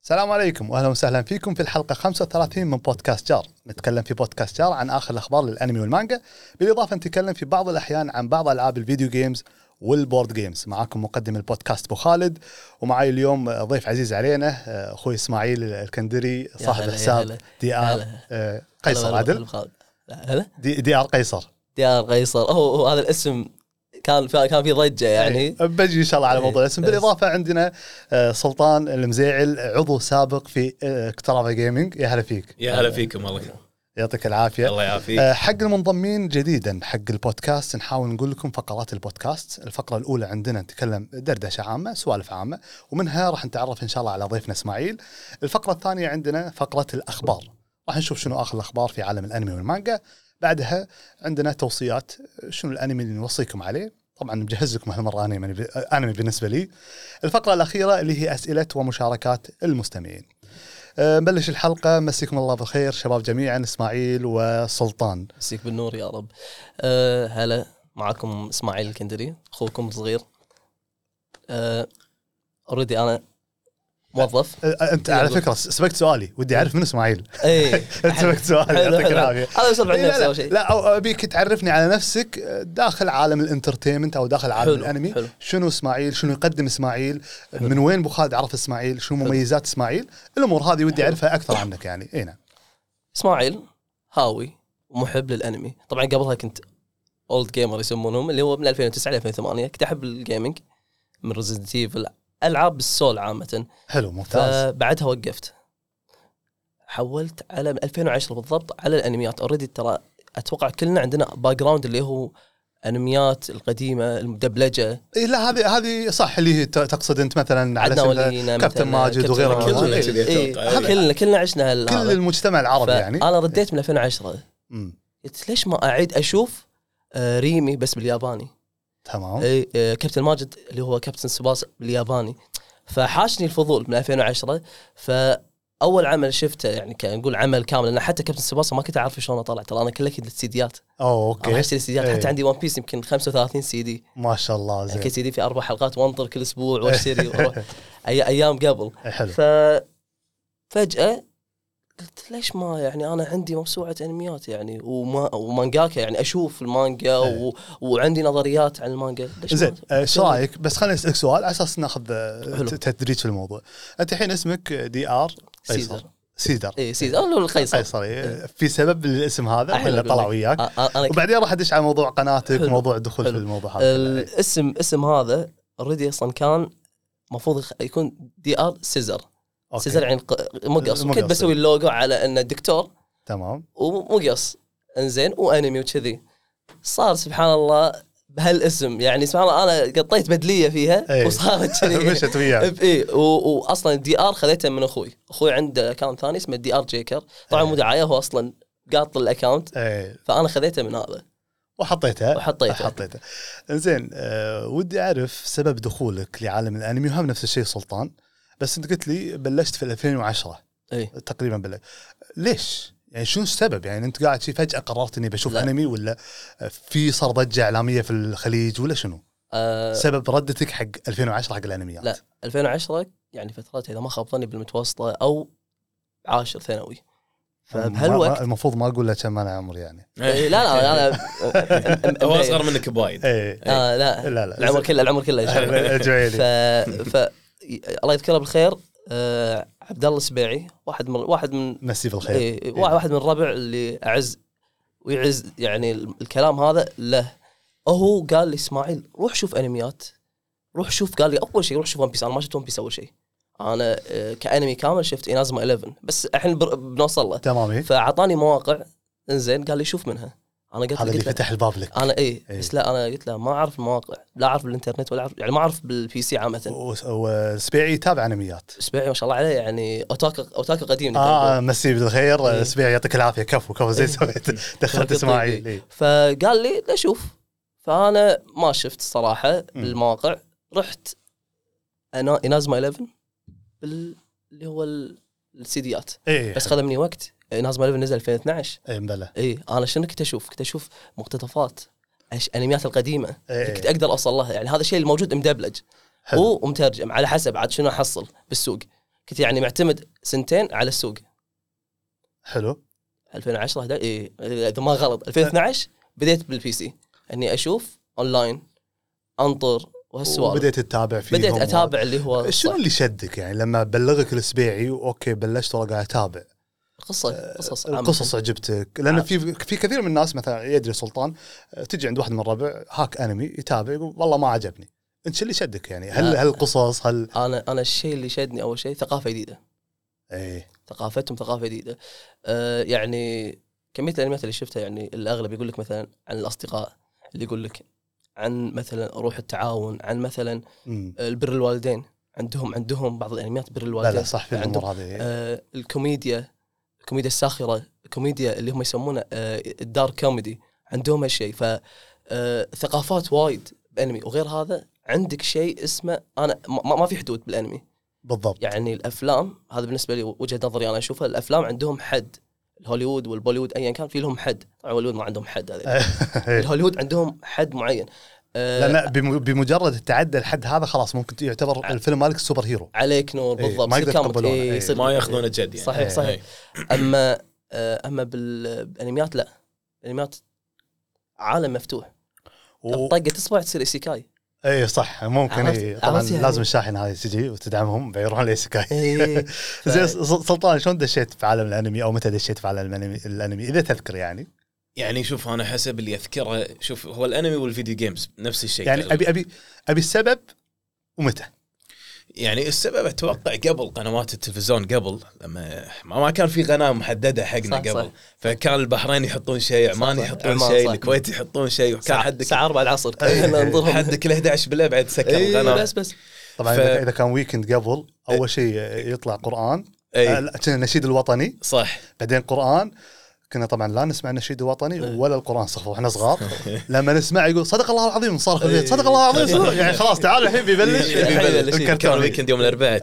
السلام عليكم واهلا وسهلا فيكم في الحلقه 35 من بودكاست جار. نتكلم في بودكاست جار عن اخر الاخبار للانمي والمانجا، بالاضافه نتكلم في بعض الاحيان عن بعض العاب الفيديو جيمز والبورد جيمز. معاكم مقدم البودكاست ابو خالد، ومعي اليوم ضيف عزيز علينا اخوي اسماعيل الكندري صاحب حساب دي ار قيصر. عدل دي ار قيصر. دي ار قيصر هو هذا الاسم كان في ضجه يعني. بجي ان شاء الله على موضوع الاسم. بالاضافه عندنا سلطان المزيعل، عضو سابق في اكترافا جيمنج. يا هلا فيك. يا هلا فيكم، الله يعطيك العافيه. الله يعافيك. حق المنضمين جديدا حق البودكاست، نحاول نقول لكم فقرات البودكاست. الفقره الاولى عندنا نتكلم دردشه عامه، سوالف عامه، ومنها راح نتعرف ان شاء الله على ضيفنا اسماعيل. الفقره الثانيه عندنا فقره الاخبار، راح نشوف شنو اخر الاخبار في عالم الانمي والمانجا. بعدها عندنا توصيات، شنو الانمي اللي نوصيكم عليه. طبعا مجهز لكم هالمره انمي بالنسبه لي. الفقره الاخيره اللي هي اسئله ومشاركات المستمعين. نبلش الحلقه. مسيكم الله بالخير شباب جميعا، اسماعيل وسلطان. مسيك بالنور يا رب. هلا، معكم اسماعيل الكندري، اخوكم الصغير. اوريدي انا موظف. انت على فكره سبقت سؤالي، ودي اعرف من اسماعيل. اي سبقت سؤالي، يعطيك العافيه. هذا يصير عن نفسي اول شيء. لا ابيك تعرفني على نفسك داخل عالم الانترتينمنت او داخل عالم الانمي. شنو اسماعيل، شنو يقدم اسماعيل، من وين ابو خالد عرف اسماعيل، شنو مميزات اسماعيل. الامور هذه ودي اعرفها اكثر عنك يعني. اي نعم. اسماعيل هاوي ومحب للانمي. طبعا قبلها كنت اولد جيمر يسمونهم، اللي هو من 2009 ل 2008 كنت احب الجيمنج من ريزيدنت ايفل، العاب السول عامه. حلو، ممتاز. بعدها وقفت، حولت على 2010 بالضبط على الانميات. اوريدي ترى اتوقع كلنا عندنا باك جراوند اللي هو انميات القديمه المدبلجه. إيه لا هذه صح، اللي هي تقصد انت مثلا على كابتن ماجد وغيره. كلنا عشنا كل المجتمع العربي يعني. انا رديت من 2010 قلت ليش ما اعيد اشوف ريمي بس بالياباني. تمام. كابتن ماجد اللي هو كابتن سباس بالياباني. فحاشني الفضول من 2010. فاول عمل شفته يعني كان نقول عمل كامل، لان حتى كابتن سباس ما كنت اعرف شلون اطلع. ترى انا كله كنت السيديات. اوكي. انا اشتري السيديات. حتى عندي ون بيس يمكن 35 سي دي. ما شاء الله. زين. كل سي دي في 4 حلقات وانطر كل اسبوع واشتري واروح. ايام قبل. حلو. ففجاه قلت ليش ما يعني انا عندي موسوعه انميات يعني ومانجاكا، يعني اشوف المانجا وعندي نظريات عن المانجا. زين، ايش رايك؟ بس خليني اسالك سؤال على اساس ناخذ تدريج في الموضوع. انت الحين اسمك دي ار سيدر. اي سيدر ولا القيصر؟ في سبب الاسم هذا ولا طلع وياك؟ وبعدين راح ادش على موضوع قناتك وموضوع الدخول في الموضوع هذا. الاسم هذا اوريدي اصلا كان المفروض يكون دي ار سيزر. سيزر يعني مقص. كنت بسوي اللوجو على انه دكتور. تمام. ومقص انزين وانمي وكذي. صار سبحان الله بهالاسم يعني. سبحان الله انا قطيت بدليه فيها وصارت كذي. مشت وياك. اي واصلا دي ار خذيته من اخوي عنده اكونت ثاني اسمه دي ار جيكر. طبعا مو دعايه، هو اصلا قاط الاكونت. فانا خذيته من هذا وحطيته. انزين، ودي اعرف سبب دخولك لعالم الانمي. وهم نفس الشيء سلطان، بس انت قلت لي بلشت في 2010 تقريبا. ليش يعني؟ شو السبب يعني؟ انت قاعد شي فجأة قررت اني بشوف انمي، ولا في صار ضجة اعلامية في الخليج، ولا شنو سبب ردتك حق 2010 حق الانميات؟ لا 2010 يعني فترة اذا ما خاب ظني بالمتوسطة او عاشر ثانوي. فبهالوقت المفروض ما اقول له كم انا عمري يعني. لا انا هو اصغر منك بوايد. لا العمر كله الله يذكره بالخير. عبد الله السبيعي واحد من مسي بالخير. واحد من الربع اللي اعز ويعز يعني الكلام هذا له. هو قال لي اسماعيل روح شوف انميات، روح شوف. قال لي اول شيء روح شوف ون بيس. انا ما شفت ون بيس اول شيء. انا كانمي كامل شفت انازما 11 بس الحين بنوصل له. تمام. فاعطاني مواقع انزين، قال لي شوف منها. انا قلت هذا اللي فتح الباب لك. انا بس لا انا قلت له ما اعرف المواقع، لا اعرف بالانترنت ولا اعرف يعني ما اعرف بالبي سي عامه. وسبيعي يتابع انميات. سبيعي ما شاء الله عليه يعني اوتاكا قديم. مسي بالخير. سبيعي يعطيك العافيه. كفو زي سويت. دخلت اسماعيل. فقال لي لا شوف. فانا ما شفت الصراحه بالمواقع. رحت انا انازما 11 اللي هو السيديات. بس خذ مني وقت. انازما 11 نزل 2012. انا شنو كنت اشوف مقتطفات انميات القديمه. كنت اقدر اوصل لها يعني. هذا الشيء الموجود مدبلج ومترجم على حسب عاد شنو احصل بالسوق. كنت يعني معتمد سنتين على السوق. حلو. 2010 اذا ما غلط 2012 بديت بالبي سي اني اشوف اونلاين انطر وهالسوالف. بديت تتابع فيه. بديت اتابع اللي هو شنو اللي شدك يعني لما بلغك السبيعي اوكي بلشت قاعد اتابع القصص عجبتك؟ لان في كثير من الناس مثلا يدري سلطان تجي عند واحد من الربع هاك انمي يتابع يقول والله ما عجبني. انت شو اللي شدك يعني؟ هل القصص انا الشيء اللي شدني اول شيء ثقافه جديده. ثقافتهم ثقافه جديده. يعني كميه الانميات اللي شفتها يعني الاغلب يقول لك مثلا عن الاصدقاء، اللي يقول لك عن مثلا روح التعاون، عن مثلا البر الوالدين. عندهم بعض الانميات بر الوالدين. لا صح في الامور هذه. الكوميديا الساخره، الكوميديا اللي هم يسمونه الدارك كوميدي، عندهم هالشيء. ثقافات وايد بانمي. وغير هذا عندك شيء اسمه انا ما في حدود بالانمي بالضبط. يعني الافلام هذا بالنسبه لي وجهه نظري انا اشوفها، الافلام عندهم حد. الهوليوود والبوليوود ايا كان في لهم حد. طبعا الهوليوود ما عندهم حد هذا. الهوليوود عندهم حد معين. لا بمجرد تعدى الحد هذا خلاص ممكن يعتبر الفيلم مالك سوبر هيرو. عليك نور. بالضبط. ما يقدر يتقبلونه. ما ياخذونه جد يعني. صحيح. اما بالانميات لا، الانميات عالم مفتوح. طقه اصبع تصير ايسيكاي. اي صح ممكن. طبعا لازم الشاحنه هذه تجي وتدعمهم بيروحون الايسيكاي. زين سلطان شلون دشيت في عالم الانمي او متى دشيت في عالم الانمي اذا تذكر يعني شوف انا حسب اللي اذكره. شوف هو الانمي والفيديو جيمز نفس الشيء يعني. ابي السبب ومتى يعني. السبب اتوقع قبل قنوات التلفزيون، قبل لما ما كان في قناه محدده حقنا قبل صح. فكان البحرين يحطون شيء، عمان يحطون شيء، الكويت يحطون شيء، وكان حدك الساعه 4 العصر ننظرهم حدك ل 11 بالليل بعد سكر القناه. بس طبعا اذا كان ويكند قبل اول شيء يطلع قران النشيد الوطني صح، بعدين قران. كنا طبعا لا نسمع النشيد الوطني ولا القرآن صفر واحنا صغار. لما نسمع يقول صدق الله العظيم نصارخ البيت صدق الله العظيم يعني خلاص تعال الحين بيبلش كان الويكند يوم الاربعاء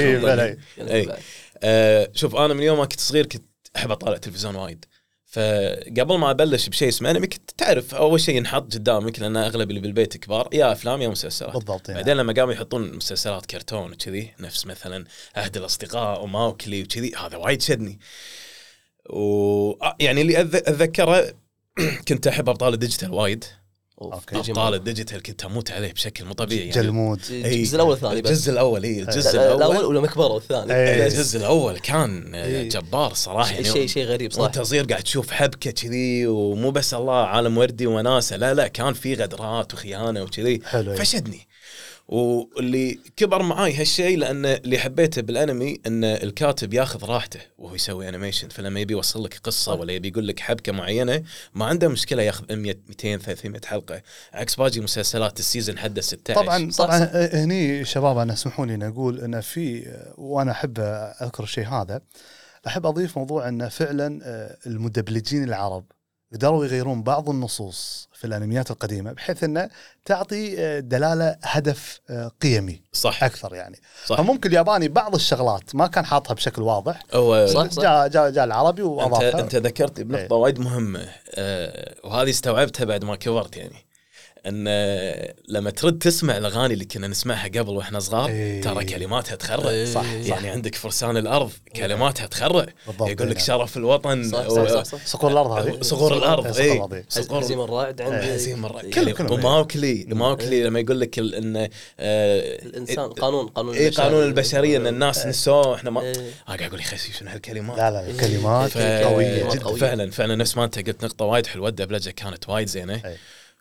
شوف انا من يوم ما كنت صغير كنت احب اطالع تلفزيون وايد. فقبل ما ابلش بشيء اسمه انمي كنت تعرف اول شيء ينحط قدامك لان اغلب اللي بالبيت كبار يا افلام يا مسلسلات بالضبط. بعدين لما قاموا يحطون مسلسلات كرتون وكذي نفس مثلا عهد الاصدقاء وماوكلي وكذي هذا وايد شدني. ويعني اللي أتذكره كنت أحب أبطال الديجيتال وايد. أبطال الديجيتال كنت أموت عليه بشكل مو طبيعي يعني. جلمود الجزء الأول والثاني. الجزء الأول الجزء الأول ولا مكبر والثاني. الجزء الأول كان جبار صراحة يعني. شيء غريب صراحة. وأنت صغير قاعد تشوف حبكة كذي ومو بس الله عالم وردي وناسة، لا كان في غدرات وخيانة وكذي فشدني. واللي كبر معاي هالشيء لأن اللي حبيته بالأنمي أن الكاتب ياخذ راحته وهو يسوي أنيميشن. فلما يبي يوصل لك قصة ولا يبي يقول لك حبكة معينة ما عنده مشكلة ياخذ 100 200 300 حلقة عكس باقي مسلسلات السيزن حد 16. طبعا هني شباب أنا اسمحوا لي نقول أن في وأنا أحب أذكر الشيء هذا، أحب أضيف موضوع أن فعلا المدبلجين العرب قدروا يغيرون بعض النصوص في الانميات القديمه بحيث انه تعطي دلاله هدف قيمي صح اكثر يعني صح. فممكن الياباني بعض الشغلات ما كان حاطها بشكل واضح صح. جاء العربي واضافها. انت ذكرت بنقطه وايد مهمه وهذه استوعبتها بعد ما كبرت يعني ان لما ترد تسمع الاغاني اللي كنا نسمعها قبل واحنا صغار ترى كلماتها تخرع صح. يعني عندك فرسان الارض كلماتها تخرع يقول لك شرف الوطن صقور الارض هذه صقور الارض هزيم الرعد عندي هزيم الرعد وماوكلي لما يقول لك ان الانسان قانون البشريه ان الناس نسوه احنا ما قاعد اقول يا اخي شنو هالكلمات. لا الكلمات قويه جدا فعلا نفس ما انت قلت نقطه وايد حلوه الدبلجه كانت وايد زينه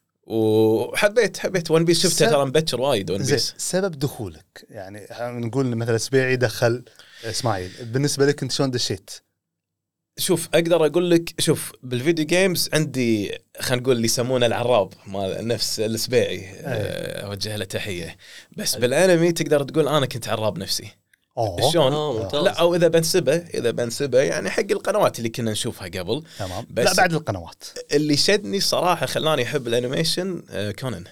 وحبيت ون بيس شفتها ترى مبكر وايد ون بيس. سبب دخولك يعني نقول مثلا سبيعي دخل اسماعيل بالنسبه لك انت شلون دشيت؟ شوف اقدر اقول لك شوف بالفيديو جيمز عندي خلينا نقول اللي يسمونه العراب مال نفس السبيعي اوجه له تحيه بس بالانمي تقدر تقول انا كنت عراب نفسي. شلون؟ لا او اذا بنسبه يعني حق القنوات اللي كنا نشوفها قبل تمام. لا بعد القنوات اللي شدني صراحه خلاني احب الانيميشن كونان.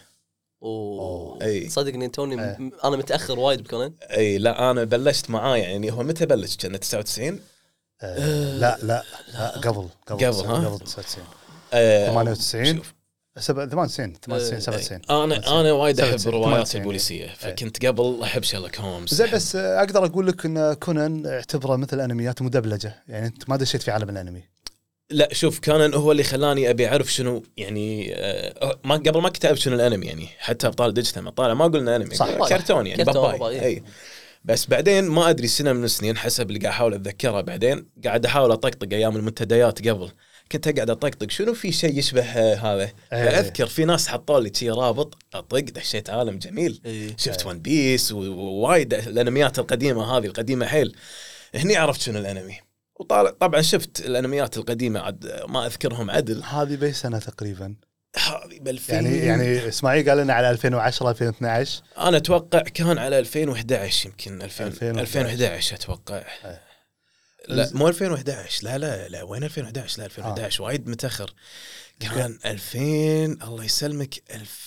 صدقني توني انا متاخر وايد بكونان. لا انا بلشت معاه يعني هو متى بلش كان 99 لا قبل 99 98 98 97. انا وايد احب الروايات البوليسيه، فكنت قبل احب شيرلوك هومز. زين، بس اقدر اقول لك ان كونان اعتبره مثل انميات مدبلجه، يعني انت ما دشيت في عالم الانمي. لا شوف، كونان هو اللي خلاني ابي اعرف شنو يعني، ما قبل ما كنت اعرف شنو الانمي، يعني حتى ابطال ديجيتال طالع ما قلنا انمي، كرتون يعني باباي. اي بس بعدين ما ادري سنه من السنين حسب اللي قاعد احاول اتذكرها، بعدين قاعد احاول اطقطق ايام المنتديات قبل كنت اقعد اطقطق شنو في شيء يشبه هذا. اذكر في ناس حطوا لي شيء رابط، اطق دشيت عالم جميل. شفت ون بيس ووايد الانميات القديمه، هذه القديمه حيل، هني عرفت شنو الانمي. وطبعا شفت الانميات القديمه عاد ما اذكرهم عدل. هذه باي سنه تقريبا؟ هذه يعني اسماعيل قال لنا على 2010 2012. انا اتوقع كان على 2011 يمكن 2011 اتوقع. لا مو 2011، لا وين 2011؟ لا 2011 وايد متاخر. كان 2000 الله يسلمك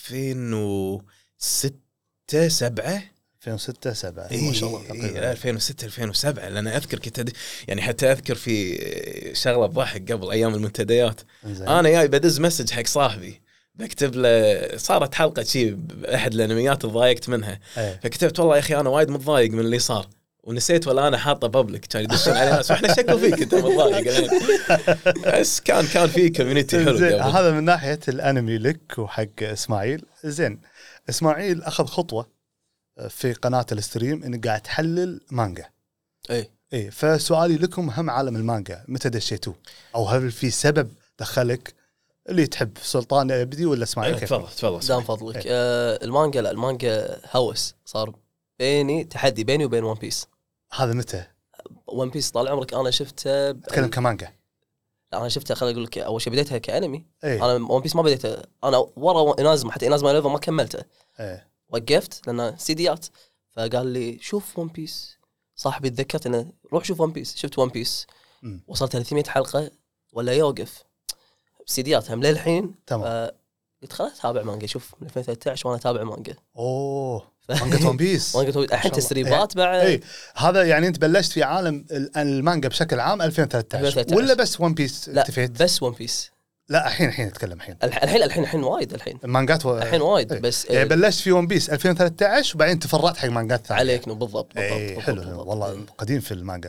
2006 7 2006 7 ما شاء الله تقريبا 2006 2007. لأن أذكر كنت يعني حتى أذكر في شغلة بضحك قبل أيام المنتديات. أنا جاي بدز مسج حق صاحبي بكتب له، صارت حلقة شيء بأحد الأنميات ضايقت منها، فكتبت والله يا أخي أنا وايد متضايق من اللي صار، ونسيت ولا أنا حاطة بابليك كان يدشون علي ناس وإحنا شكوا فيك أنت متضايق. بس كان في كوميونيتي حلو. هذا من ناحية الأنمي لك وحق إسماعيل. زين، إسماعيل أخذ خطوة في قناة الستريم إنه قاعد تحلل مانجا. إيه فسؤالي لكم، هم عالم المانجا متى دشيتوه؟ أو هل في سبب دخلك؟ اللي تحب سلطان أبدي ولا إسماعيل؟ تفضل دام فضلك. المانجا، لا المانجا هوس صار بيني، تحدي بيني وبين ون بيس. هذا متى؟ ون بيس طال عمرك أنا شفته تكلم كمانجا. أنا شفتها، خليني أقول لك أول شيء بديتها كأنمي. أنا ون بيس ما بديته، أنا ورا إنازما، حتى إنازما ليفل ما كملته. وقفت لأن سيديات، فقال لي شوف ون بيس. صاحبي تذكرت انه روح شوف ون بيس. شفت ون بيس وصلت 300 حلقه ولا يوقف سيديات هم للحين. قلت خلاص تابع مانجا. شوف من 2013 وانا تابع مانجا. مانجا ون بيس الحين تسريبات بعد. هذا يعني انت بلشت في عالم المانجا بشكل عام 2013 ولا بس ون بيس اكتفيت؟ بس ون بيس. لا الحين نتكلم الحين وايد المانجات الحين وايد. بس يعني بلشت في ون بيس 2013 وبعدين تفرعت حق مانجات ثانيه. عليك بالضبط. حلو والله قديم في المانجا.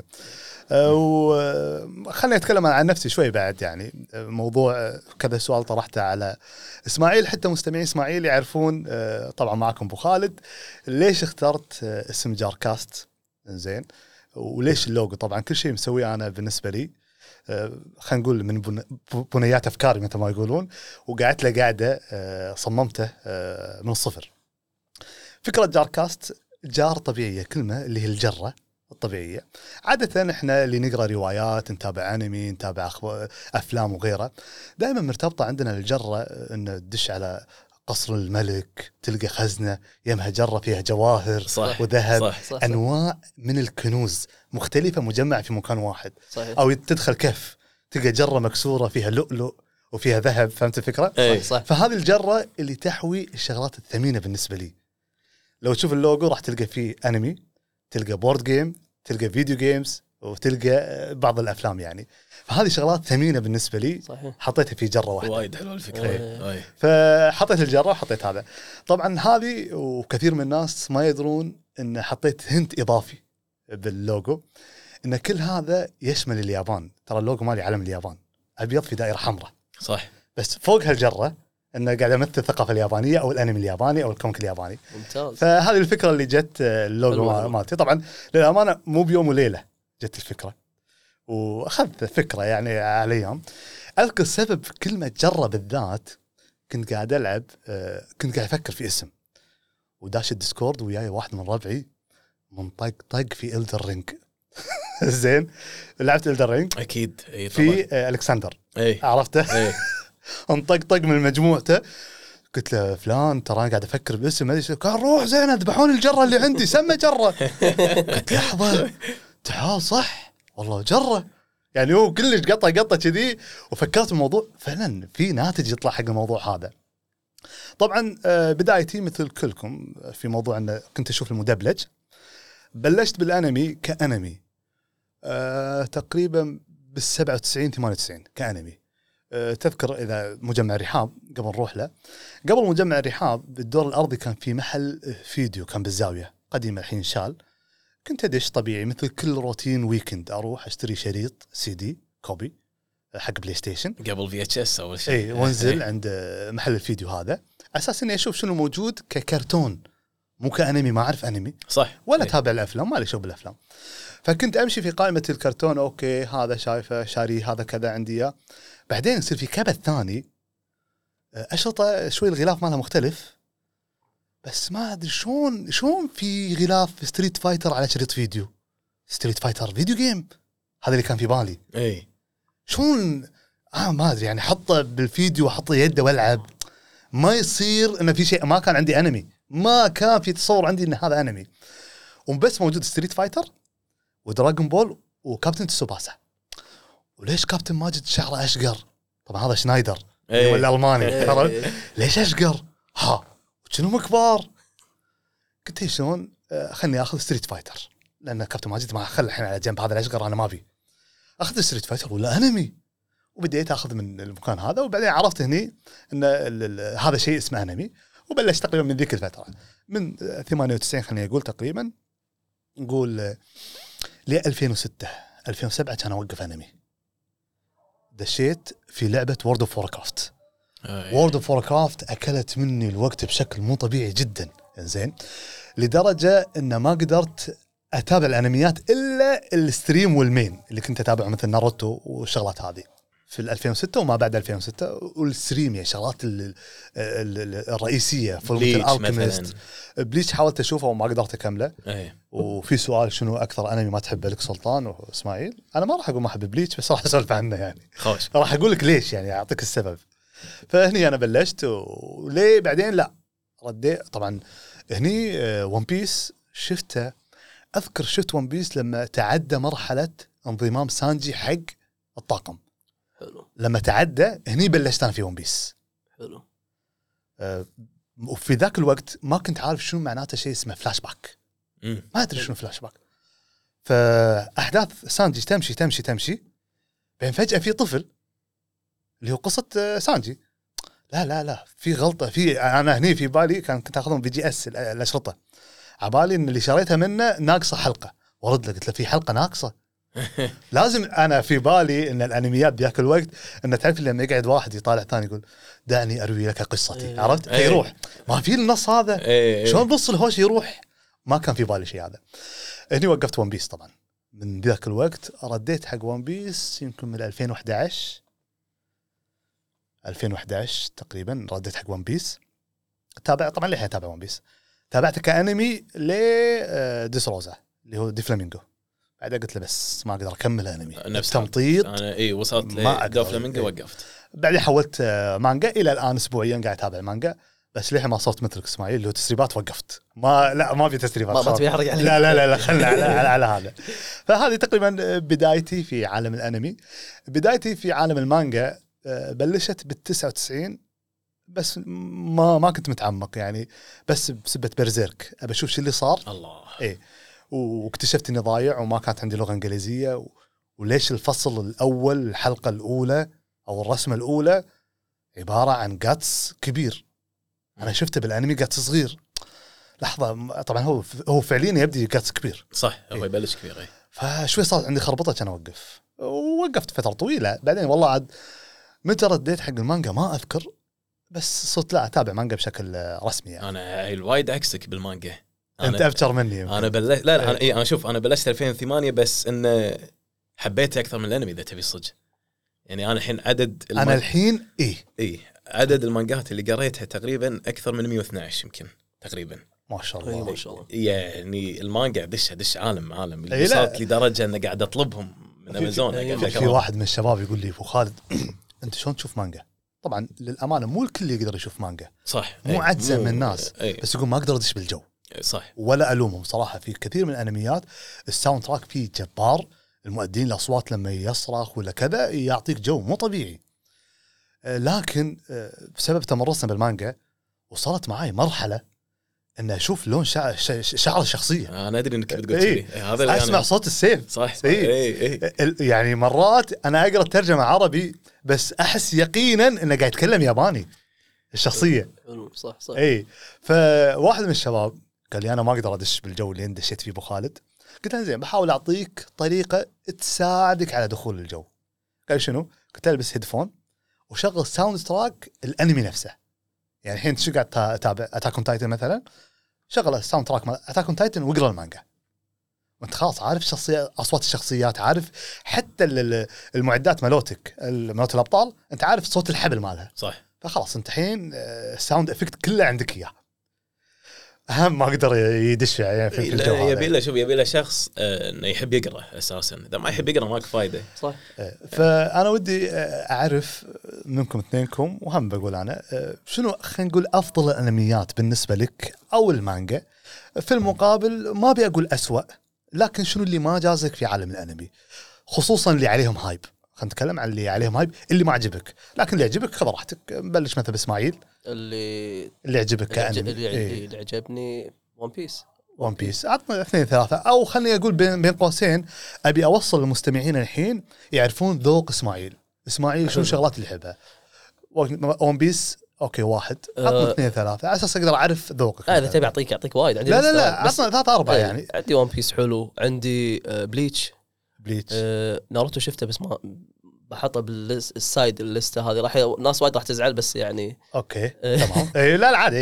وخليني اتكلم عن نفسي شوي بعد. يعني موضوع كذا سؤال طرحته على اسماعيل، حتى مستمعين اسماعيل يعرفون. طبعا معكم ابو خالد. ليش اخترت اسم جاركاست؟ زين، وليش اللوجو؟ طبعا كل شيء مسويه انا بالنسبه لي، خلينا نقول من بنيات أفكاري مثل ما يقولون، وقعدت له قاعدة صممته من الصفر. فكرة جاركاست، جار طبيعية، كلمة اللي هي الجرة الطبيعية. عادة احنا اللي نقرأ روايات، نتابع أنمي، نتابع أفلام وغيرها، دائما مرتبطة عندنا الجرة إن تدش على قصر الملك، تلقى خزنة يمها جرة فيها جواهر وذهب، صح. أنواع من الكنوز مختلفة مجمعة في مكان واحد. صحيح. أو تدخل كهف تلقى جرة مكسورة فيها لؤلؤ وفيها ذهب. فهمت الفكرة؟ صح. فهذه الجرة اللي تحوي الشغلات الثمينة بالنسبة لي. لو تشوف اللوجو راح تلقى فيه أنمي، تلقى بورد جيم، تلقى فيديو جيمز، وتلقى بعض الأفلام. يعني فهذه شغلات ثمينة بالنسبة لي. صحيح. حطيتها في جرة واحدة. وايد حلوة الفكرة. فحطيت الجرة وحطيت هذا. طبعا هذه وكثير من الناس ما يدرون إن حطيت هنت إضافي باللوجو، إن كل هذا يشمل اليابان. ترى اللوجو مالي علم اليابان أبيض في دائرة حمراء. صح. بس فوق هالجرة إنه قاعد أمثل الثقافة اليابانية أو الأنمي الياباني أو الكوميك الياباني. ممتاز. فهذه الفكرة اللي جت اللوجو مالتي. طبعا للأمانة مو بيوم وليلة جت الفكرة، وأخذت فكرة يعني على أيام. أذكر سبب كلمة جرة بالذات، كنت قاعد ألعب، كنت قاعد أفكر في اسم، وداش الديسكورد وياي واحد من ربعي من طق في إلدر رينج. زين، لعبت إلدر رينج أكيد. في ألكسندر. عرفته؟ انطق من مجموعته. قلت له فلان ترى أنا قاعد أفكر باسم. قال روح زين ذبحون الجرة اللي عندي، سمى جرة. قلت لحظة تعال، صح والله جرة. يعني هو كلش قطة كذي. وفكرت الموضوع فعلا في ناتج يطلع حق الموضوع هذا. طبعا بدايتي مثل كلكم في موضوع أن كنت أشوف المدبلج. بلشت بالأنمي كأنمي تقريبا بال97-98 كأنمي. تذكر اذا مجمع الرحاب قبل نروح له، قبل مجمع الرحاب بالدور الارضي كان في محل فيديو كان بالزاويه قديم الحين شال. كنت ادش طبيعي مثل كل روتين ويكند اروح اشتري شريط سي دي كوبي حق بلاي ستيشن قبل VHS اول شيء، اي وانزل عند محل الفيديو هذا اساس اني اشوف شنو موجود ككرتون مو كانمي، ما اعرف انمي صح ولا تابع الافلام، ما لي شغل بالافلام. فكنت امشي في قائمه الكرتون، اوكي هذا شايفه شاري، هذا كذا عندي اياه. بعدين يصير في كبث ثاني اشرطه شوي الغلاف مالها مختلف، بس ما ادري شلون في غلاف ستريت فايتر على شريط فيديو، ستريت فايتر فيديو جيم، هذا اللي كان في بالي. اي شلون ما ادري يعني حطه بالفيديو وحطه يده والعب، ما يصير انه في شيء. ما كان عندي انمي، ما كان في تصور عندي ان هذا انمي، وبس موجود ستريت فايتر ودراغون بول وكابتن تسوباسا. وليش كابتن ماجد شعره اشقر؟ طبعا هذا شنايدر ولا الماني، ليش اشقر؟ شنو كبار؟ قلت لي شلون خلني اخذ ستريت فايتر، لان كابتن ماجد ما خلى الحين على جنب، هذا الاشقر انا ما ابي، اخذ ستريت فايتر ولا انمي. وبديت اخذ من المكان هذا، وبعدين عرفت هني ان هذا شيء اسمه انمي. وبلش تقريبا من ذيك الفتره من 98 خليني اقول تقريبا، نقول ل 2006 2007 كان اوقف انمي. دشيت في لعبه وورد اوف ووركرافت. وورد اوف ووركرافت اكلت مني الوقت بشكل مو طبيعي جدا، زين لدرجه ان ما قدرت اتابع الانميات الا الستريم والمين اللي كنت اتابعه مثل ناروتو والشغلات هذه في 2006 وما بعد 2006، والستريم يعني شغلات الرئيسيه فيلم الالكيميست. بليتش حاولت اشوفه وما قدرت اكمله. وفي سؤال شنو اكثر انمي ما تحبه لك سلطان واسماعيل؟ انا ما راح اقول ما احب بليتش، بس راح اسولف عنه يعني خوش. راح اقول لك ليش، يعني اعطيك السبب. فهني انا بلشت وليه بعدين لا رديت. طبعا هني ون بيس شفته، اذكر شفت ون بيس لما تعدى مرحله انضمام سانجي حق الطاقم. حلو. لما تعدى هني بلشت انا في ون بيس. حلو. وفي ذاك الوقت ما كنت عارف شنو معناته شيء اسمه فلاش باك. ما ادري شنو فلاش باك. فاحداث سانجي تمشي بين فجاه في طفل اللي هو قصه سانجي. لا في غلطه. في انا هني في بالي كنت اخذهم VGS الاشرطه، عبالي ان اللي شريتها منه ناقصه حلقه، ورد له قلت له في حلقه ناقصه. لازم انا في بالي ان الانميات بذاك الوقت ان تعرف لما يقعد واحد يطالع ثاني يقول دعني اروي لك قصتي، عرفت؟ يروح ما في النص هذا، شلون نص الهوش يروح؟ ما كان في بالي شيء هذا. هني وقفت ون بيس. طبعا من ذاك الوقت رديت حق ون بيس يمكن من 2011 تقريبا رديت حق ون بيس. تابع طبعا ليه تابع ون بيس، تابعته كانمي ل ديسروزا اللي هو دي فلامينغو. بعد قلت له بس ما اقدر اكمل انمي نفس تمطيط انا وصلت لدو فلامينغو وقفت. بعدين حولت مانجا، الى الان اسبوعيا قاعد اتابع المانجا، بس ليه ما صرت مثلك اسماعيل اللي هو تسريبات وقفت. ما في تسريبات، ما تبي احرق عليك. لا خلنا على هذا. فهذه تقريبا بدايتي في عالم الانمي. بدايتي في عالم المانجا بلشت بال99، بس ما كنت متعمق يعني، بس بسبة برزيرك ابى اشوف شو اللي صار. الله. واكتشفت اني ضايع وما كانت عندي لغه انجليزيه، وليش الفصل الاول الحلقه الاولى او الرسمه الاولى عباره عن جاتس كبير. انا شفته بالانمي جاتس صغير. لحظه، طبعا هو فعليا يبدي جاتس كبير، صح. هو يبلش كبير. فشوي صار عندي خربطه، كان اوقف. ووقفت فتره طويله. بعدين والله عاد متى رديت حق المانجا ما اذكر، بس صرت لا اتابع مانجا بشكل رسمي يعني. انا الوايد عكسك بالمانجا. انت ابشر مني يمكن. انا بلشت انا شوف انا بلشت 2008، بس انه حبيت اكثر من الانمي اذا تبي صدق. يعني انا الحين انا الحين عدد المانجات اللي قريتها تقريبا اكثر من 112 يمكن تقريبا. ما شاء الله ما شاء الله. يعني المانجا دش عالم اللي وصلت لدرجه ان قاعد اطلبهم من امازون. في واحد من الشباب يقول لي ابو خالد انت شلون تشوف مانجا؟ طبعا للامانه مو الكل يقدر يشوف مانجا، صح، مو عجزه من الناس، بس يقول ما اقدر ادش بالجو. صح. ولا الومهم صراحه. في كثير من الانميات الساوند تراك فيه جبار، المؤدين الاصوات لما يصرخ ولا كذا يعطيك جو مو طبيعي. لكن بسبب تمرسنا بالمانجا وصلت معي مرحله ان اشوف لون شعر الشخصيه. انا ادري انك بتقول كذي. هذا اسمع صوت السيف. صح. يعني مرات انا اقرا ترجمه عربي بس احس يقينا انه قاعد يتكلم ياباني الشخصيه. صح اي. فواحد من الشباب قال لي انا ما اقدر ادش بالجو اللي انت دشيت فيه ابو خالد. قلت له زين بحاول اعطيك طريقه تساعدك على دخول الجو. قال شنو؟ قلت له البس هيدفون وشغل ساوند تراك الانمي نفسه. يعني الحين شو قاعد تتابع اتاك اون تايتن مثلا، شغل الساوند تراك مال اتاك اون تايتن واقرا المانجا، وانت خلاص عارف شخصيات، اصوات الشخصيات، عارف حتى المعدات مالوتك مالوت الابطال، انت عارف صوت الحبل مالها صح. فخلاص انت الحين الساوند افكت كله عندك اياه. اهم ما اقدر يدش يعني في الجو هذا. يبي له شوف، يبي له شخص انه يحب يقرا اساسا، اذا ما يحب يقرا ماك فايده. صح. فانا ودي اعرف منكم اثنينكم، وهم بقول انا شنو خلينا نقول افضل الانميات بالنسبه لك او المانجا. في المقابل ما ابي اقول اسوأ، لكن شنو اللي ما جازك في عالم الانمي، خصوصا اللي عليهم هايب. خلينا نتكلم عن اللي عليهم هايب، اللي ما عجبك، لكن اللي يعجبك خذ راحتك. نبلش مثلا باسماعيل. اللي يعجبك كأنمي. اللي عجبني ون بيس. عطنا 2 3، او خلني اقول بين قوسين ابي اوصل للمستمعين الحين يعرفون ذوق اسماعيل شنو الشغلات اللي يحبها. ون بيس اوكي 1، عطنا 2 3 على اساس اقدر اعرف ذوقك. اذا تبي اعطيك وايد عندي. لا عطنا 3 4 يعني. عندي ون بيس حلو، عندي بليتش. ناروتو شفته بس ما بحطه بالسايد الليسته هذه، راح ناس وايد راح تزعل بس يعني اوكي تمام. اي لا عادي.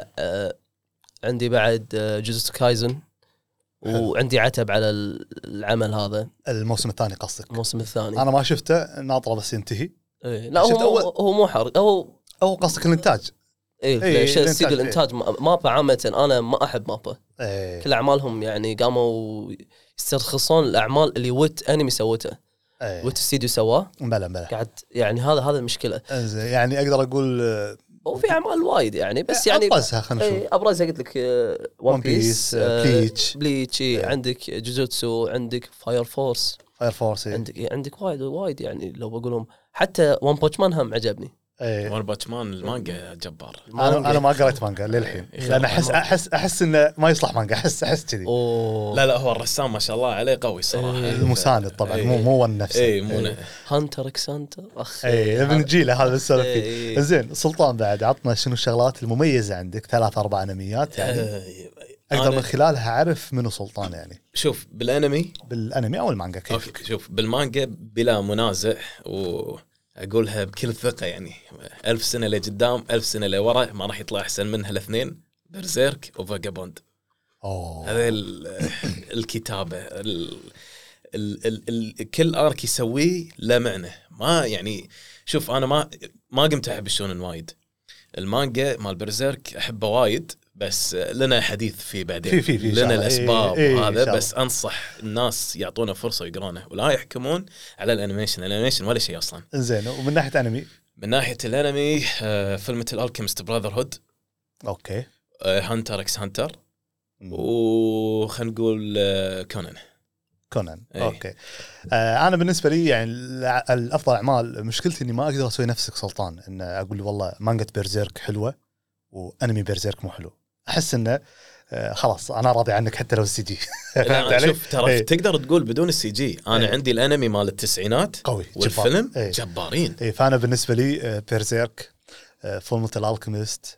عندي بعد جوجوتسو كايزن، وعندي عتب على العمل هذا. الموسم الثاني قصدك؟ الموسم الثاني انا ما شفته، ناطره بس ينتهي. لا هو مو حرق، هو قصدك الانتاج. استديو الانتاج مابا عامه انا ما احب مابا. كل اعمالهم يعني قاموا يسترخصون الاعمال اللي ويت انمي سوته. ويت استديو سواه بلا قاعد يعني هذا المشكله. يعني اقدر اقول وفي اعمال وايد يعني، بس يعني ابرزها خلينا نشوف. ابرزها قلت لك ون بيس، بليتش عندك جوجوتسو، عندك فاير فورس عندك وايد يعني لو بقولهم. حتى ون بوتش مان هم عجبني. ون بوتش مان المانجا جبار. انا ما قريت مانجا للحين لان احس انه ما يصلح مانجا. احس كذي. لا هو الرسام ما شاء الله عليه قوي صراحه. المساند طبعا مو نفسه. مو هانتر اكس هانتر ابن جيله هذا السالفه فيه. زين سلطان بعد عطنا شنو الشغلات المميزه عندك، 3 4 انميات يعني اقدر من خلالها اعرف منو سلطان. يعني شوف بالانمي او المانجا كيف. شوف بالمانجا بلا منازع أقولها بكل ثقة يعني 1000 سنة لقدام 1000 سنة لورا ما راح يطلع أحسن منها الاثنين، برزيرك وفاجابوند. هذا الكتابة كل آرك يسويه لا معنى ما يعني. شوف أنا ما قمت أحب الشونن وايد. المانجا مال برزيرك أحبه وايد، بس لنا حديث فيه بعدين في لنا الأسباب هذا. بس أنصح الناس يعطونه فرصة ويقرونه ولا يحكمون على الانيميشن ولا شيء أصلا. زين. ومن ناحية أنمي؟ من ناحية الأنمي فيلم مثل الكيمست براذر هود، أوكي، هانتر اكس هانتر، وخلينا نقول كونان. اوكي. انا بالنسبه لي يعني الافضل اعمال، مشكلتي اني ما اقدر اسوي نفسك سلطان ان اقول والله مانجا بيرزيرك حلوه وانمي بيرزيرك مو حلو. احس انه خلاص انا راضي عنك حتى لو السي جي. شوف ترى تقدر تقول بدون السي جي. انا عندي الانمي مال التسعينات قوي والفيلم جبارين. فانا بالنسبه لي بيرزيرك، فولميتال الكيميست،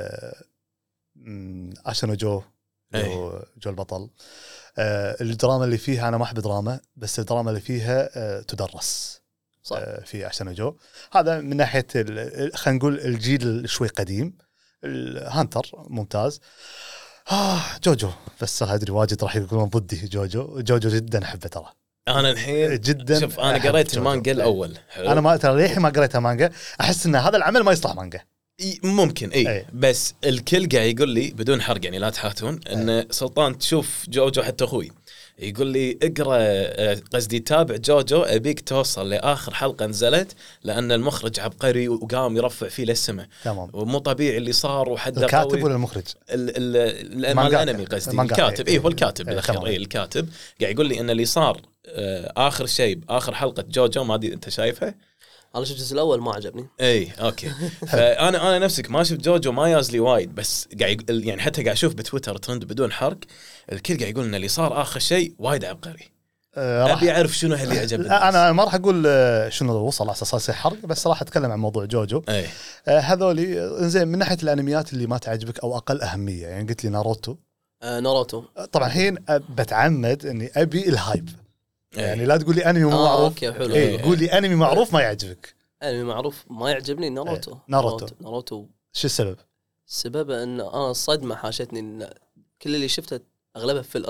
عشان جو البطل. الدراما اللي فيها انا ما احب دراما، بس الدراما اللي فيها تدرس صح. في عشان جو هذا من ناحيه خلينا نقول الجيل شوي قديم. هانتر ممتاز. جوجو بس ادري واجد راح يقولون ضدي. جوجو جدا احبه ترى. انا الحين جدا شوف انا قريت المانجا الاول. انا ما ترى ليه ما قريتها مانجا. احس ان هذا العمل ما يصلح مانجا. ممكن بس الكل قاعد يقول لي بدون حرق يعني لا تحاتون ان سلطان تشوف جوجو. حتى اخوي يقول لي اقرا قصدي تابع جوجو، ابيك توصل لاخر حلقه نزلت لان المخرج عبقري وقام يرفع فيه للسماء. تمام. ومو طبيعي اللي صار وحد الكاتب ولا المخرج؟ الانمي قصدي الكاتب. هو الكاتب بالاخير. الكاتب قاعد يقول لي ان اللي صار اخر شيء اخر حلقه جوجو ما ادري انت شايفها. انا شفت الجزء الاول ما عجبني. اوكي. فانا نفسك ما شفت جوجو ما يازلي وايد، بس قاعد يعني حتى قاعد اشوف بتويتر ترند بدون حرق الكل قاعد يقول ان اللي صار اخر شيء وايد عبقري. ابي اعرف شنو اللي عجبني. انا ما راح اقول شنو وصل على اساس يصير حرق، بس راح اتكلم عن موضوع جوجو. هذولي زين من ناحيه الانميات اللي ما تعجبك او اقل اهميه، يعني قلت لي ناروتو. ناروتو طبعا الحين بتعمد اني ابي الهايب، يعني لا تقول لي انمي مو معروف. اوكي حلو. قول لي انمي معروف ما يعجبك. انمي معروف ما يعجبني ناروتو. شو السبب؟ السبب ان انا الصدمه حاشتني ان كل اللي شفته اغلبها فيلر.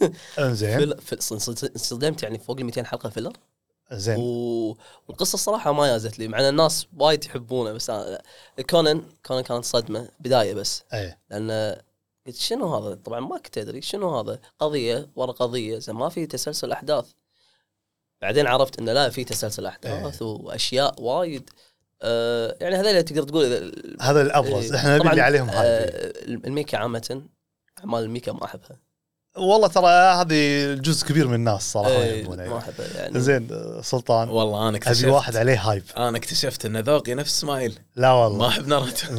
زين انصدمت يعني فوق ال 200 حلقه فيلر. زين والقصه الصراحه ما يازت لي، مع ان الناس وايد يحبونه، بس كونان كانت صدمه بدايه بس. لان قلت شنو هذا؟ طبعا ما كنت ادري شنو هذا، قضيه ورا قضيه، زين ما في تسلسل احداث. بعدين عرفت انه لا، في تسلسل احداث واشياء وايد. يعني هذا اللي تقدر تقول هذا الابرز. احنا نبي اللي عليهم هاي. الميكا عامه، اعمال الميكا ما احبها والله، ترى هذه جزء كبير من الناس صراحه ما احبها يعني. زين سلطان، والله انا اكتشفت واحد عليه هايب. انا اكتشفت ان ذوقي نفس اسماعيل. لا والله ما احب ناروتو.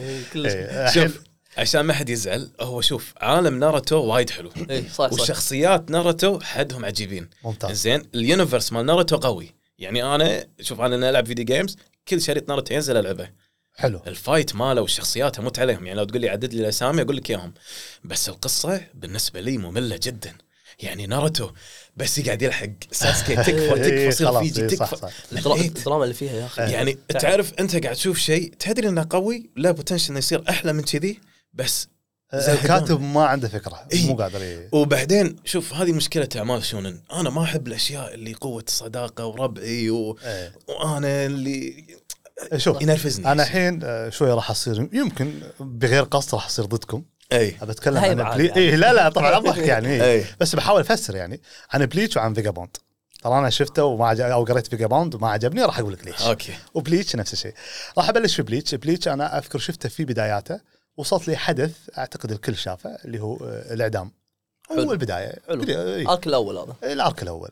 لا شوف عشان ما حد يزعل، هو شوف عالم ناروتو وايد حلو. صح. وشخصيات ناروتو حدهم عجيبين. ممتاز. زين اليونيفرس مال ناروتو قوي. يعني انا شوف، انا العب فيديو جيمز، كل شريط ناروتو ينزل العبه. حلو. الفايت ماله والشخصيات اموت عليهم، يعني لو تقول لي عدد لي الاسامي اقول لك اياهم. بس القصه بالنسبه لي ممله جدا. يعني ناروتو بس يقعد يلحق ساسكي تكفى صير فيجي تكفى. الدراما اللي فيها يا اخي، يعني تعرف انت قاعد تشوف شيء تدري انه قوي، لا بوتنشل انه يصير احلى من كذي، بس الكاتب ما عنده فكره. مو قادر وبعدين شوف هذه مشكله اعمال شونن. انا ما احب الاشياء اللي قوه الصداقه وربعي وانا اللي شوف ينرفزني. انا الحين شويه راح اصير يمكن بغير قصد راح اصير ضدكم. بتكلم عن لا طبعا اضحك يعني. بس بحاول افسر يعني عن بليتش وعن فيجابوند. طبعا انا شفته او قريت فيجابوند وما عجبني، راح اقول لك ليش. وبليتش نفس الشيء. راح ابلش في بليتش انا اذكر شفته في بداياته، وصلت لي حدث اعتقد الكل شافه اللي هو الاعدام. هو البدايه الارك الاول هذا الارك الاول.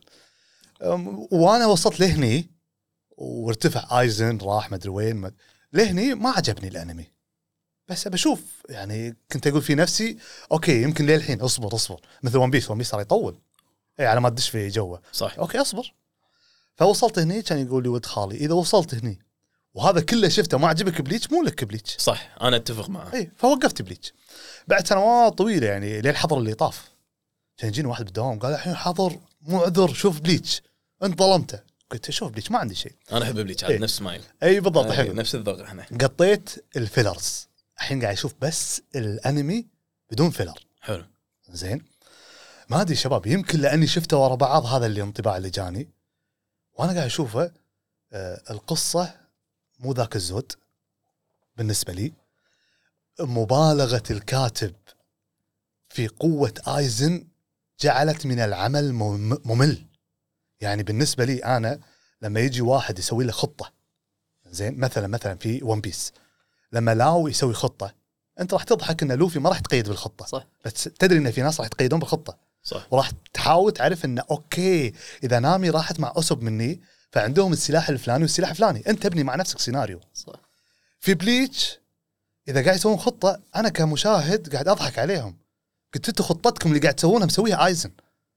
وانا وصلت لهني وارتفع ايزن راح مدري وين لهني ما عجبني الانمي، بس بشوف يعني كنت اقول في نفسي اوكي يمكن للحين اصبر مثل ون بيس صار يطول على ما تدش في جوه. صح اوكي اصبر. فوصلت هني كان يقول لي ولد خالي اذا وصلت هني وهذا كله شفته ما عجبك بليتش مو لك بليتش. صح انا اتفق معه. فوقفت بليتش بعد سنوات طويله، يعني لين الحظر اللي طاف كان يجيني واحد بالدوام قال الحين حظر مو عذر، شوف بليتش انت ظلمته. قلت شوف بليتش ما عندي شيء، انا احب بليتش هذا نفس مايل. بالضبط. حلو نفس الذوق. احنا قطيت الفيلرز، الحين قاعد اشوف بس الانمي بدون فيلر. حلو زين. ما ادري شباب، يمكن لاني شفته ورا بعض هذا اللي انطباع اللي جاني، وانا قاعد اشوفه القصه مو ذاك الزود بالنسبه لي. مبالغه الكاتب في قوه ايزن جعلت من العمل ممل. يعني بالنسبه لي انا لما يجي واحد يسوي له خطه، زين مثلا في ون بيس لما لاو يسوي خطه، انت راح تضحك ان لوفي ما راح تقيد بالخطه. صح. بس تدري ان في ناس راح يتقيدون بالخطه. صح. وراح تحاول تعرف ان اوكي اذا نامي راحت مع اسب مني فعندهم السلاح الفلاني والسلاح الفلاني، انت تبني مع نفسك سيناريو. صح. في بليتش اذا قاعد يسوون خطه انا كمشاهد قاعد اضحك عليهم، قلت انتوا خطتكم اللي قاعد تسوونها مسويها ايزن.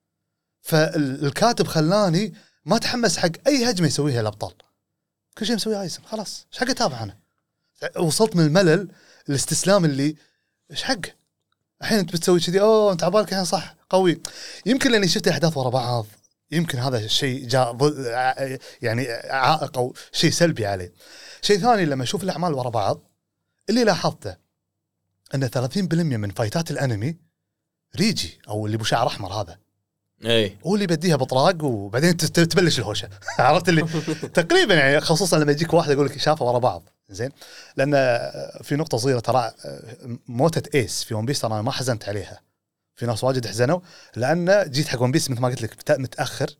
فالكاتب خلاني ما اتحمس حق اي هجمه يسويها الابطال، كل شيء مسويه ايزن. خلاص ايش حق اتابع انا؟ وصلت من الملل الاستسلام اللي ايش حق الحين انت بتسوي كذي، انت عبالك الحين صح قوي. يمكن لاني شفت الاحداث ورا بعض، يمكن هذا الشيء جاء يعني عائق او شيء سلبي عليه. شيء ثاني لما اشوف الاعمال ورا بعض اللي لاحظته ان 30% من فايتات الانمي ريجي او اللي بشعر احمر هذا هو اللي بديها بطراق وبعدين تبلش الهوشه. عرفت اللي تقريبا يعني، خصوصا لما يجيك واحد يقول لك شافه ورا بعض. زين. لان في نقطه صغيره ترى موتة ايس في ون بيس انا ما حزنت عليها، في ناس واجد حزنوا لان جيت حق ون بيس مثل ما قلت لك متاخر.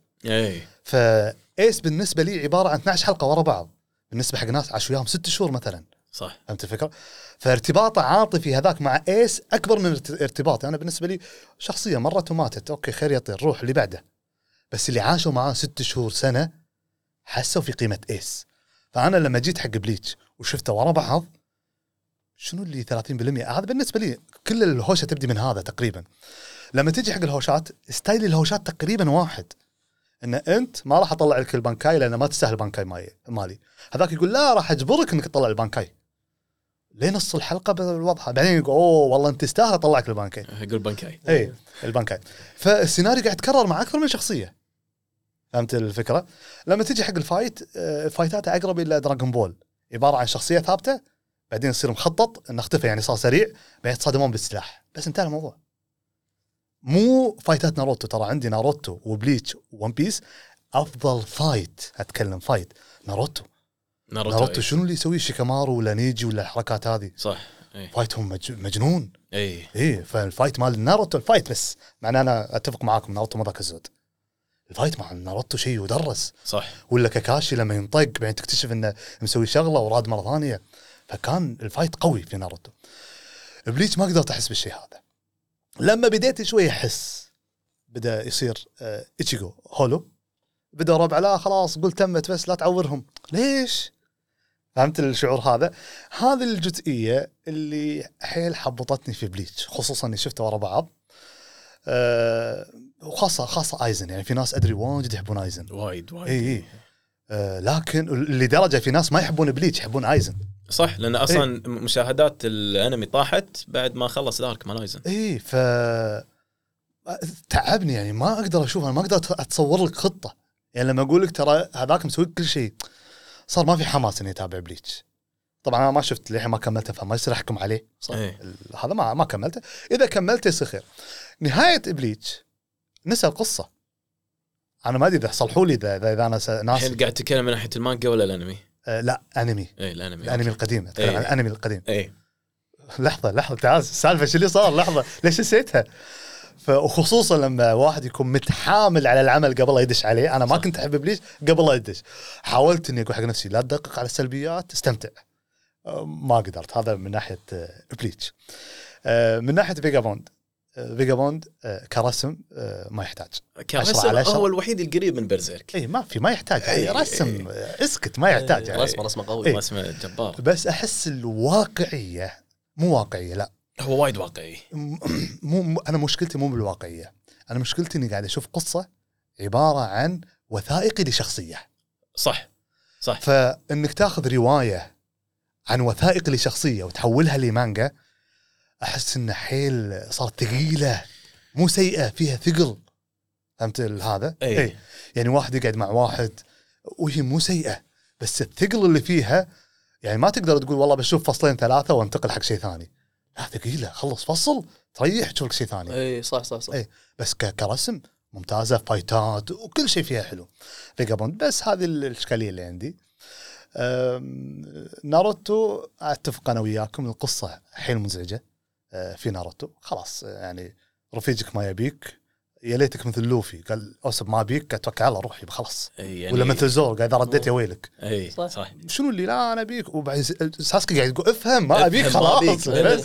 فايس بالنسبه لي عباره عن 12 حلقه ورا بعض، بالنسبه حق ناس عاشوا وياهم 6 شهور مثلا. صح. فهمت الفكره؟ فارتباطه عاطفي هذاك مع ايس اكبر من ارتباطي انا. بالنسبه لي شخصيه مرت وماتت، اوكي خير يطير، روح اللي بعده. بس اللي عاشوا معاه 6 شهور سنه حسوا في قيمه ايس. فانا لما جيت حق بليتش وشفته ورا بعض، شنو اللي 30% هذا بالنسبه لي كل الهوشه تبدي من هذا تقريبا. لما تجي حق الهوشات ستايل الهوشات تقريبا واحد، ان انت ما راح اطلع لك البانكاي لان ما تستاهل البانكاي مالي. هذاك يقول لا راح اجبرك انك تطلع البانكاي. لين نص الحلقه بالوضع بعدين يقول اوه والله انت تستاهل اطلع لك البانكاي. يقول بانكاي اي البانكاي. فالسيناريو قاعد يتكرر مع اكثر من شخصيه. فهمت الفكره؟ لما تيجي حق الفايتات اقرب الى دراغون بول، عباره عن شخصيه ثابته بعدين يصير مخطط انه اختفى يعني صار سريع بعدين يتصادمون بالسلاح بس انتهى الموضوع. مو فايتات ناروتو. ترى عندي ناروتو وبليتش وون بيس افضل فايت اتكلم فايت ناروتو ناروتو شنو اللي يسويه شيكامارو ولا نيجي ولا الحركات هذه صح. فايتهم مجنون. اي فالفايت مال ناروتو الفايت بس معناه انا اتفق معاكم ناروتو ما ذاك الزود. الفايت مع ناروتو شيء يدرس صح. ولا كاكاشي لما ينطق بعدين تكتشف انه مسوي شغله وراد مره ثانيه. فكان الفايت قوي في ناروتو. بليتش ما قدرت احس بالشيء هذا. لما بديت شوي احس بدا يصير إيتشيغو هولو بدا ربع لا خلاص قلت تمت بس لا تعورهم ليش. فهمت الشعور هذا. هذه الجزئيه اللي حيل حبطتني في بليتش خصوصا اني شفته ورا بعض. وخاصه ايزن يعني في ناس ادري واجد يحبون ايزن وايد اي لكن لدرجه في ناس ما يحبون بليتش يحبون ايزن. صح لان اصلا مشاهدات الانمي طاحت بعد ما خلص دارك مال ايزن. ف تعبني يعني ما اقدر اشوف. انا ما اقدر اتصور لك خطه يعني لما اقول لك ترى هذاك مسوي كل شيء صار ما في حماس اني اتابع بليتش. طبعا انا ما شفت للحين ما كملته فما يصير احكم عليه. هذا ما كملته. اذا كملته يصير خير. نهايه بليتش نسى القصه. انا ما ادري اذا صلحوا لي اذا انا ناس الحين قاعد تتكلم من ناحيه المانجا ولا الانمي؟ لا انمي. الانمي القديم اتكلم عن الانمي القديم. لحظه تعال السالفه شو اللي صار لحظه ليش نسيتها. وخصوصا لما واحد يكون متحامل على العمل قبل لا يدش عليه. انا ما كنت احب بليتش قبل لا يدش. حاولت اني اقول حق نفسي لا تدقق على السلبيات استمتع. ما قدرت. هذا من ناحيه بليتش. من ناحيه فيجابوند كرسم ما يحتاج. كرسم هو الوحيد القريب من برزيرك. ما يحتاج يعني رسم اسكت ما يحتاج يعني رسمه قوي رسمه جبار. بس احس الواقعيه مو واقعيه. لا هو وايد واقعي. انا مشكلتي مو بالواقعيه. انا مشكلتي اني قاعد اشوف قصه عباره عن وثائقي لشخصيه. صح فانك تاخذ روايه عن وثائق لشخصيه وتحولها لمانجا احس ان حيل صارت ثقيله مو سيئه فيها ثقل. فهمت هذا؟ اي يعني واحد يقعد مع واحد وهي مو سيئه بس الثقل اللي فيها يعني ما تقدر تقول والله بشوف فصلين ثلاثه وانتقل حق شيء ثاني. لا ثقيله خلص فصل تريح تشوف شيء ثاني. اي صح بس كرسم ممتازه فايتات وكل شيء فيها حلو فيجابوند. بس هذه الاشكاليه اللي عندي. ناروتو اتفق انا وياكم القصه حيل مزعجه. في ناروتو خلاص يعني رفيجك ما يبيك يا ليتك مثل لوفي قال اوسب ما بيك اتوكل على روحي خلاص يعني ولا مثل زور قاعد رديت يا ويلك. صح شنو اللي لا انا ابيك وبعد ساسكي قاعد يقول افهم ما ابيك خلاص.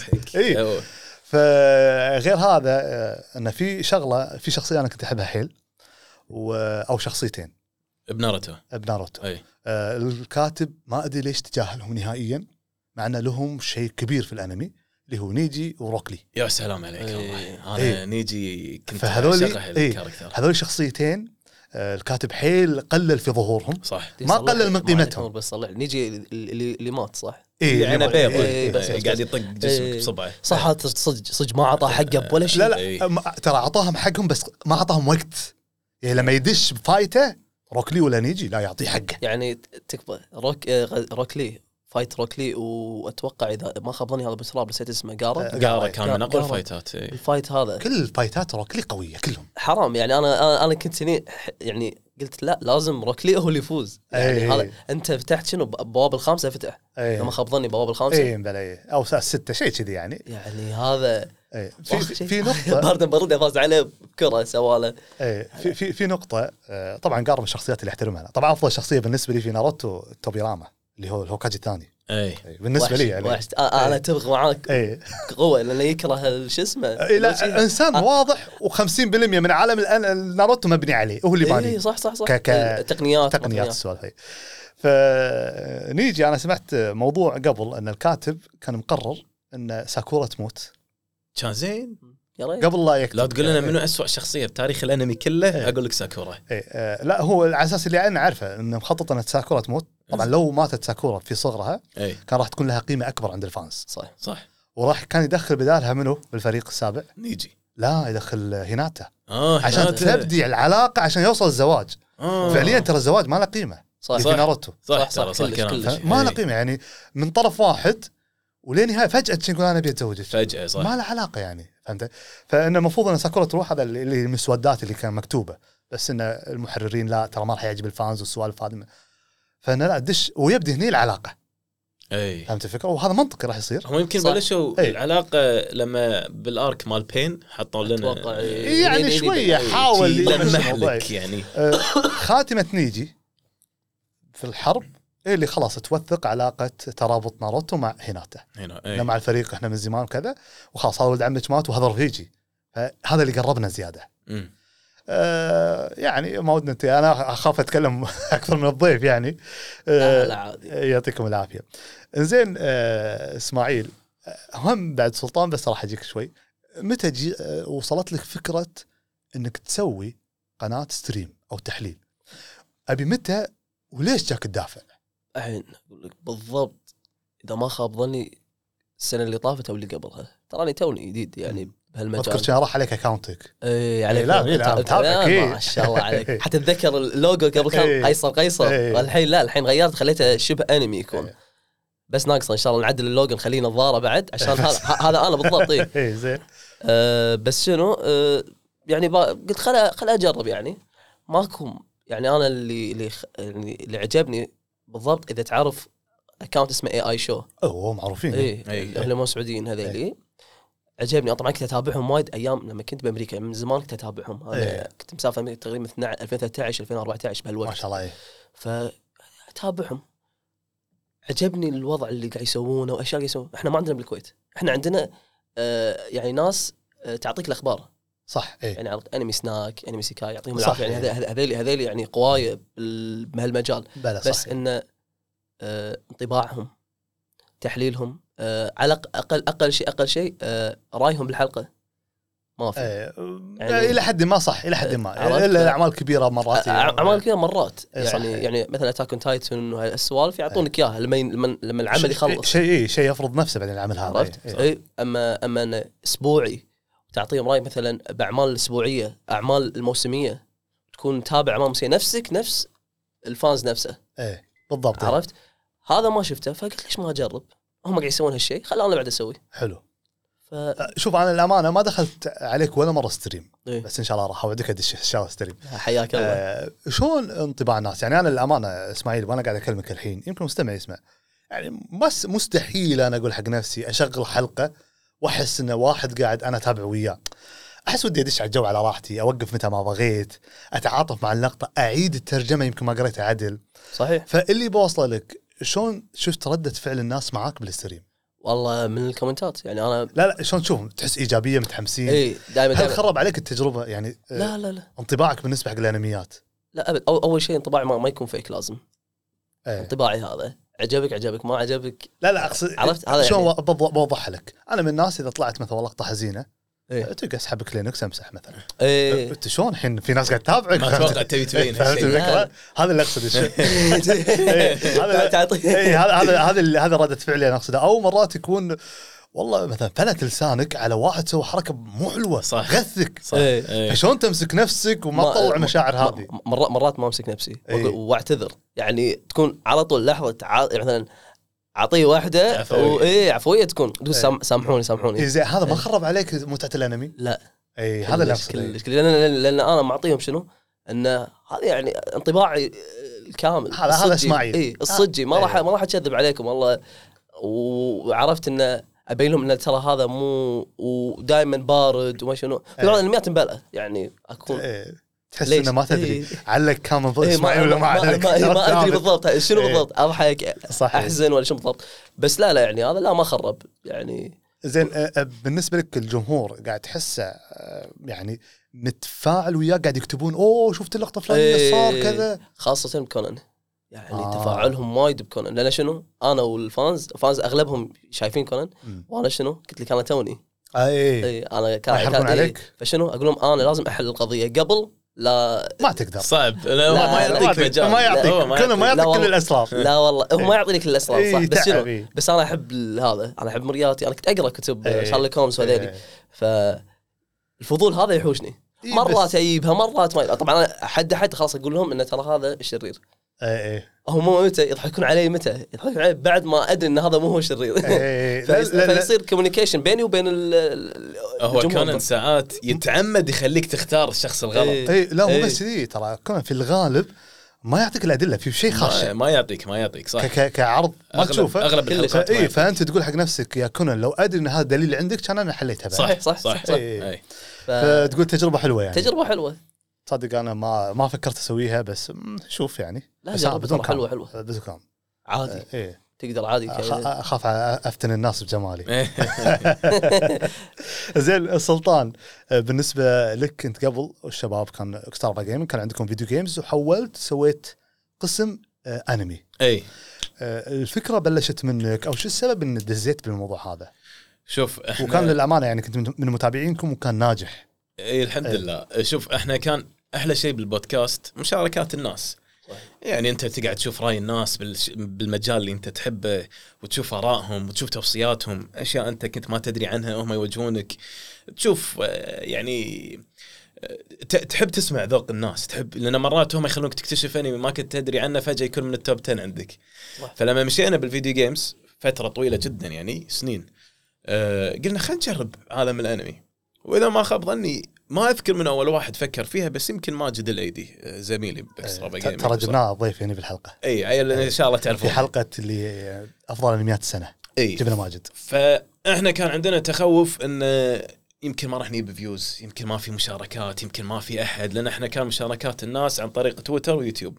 فغير هذا ان في شغله في شخصيه انا كنت احبها حيل او شخصيتين بناروتو الكاتب ما ادري ليش تجاهلهم نهائيا مع ان لهم شيء كبير في الانمي اللي هو نيجي وروكلي. يا سلام عليك والله. انا نيجي كنت هذول شخصيتين الكاتب حيل قلل في ظهورهم. صح ما قلل من قيمتهم. بس صلح نيجي اللي مات صح يعني بيض قاعد يطق جسمك بصبعه. صح صدق ما عطاه حقه ولا شيء. لا ترى عطاهم حقهم بس ما عطاهم وقت. يعني لما يدش بفايته روكلي ولا نيجي لا يعطيه حقه. يعني تكبر روكلي فايت روكلي واتوقع اذا ما خاب ظني هذا بسراب نسيت اسمه قارة كان من اقوى الفايتات. الفايت هذا كل الفايتات روكلي قويه كلهم. حرام يعني انا كنت سنين يعني قلت لا لازم روكلي هو اللي يفوز يعني هذا انت فتحت شنو بواب الخامسه فتح ما خاب ظني بواب الخامسه بلا او السته شيء كذي يعني هذا في نقطه برد فاز عليه بكره سواله. في نقطه طبعا قارن الشخصيات اللي احترمها. طبعا افضل شخصيه بالنسبه لي في ناروتو توبيراما اللي هو الهوكاجي الثاني. بالنسبه لي يعني انا اتفق معاك قوه لانه يكره شو اسمه لا انسان واضح و50% من عالم ناروتو مبني عليه هو اللي باني. صح تقنيات السؤال هي. فنيجي انا سمعت موضوع قبل ان الكاتب كان مقرر ان ساكورا تموت. كان زين قبل لا يكتب. لا تقول لنا منو أسوأ شخصية بتاريخ الأنمي كله أقول لك ساكورا. لا هو على أساس اللي أنا عارفه إنه مخطط أن ساكورا تموت. طبعا لو ماتت ساكورا في صغرها كان راح تكون لها قيمة أكبر عند الفانز. صح. وراح كان يدخل بدالها منه بالفريق السابع نيجي. لا يدخل هيناتا عشان هيناتا. تبدي العلاقة عشان يوصل الزواج. فعليا ترى الزواج ما له قيمة. صح. في ناروتو صح. ما له قيمة يعني من طرف واحد ولين هاي فجأة تقول أنا بيتزوجك فجأة. صح. ما له علاقة يعني فهمت. فإنه المفروض أن ساكورا تروح هذا اللي المسودات اللي كان مكتوبة بس إن المحررين لا ترى ما راح يعجب الفانز والسوالف هذه. فأنا لا دش ويبدي هني العلاقة. فهمت الفكرة وهذا منطقي راح يصير. هم يمكن بلشوا العلاقة لما بالارك مال بين حطوا لنا يعني شوية حاول لمحلك يعني خاتمة نيجي في الحرب اللي خلاص توثق علاقة ترابط ناروتو مع هيناتا هنا مع الفريق احنا من زمان وكذا وخلاص هذا ولد عمك مات وهذا رفيجي. فهذا اللي قربنا زيادة. يعني ما ودنا انا اخاف اتكلم اكثر من الضيف يعني. لا عادي. يعطيكم العافيه. زين اسماعيل هم بعد سلطان بس راح اجيك شوي. متى وصلت لك فكره انك تسوي قناه ستريم او تحليل؟ ابي متى وليش جاك الدافع؟ الحين اقول لك بالضبط اذا ما خاب ظني السنه اللي طافت او اللي قبلها تراني توني جديد يعني بهالمجال. اذكر كان راح عليك اكاونتك. عليك لا متابعك ما شاء الله عليك. حتى اتذكر اللوجو قبل كان قيصر والحين لا الحين غيرت خليته شبه انمي يكون. بس ناقصه ان شاء الله نعدل اللوجو نخليه نظاره بعد عشان هذا انا بالضبط. زين. بس شنو يعني قلت خل اجرب يعني ماكو يعني انا اللي عجبني بالضبط اذا تعرف اكاونت اسمه اي شو. معروفين. اهل مو سعوديين هذيلي. عجبني طبعا كنت اتابعهم وايد ايام لما كنت بامريكا من زمان كنت اتابعهم. انا كنت مسافر امريكا تقريبا 2013 2014 بهالوقت ما شاء الله. فاتابعهم عجبني الوضع اللي قاعد يسوونه واشياء يسوون. احنا ما عندنا بالكويت احنا عندنا يعني ناس تعطيك الاخبار صح. يعني انمي سناك انمي سيكاي يعطيهم العافيه يعني هذيل يعني قوايه بهالمجال. بس انه انطباعهم تحليلهم على اقل شيء رايهم بالحلقه ما في يعني الى حد ما صح الى حد ما الا اعمال كبيره مرات اعمال كبيره مرات يعني مثلا اتاك اون تايتن وهالسوالف يعطونك اياها لما العمل يخلص شيء يفرض نفسه بعدين العمل هذا. اما اسبوعي تعطيهم راي مثلا باعمال الاسبوعيه اعمال الموسميه تكون تابع اعمال موسميه نفس الفانز نفسه بالضبط. عرفت هذا ما شفته فقلت ليش ما اجرب هم قاعد يسوون هالشيء خليني انا بعد اسوي. حلو. شوف انا الامانه ما دخلت عليك ولا مره ستريم بس ان شاء الله راح اوديك ادش ان شاء الله ستريم. حياك الله. شلون انطباع الناس يعني انا الامانه اسماعيل وانا قاعد اكلمك الحين يمكن مستمع يسمع يعني بس مستحيل انا اقول حق نفسي اشغل حلقه واحس انه واحد قاعد انا اتابع وياه. احس ودي ادش على الجو على راحتي اوقف متى ما بغيت اتعاطف مع اللقطه اعيد الترجمه يمكن ما قريتها عدل. صحيح. فاللي بوصله لك شلون شفت ردة فعل الناس معاك بالستريم؟ والله من الكومنتات يعني انا لا شلون تشوف تحس ايجابيه متحمسين؟ دائما هل خرب عليك التجربه يعني؟ لا انطباعك بالنسبه حق الانميات؟ لا ابد. اول شيء انطباعي ما يكون فيك لازم. انطباعي هذا عجبك ما عجبك لا اقصد عرفت هذا شلون يعني بوضح لك. انا من الناس اذا طلعت مثلا لقطه حزينه تلقى اسحب كلينكس امسح مثلا. انت شلون الحين في ناس قاعد تتابعك ما اتوقع تبي تبين هذا اللي اقصد. هذا ردة فعلي انا اقصده. او مرات يكون والله مثلا فلت لسانك على واحد سوى حركه مو حلوه غثك فشلون تمسك نفسك وما تطلع مشاعر هذه. مرات ما امسك نفسي واعتذر يعني تكون على طول لحظه مثلا اعطيه واحده عفويه تكون سامحوني. زين هذا ما خرب عليك متعه الانمي؟ لا هذا اللي اقصده. لان انا معطيهم شنو انه هذا يعني انطباعي الكامل. هذا اسماعيل الصجي ما راح اكذب عليكم والله. وعرفت انه ابين لهم ان ترى هذا مو ودائما بارد وما شنو في بعض الانميات مبلى يعني اكون تحس انه ما تدري علك كان اسماعيل ولا ما علك ما ادري بالضبط شنو بالضبط اضحك احزن ولا شنو بالضبط. بس لا يعني هذا لا ما خرب يعني. زين بالنسبه لك الجمهور قاعد تحسه يعني متفاعل وياه قاعد يكتبون شفت اللقطه فلانيه صار كذا خاصه بكونان يعني تفاعلهم وايد بكونان. لأن شنو أنا والفانز اغلبهم شايفين كونان وانا شنو قلت لك انا توني اي انا يحرقون عليك. فشنو اقول لهم انا لازم احل القضيه قبل لا ما تقدر صعب ما يعطيك مجال ما يعطيك كله ما يعطيك كل الاسرار لا والله هو ما يعطيك الاسرار صح بس شنو بس انا احب هذا انا احب مرياتي انا كنت اقرا كتب شارلوك هولمز وهذيلي فالفضول هذا يحوشني مرات اجيبها مرات ما طبعا حد خلاص اقول لهم ان ترى هذا الشرير هم متى يضحكون علي يضحكون علي بعد ما ادري ان هذا مو هو الشرير فيصير كوميونيكيشن بيني وبين هو كان ساعات يتعمد يخليك تختار الشخص الغلط لا مو بس ذي ترى كمان في الغالب ما يعطيك الادله في شيء خاص ما يعطيك صح كعرض ما تشوفه اغلب الحلقات فانت تقول حق نفسك يا كونان لو ادري ان هذا دليل عندك كان انا حليتها صح فتقول تجربه حلوه يعني تجربه حلوه صدق انا ما فكرت اسويها بس شوف يعني لا بدون حلوه بدون كلام عادي تقدر عادي اخاف افتن الناس بجمالي زين السلطان بالنسبه لك انت قبل الشباب كان اكسترا جيمنج كان عندكم فيديو جيمز وحولت سويت قسم انمي الفكره بلشت منك او شو السبب ان دزيت بالموضوع هذا شوف وكان للامانه يعني كنت من متابعينكم وكان ناجح الحمد لله شوف احنا كان احلى شيء بالبودكاست مشاركات الناس يعني انت تقعد تشوف راي الناس بالمجال اللي انت تحبه وتشوف ارائهم وتشوف توصياتهم اشياء انت كنت ما تدري عنها وهم يوجهونك تشوف يعني تحب تسمع ذوق الناس تحب لان مرات هم يخلونك تكتشف انمي ما كنت تدري عنه فجأة يكون من التوب 10 عندك فلما مشينا بالفيديو جيمز فترة طويلة جدا يعني سنين قلنا خلينا نجرب عالم الانمي واذا ما خاب ظني ما اذكر من اول واحد فكر فيها بس يمكن ماجد الايدي زميلي باكسترا جيمنج ترى جبناه ضيف يعني بالحلقه ان شاء الله تعرفون في حلقه اللي افضل انميات السنه جبنا ماجد فاحنا كان عندنا تخوف ان يمكن ما راح نجيب فيوز يمكن ما في مشاركات يمكن ما في احد لان احنا كان مشاركات الناس عن طريق تويتر ويوتيوب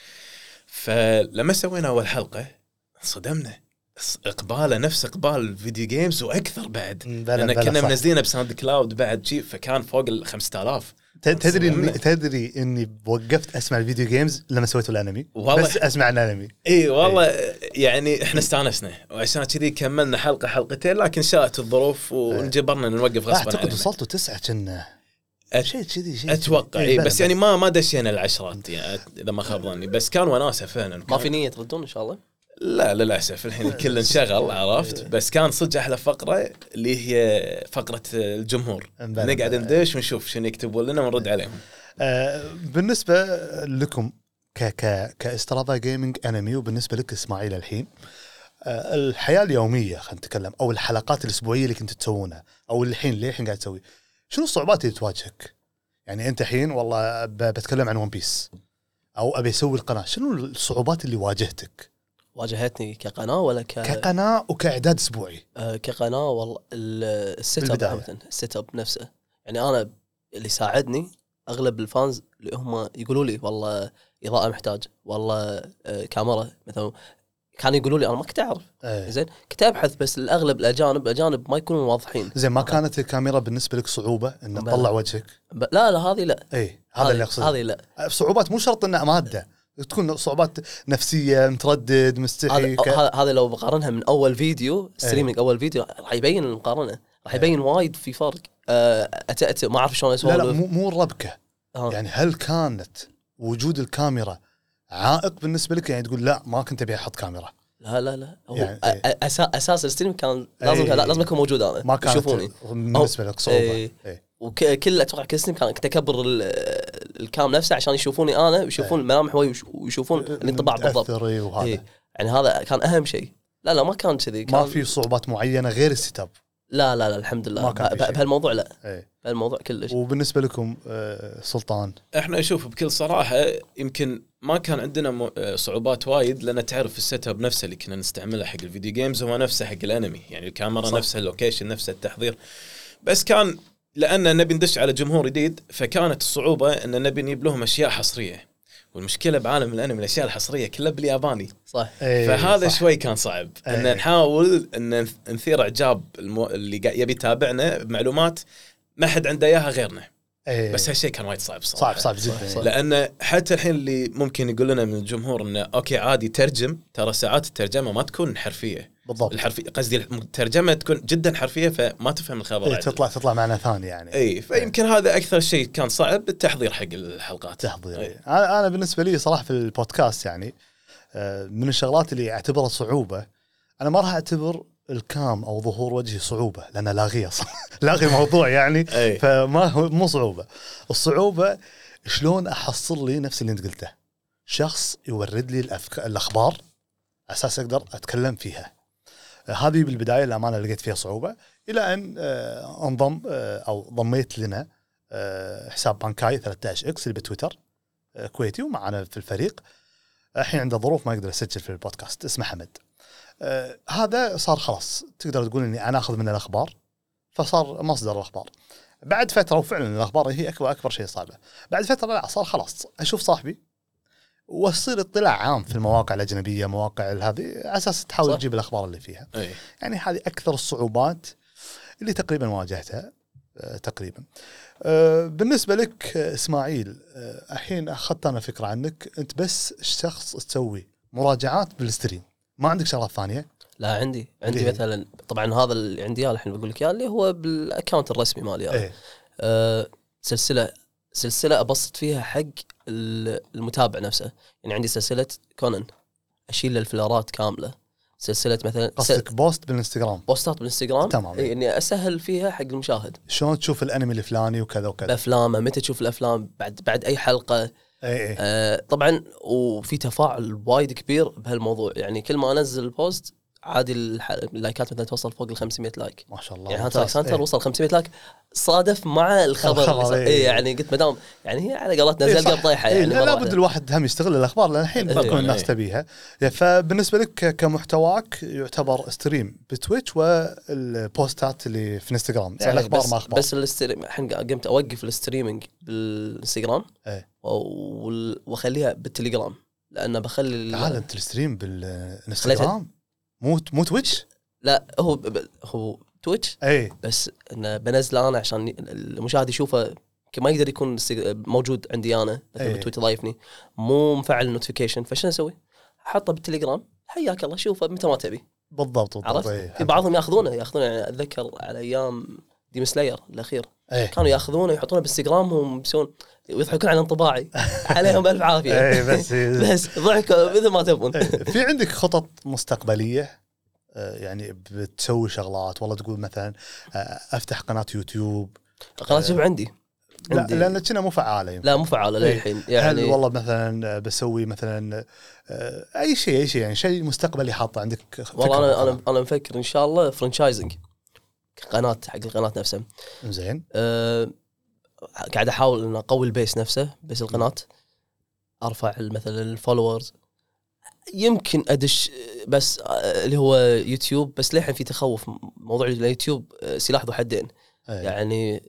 فلما سوينا اول حلقه صدمنا اقباله نفس اقبال الفيديو جيمز واكثر بعد لان كنا منزلينه بساوند كلاود بعد شيء فكان فوق ال 5000 تدري اني وقفت اسمع الفيديو جيمز لما سويت الانمي بس اسمع الانمي والله يعني احنا استانسنا وعشان كذي كملنا حلقتين لكن شاءت الظروف ونجبرنا نوقف غصبا اعتقد وصلتوا 9 كنا شيء كذي اتوقع بس يعني ما دشينا العشرات يعني اذا ما خاب ظني بس كان وناسه فعلا ما في نيه تردون ان شاء الله لا للأسف الحين الكل انشغل عرفت بس كان صدق أحلى فقرة اللي هي فقرة الجمهور نقعد ندش ونشوف شنو يكتبوا لنا ونرد عليهم بالنسبة لكم كاسترافا جيمنج أنمي وبالنسبة لك إسماعيل الحين الحياة اليومية خلينا نتكلم أو الحلقات الأسبوعية اللي كنت تسوونها أو الحين قاعد تسوي شنو الصعوبات اللي تواجهك يعني أنت الحين والله بتكلم عن ون بيس أو أبي أسوي القناة شنو الصعوبات اللي واجهتك واجهتني كقناه ولا كقناه وكاعداد اسبوعي كقناه والله السيت اب نفسه يعني انا اللي ساعدني اغلب الفانز اللي هم يقولوا لي والله اضاءه محتاج والله كاميرا مثلا كانوا يقولوا لي انا ما كنت اعرف زين كنت ابحث بس الاغلب الاجانب ما يكونوا واضحين زين ما كانت الكاميرا بالنسبه لك صعوبه ان تطلع وجهك لا هذه لا هذا اللي اقصده هذه لا صعوبات مو شرط انها ماده تكون صعوبات نفسية متردد مستحي هذا لو بقارنها من أول فيديو ستريمينج أول فيديو راح يبين المقارنة راح يبين وايد في فرق ما أعرف شلون أسولف لا مو الربكة يعني هل كانت وجود الكاميرا عائق بالنسبة لك يعني تقول لا ما كنت أبي أحط كاميرا لا هو يعني أساس الستريم كان لازم يكون موجود أنا ما كانت يشوفوني بالنسبة لك صعوبة وكل اتوقع كل سنين كنت اكبر الكام نفسه عشان يشوفوني انا ويشوفون ملامح ويشوفون الانطباع بالضبط يعني هذا كان اهم شيء لا ما كان كذي ما في صعوبات معينه غير السيت اب لا الحمد لله بهالموضوع لا بهالموضوع كلش وبالنسبه لكم سلطان احنا نشوف بكل صراحه يمكن ما كان عندنا صعوبات وايد لان تعرف السيت اب نفسه اللي كنا نستعمله حق الفيديو جيمز هو نفسه حق الانمي يعني الكاميرا نفسها اللوكيشن نفسه التحضير بس كان لأن نبي ندش على جمهور جديد فكانت الصعوبة أن نبي نجيب لهم أشياء حصرية والمشكلة بعالم الأنمي الأشياء الحصرية كلها بالياباني صح فهذا شوي كان صعب أن نحاول أن نثير إعجاب اللي يبي يتابعنا بمعلومات ما حد عنده إياها غيرنا بس هالشيء كان وايد صعب صراحة صعب جدا لأن حتى الحين اللي ممكن يقول لنا من الجمهور إنه أوكي عادي ترجم ترى ساعات الترجمة ما تكون حرفية بالضبط. الحرفي قصدي الترجمه تكون جدا حرفيه فما تفهم الخبر. تطلع معنى ثاني يعني. فيمكن هذا اكثر شيء كان صعب بالتحضير حق الحلقات. تحضير. انا بالنسبه لي صراحه في البودكاست يعني من الشغلات اللي اعتبرها صعوبه، انا ما راح اعتبر الكام او ظهور وجهي صعوبه لان لاغي اصلا لاغي الموضوع يعني. فما هو مو صعوبه. الصعوبه شلون احصل لي نفس اللي انت قلته، شخص يورد لي الاخبار اساس اقدر اتكلم فيها. هذه بالبدايه الامانه لقيت فيها صعوبه الى ان انضم او ضميت لنا حساب بانكاي 13 اكس اللي بتويتر كويتي ومعنا في الفريق. الحين عنده ظروف ما يقدر يسجل في البودكاست، اسمه حمد. هذا صار خلاص تقدر تقول اني انا اخذ من الاخبار، فصار مصدر الاخبار. بعد فتره وفعلا الاخبار هي اكبر شيء صعبه. بعد فتره لا صار خلاص اشوف صاحبي وتصير اطلاع عام في المواقع الاجنبيه، مواقع هذه على اساس تحاول تجيب الاخبار اللي فيها. يعني هذه اكثر الصعوبات اللي تقريبا واجهتها تقريبا. بالنسبه لك اسماعيل، الحين اخذت انا فكره عنك، انت بس شخص تسوي مراجعات بالستريم، ما عندك شغلات ثانيه؟ لا عندي مثلا طبعا هذا اللي عندي الحين بقول لك اللي هو بالاكونت الرسمي مالي سلسله ابسط فيها حق المتابع نفسه. يعني عندي سلسله كونان اشيل الفلارات كامله، سلسله مثلا قصدك بوستات بالانستغرام تمام. يعني اسهل فيها حق المشاهد شلون تشوف الانمي الفلاني وكذا وكذا، افلامه متى تشوف الافلام بعد اي حلقه. طبعا وفي تفاعل وايد كبير بهالموضوع، يعني كل ما انزل البوست عادي اللايكات مثلا توصل فوق ال 500 لايك ما شاء الله. يعني هانتر اكس هانتر وصل 500 لايك صادف مع الخبر يعني قلت مدام يعني هي على قولتنا زلقه بطيحه يعني لا بد الواحد هم يستغل الاخبار لان الحين تكون الناس تبيها. فبالنسبه لك كمحتواك يعتبر ستريم بتويتش والبوستات اللي في انستغرام يعني الاخبار ما اخبار بس الستريم الحين قمت اوقف الستريمينج بالانستغرام واخليها بالتليجرام لانه بخلي انت الستريم بالانستغرام مو تويتش. لا هو تويتش بس انه بنزله انا عشان المشاهد يشوفه ما يقدر يكون موجود عندي انا مثلا بتويتر ضايفني مو مفعل النوتيفيكيشن. فشنو اسوي؟ احطه بالتليجرام حياك الله شوفه متى ما تبي. بالضبط. في بعضهم ياخذونه يعني اتذكر على ايام ديم سلاير الاخير كانوا ياخذونه ويحطونه بالانستغرام ويسوون ويضحكون على انطباعي عليهم بالف عافيه. بس ضحكوا مثل ما تبون. في عندك خطط مستقبليه يعني بتسوي شغلات والله تقول مثلا افتح قناه يوتيوب؟ قناه يوتيوب عندي لان كنا مو فعاله لا مو فعاله للحين يعني. هل والله مثلا بسوي مثلا اي شيء يعني شيء مستقبلي حاطه عندك؟ والله انا مفكر ان شاء الله فرانشايزنج قناه حق القناه نفسها. زين. قاعد احاول ان اقوي البيس نفسه بس القناه ارفع مثلا الفولورز يمكن ادش بس اللي هو يوتيوب. بس للحين في تخوف موضوع اليوتيوب سلاح ذو حدين. يعني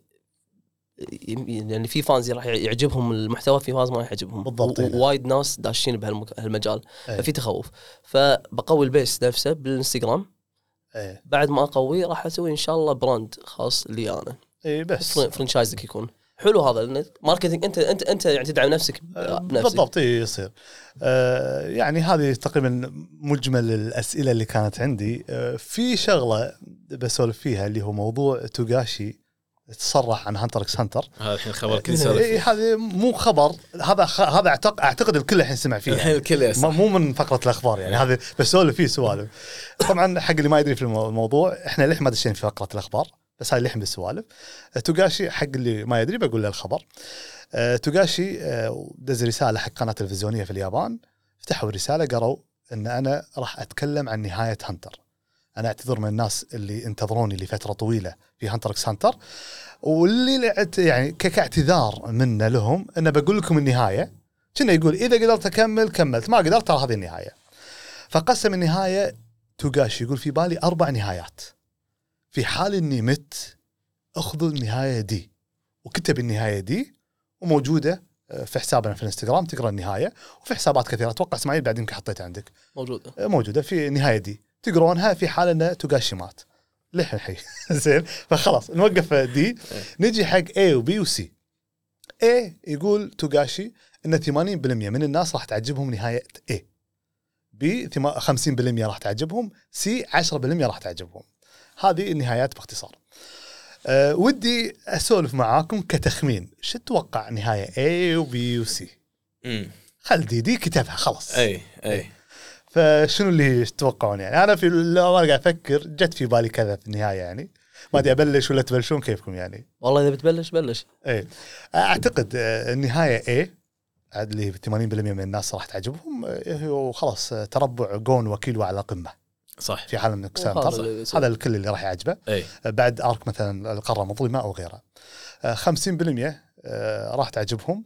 في فانز راح يعجبهم المحتوى في فانز ما راح يعجبهم بالضبط. وايد ناس داشين بهالمجال ففي تخوف. فبقوي البيس نفسه بالانستغرام. بعد ما اقوي راح اسوي ان شاء الله براند خاص لي انا بس فرانشايزك يكون حلو. هذا لان ماركتينج انت يعني تدعم نفسك بنفسك. بالضبط يصير. يعني هذه تقريبا مجمل الاسئله اللي كانت عندي. في شغله بسولف فيها اللي هو موضوع توغاشي تصرح عن هانتر اكس هانتر. هذا الحين خبر كل سالفه. هذا مو خبر، هذا اعتقد الكل الحين سمع فيه يعني. الكل مو من فقره الاخبار يعني. هذا بسولف فيه سوالف. طبعا حق اللي ما يدري في الموضوع احنا ليه ما دشين في فقره الاخبار بس هاي لحم بالسوالف. توغاشي حق اللي ما يدري بقول له الخبر. توغاشي دز رسالة حق قناة تلفزيونية في اليابان، فتحوا الرسالة قروا ان انا راح اتكلم عن نهاية هانتر. انا اعتذر من الناس اللي انتظروني لفترة طويلة في هانتر اكس هانتر، واللي يعني كاعتذار منا لهم ان بقول لكم النهاية. كنا يقول اذا قدرت اكمل كملت، ما قدرت ترى هذه النهاية. فقسم النهاية توغاشي يقول في بالي 4 نهايات. في حال اني مت اخذوا النهايه دي، وكتب النهايه دي وموجوده في حسابنا في الانستغرام تقرا النهايه، وفي حسابات كثيره اتوقع اسماعيل بعد يمكن حطيتها عندك موجوده في النهايه دي تقرونها في حال ان توغاشي مات لحن حي. زين فخلاص نوقف دي نجي حق A و B و C. A يقول توغاشي ان 80% من الناس راح تعجبهم نهايه A. B 50% راح تعجبهم، C 10% راح تعجبهم. هذه النهايات باختصار. ودي أسولف معاكم كتخمين، شو تتوقع نهاية A و B و C؟ خل دي كتابها خلاص. أي فشنو اللي تتوقعون يعني؟ أنا في لو قاعد أفكر جت في بالي كذا في النهاية يعني. ما أدري أبلش ولا تبلشون كيفكم يعني؟ والله إذا بتبلش بلش. إيه أعتقد النهاية A اللي 80% من الناس راح تعجبهم، وخلاص تربع جون وكيلو على قمة. صح. في حال انك هذا الكل اللي راح يعجبه. بعد ارك مثلا القاره مظلمه او غيرها. 50% راح تعجبهم.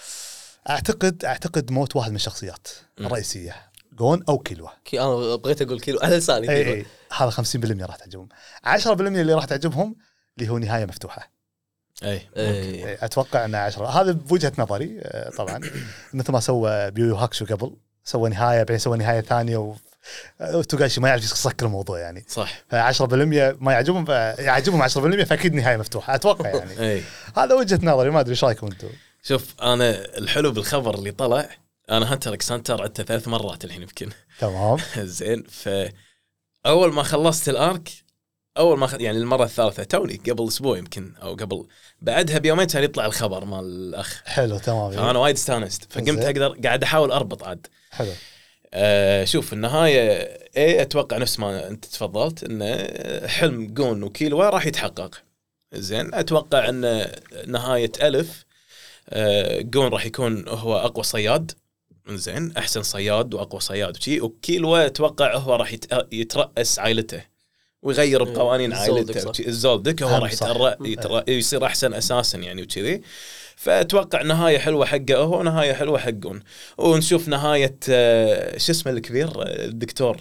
اعتقد موت واحد من الشخصيات الرئيسيه، جون او كيلوا. انا بغيت اقول كيلو على لساني. اي هذا 50% راح تعجبهم. 10% اللي راح تعجبهم اللي هو نهايه مفتوحه. اي اتوقع ان 10 هذا بوجهه نظري طبعا. مثل ما سوى بيو هاكشو قبل، سوى نهايه بعدين سوى نهايه ثانيه توغاشي ما يعرف يسكر الموضوع يعني. صح. 10% ما يعجبهم، يعجبهم 10% فاكيد نهايه مفتوحه اتوقع يعني. هذا وجهه نظري، ما ادري ايش رايكم انتم. شوف انا الحلو بالخبر اللي طلع، انا هانتر اكس هانتر عدته 3 مرات الحين يمكن. تمام. زين. فاول ما خلصت الارك، اول ما يعني المره الثالثه توني قبل اسبوع يمكن او قبل، بعدها بيومين كان يطلع الخبر مال الاخ. حلو تمام. فانا وايد استانست، فقمت اقدر قاعد احاول اربط عاد. حلو. شوف النهايه اتوقع نفس ما انت تفضلت ان حلم جون وكيلوا راح يتحقق. زين. اتوقع ان نهايه الف جون راح يكون هو اقوى صياد، زين، احسن صياد واقوى صياد وشي، وكيلوا اتوقع هو راح يترأس عائلته ويغير بقوانين عائلته. الزولدك هو راح يصير احسن اساسا يعني وكذي. فاتوقع نهايه حلوه حقه هو، نهايه حلوه حقون. ونشوف نهايه شو اسمه الكبير الدكتور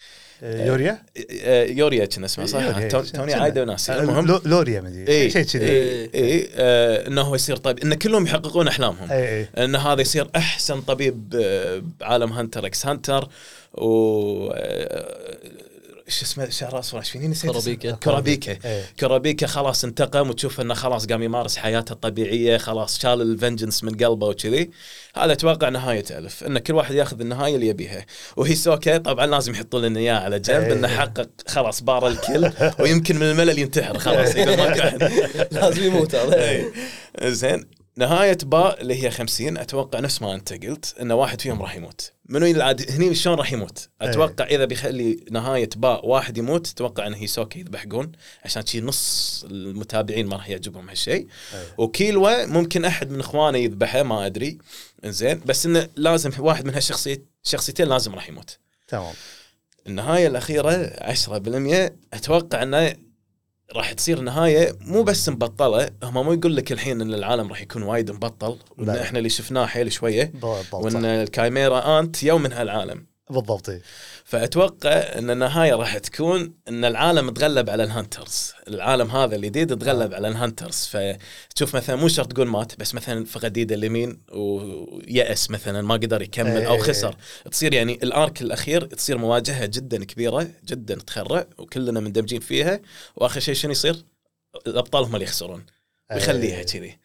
يوريا كنا اسمه صح، توني عايده وناسي. المهم لوريا مدري شيء كذي. انه هو يصير طبيب، ان كلهم يحققون احلامهم. ان هذا يصير احسن طبيب بعالم هانتر اكس هانتر. و ايش اسمه شعر اصفر فيني نسيت. كورابيكا خلاص انتقم، وتشوف انه خلاص قام يمارس حياته الطبيعيه، خلاص شال الفنجنس من قلبه وكذي. هذا اتوقع نهايه الف، ان كل واحد ياخذ النهايه اللي يبيها. وهيسوكا طبعا لازم يحطوا لنا اياه على جنب، انه حقق خلاص بار الكل، ويمكن من الملل ينتحر خلاص اذا ما كان لازم يموت هذا. زين. نهاية باء اللي هي 50 أتوقع نفس ما أنت قلت، إن واحد فيهم راح يموت. منو العاد هني شلون راح يموت؟ أتوقع إذا بيخلي نهاية باء واحد يموت، أتوقع إن هيسوكا يذبحون، عشان شيء نص المتابعين ما راح يعجبهم هالشيء. وكيلوا ممكن أحد من إخوانه يذبحه، ما أدري. إنزين. بس إنه لازم واحد من هالشخصيتين لازم راح يموت. تمام. النهاية الأخيرة 10% أتوقع إنه راح تصير نهاية مو بس مبطلة. هم مو يقول لك الحين ان العالم راح يكون وايد مبطل، وان احنا اللي شفناه حيل شوية، وان الكايميرا انت يوم من هالعالم بالضبط. فأتوقع ان النهاية راح تكون ان العالم تغلب على الهانترز، العالم هذا الجديد تغلب على الهانترز. فتشوف مثلا مو شرط تقول مات، بس مثلا فقد ايده اليمين ويأس مثلا، ما قدر يكمل او خسر. تصير يعني الارك الاخير تصير مواجهة جدا كبيرة جدا تخرع، وكلنا مندمجين فيها. واخر شيء شنو يصير؟ الابطال هم اللي يخسرون، ويخليها كذي.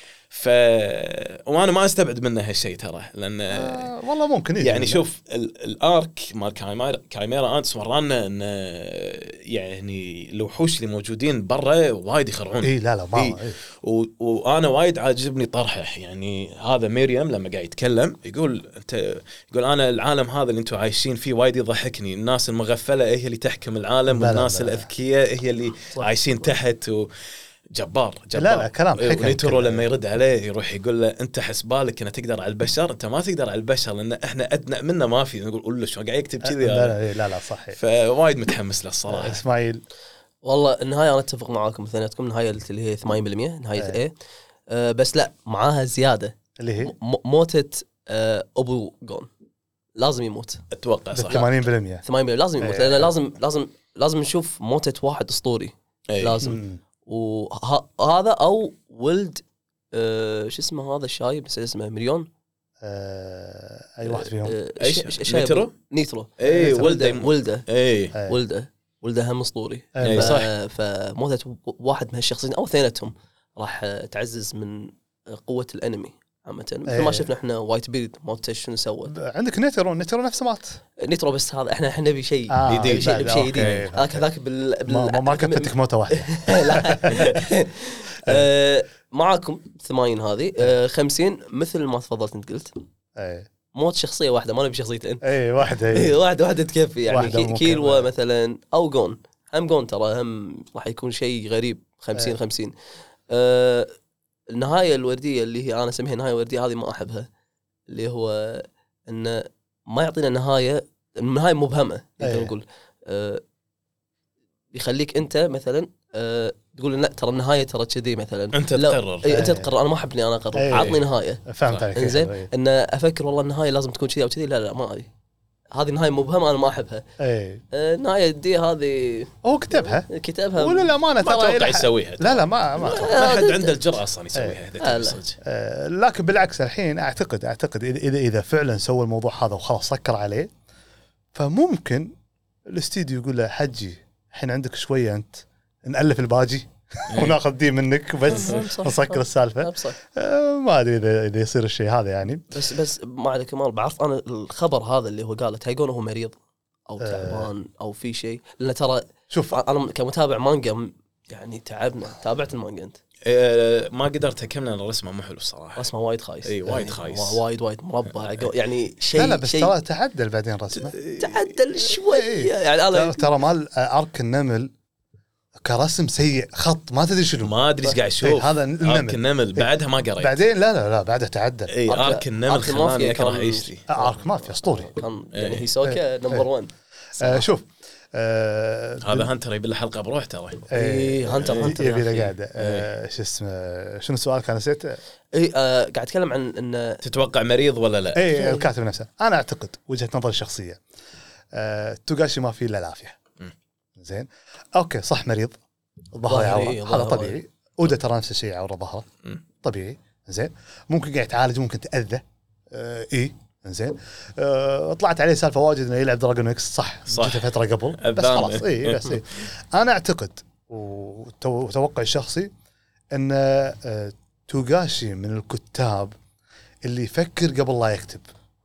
وانا ما استبعد منه هالشيء ترى، لان والله ممكن يعني شوف الارك مال كايميرا انت ورانا ان يعني الوحوش اللي موجودين برا وايد يخرعون. لا ما وانا وايد عاجبني طرحه. يعني هذا ميريام لما قاعد يتكلم يقول انا العالم هذا اللي انتم عايشين فيه وايد يضحكني. الناس المغفله هي اللي تحكم العالم، والناس الاذكياء هي اللي عايشين تحت. جبار. لا كلام حكم. ونيترو لما يرد عليه يروح يقول له انت حسبالك انك تقدر على البشر، انت ما تقدر على البشر، لان احنا ادنى منا ما في. نقول قول له شو قاعد يكتب كذي. لا صحيح. فوايد متحمس له الصراحه. اسماعيل والله النهايه انا اتفق معاكم اثنيناتكم. النهايه اللي هي 80% نهايه بس لا معاها زياده اللي هي موتة ابو جون. لازم يموت اتوقع صح. 80% لازم يموت. لان لازم نشوف موتة واحد اسطوري. لازم. وهذا او ولد شو اسمه هذا الشايب بس اسمه مليون. اي واحد فيهم نيترو. ولده هم اسطوري. فموتة واحد من هالشخصين او اثنيناتهم راح تعزز من قوة الانمي عامة مثل ما شفنا احنا وايت بيرد ما شنو سوى. عندك نيترو نفس مات نيترو، بس هذا احنا نبي شيء جديد، شيء جديد. ذاك ما كفتك موته واحده. معاكم 80 هذه 50 مثل ما تفضلت انت قلت. موت شخصيه واحده، ما نبي شخصيتين. واحده واحده تكفي يعني. كيلوا مثلا او جون، هم جون ترى هم راح يكون شيء غريب. 50 النهايه الورديه اللي هي انا اسميها نهايه ورديه، هذه ما احبها، اللي هو انه ما يعطينا نهايه مبهمه نقدر نقول. يخليك انت مثلا تقول لا ترى النهايه ترى كذي مثلا، انت تقرر. انت تقرر، انا ما احب اني انا اقرر. عطني نهايه. فهمت عليك. زين ان افكر والله النهايه لازم تكون كذي او كذي، لا ما ادري، هذه نهايه مبهمه انا ما احبها. النهايه دي هذه هو كتبها وللامانه ما اتوقع يسويها. لا ما حد عنده الجرأة اصلا يسويها. لكن بالعكس الحين اعتقد اذا فعلا سوى الموضوع هذا وخلاص سكر عليه، فممكن الاستديو يقول له حجي الحين عندك شويه انت نألف الباجي وناخذ دي منك بس نسكر السالفه. ما ادري اذا يصير الشيء هذا يعني. بس ما عليك كمال، بعرف انا الخبر هذا اللي هو قاله تايجون هو مريض او تعبان او في شيء، لان ترى شوف انا كمتابع مانجا يعني تابعت المانجا انت. ما قدرت اكمل، انا رسمه مو حلو الصراحه، رسمه وايد خايس. وايد خايس، وايد مربع يعني شيء. لا بس ترى تعدل بعدين رسمه، تعدل شويه يعني. ترى مال ارك النمل كرسم سيء، خط ما تدري شنو، ما ادري ايش قاعد اشوف. هذا ارك النمل بعدها ما قريت بعدين. لا بعدها تعدل. ارك النمل خلاني اكره عيشتي. ارك مافيا اسطوري كان يعني هيسوكا نمبر 1. شوف هذا هانتر يبي له حلقه بروح ترى. هانتر يبي له قاعده. شو اسمه، شنو السؤال كان نسيت. قاعد اتكلم عن ان تتوقع مريض ولا لا. الكاتب نفسه انا اعتقد وجهه نظري الشخصيه توغاشي ما فيه الا العافيه. زين اوكي صح مريض ظهره يعور، هذا طبيعي. اودا ترى نفس الشيء يعور ظهره طبيعي. زين ممكن قاعد يتعالج، ممكن تاذى. زين طلعت عليه سالفه واجد انه يلعب دراجون اكس صح فتره قبل بس خلاص. بس انا اعتقد وتوقعي الشخصي ان توغاشي من الكتاب اللي يفكر قبل لا يكتب.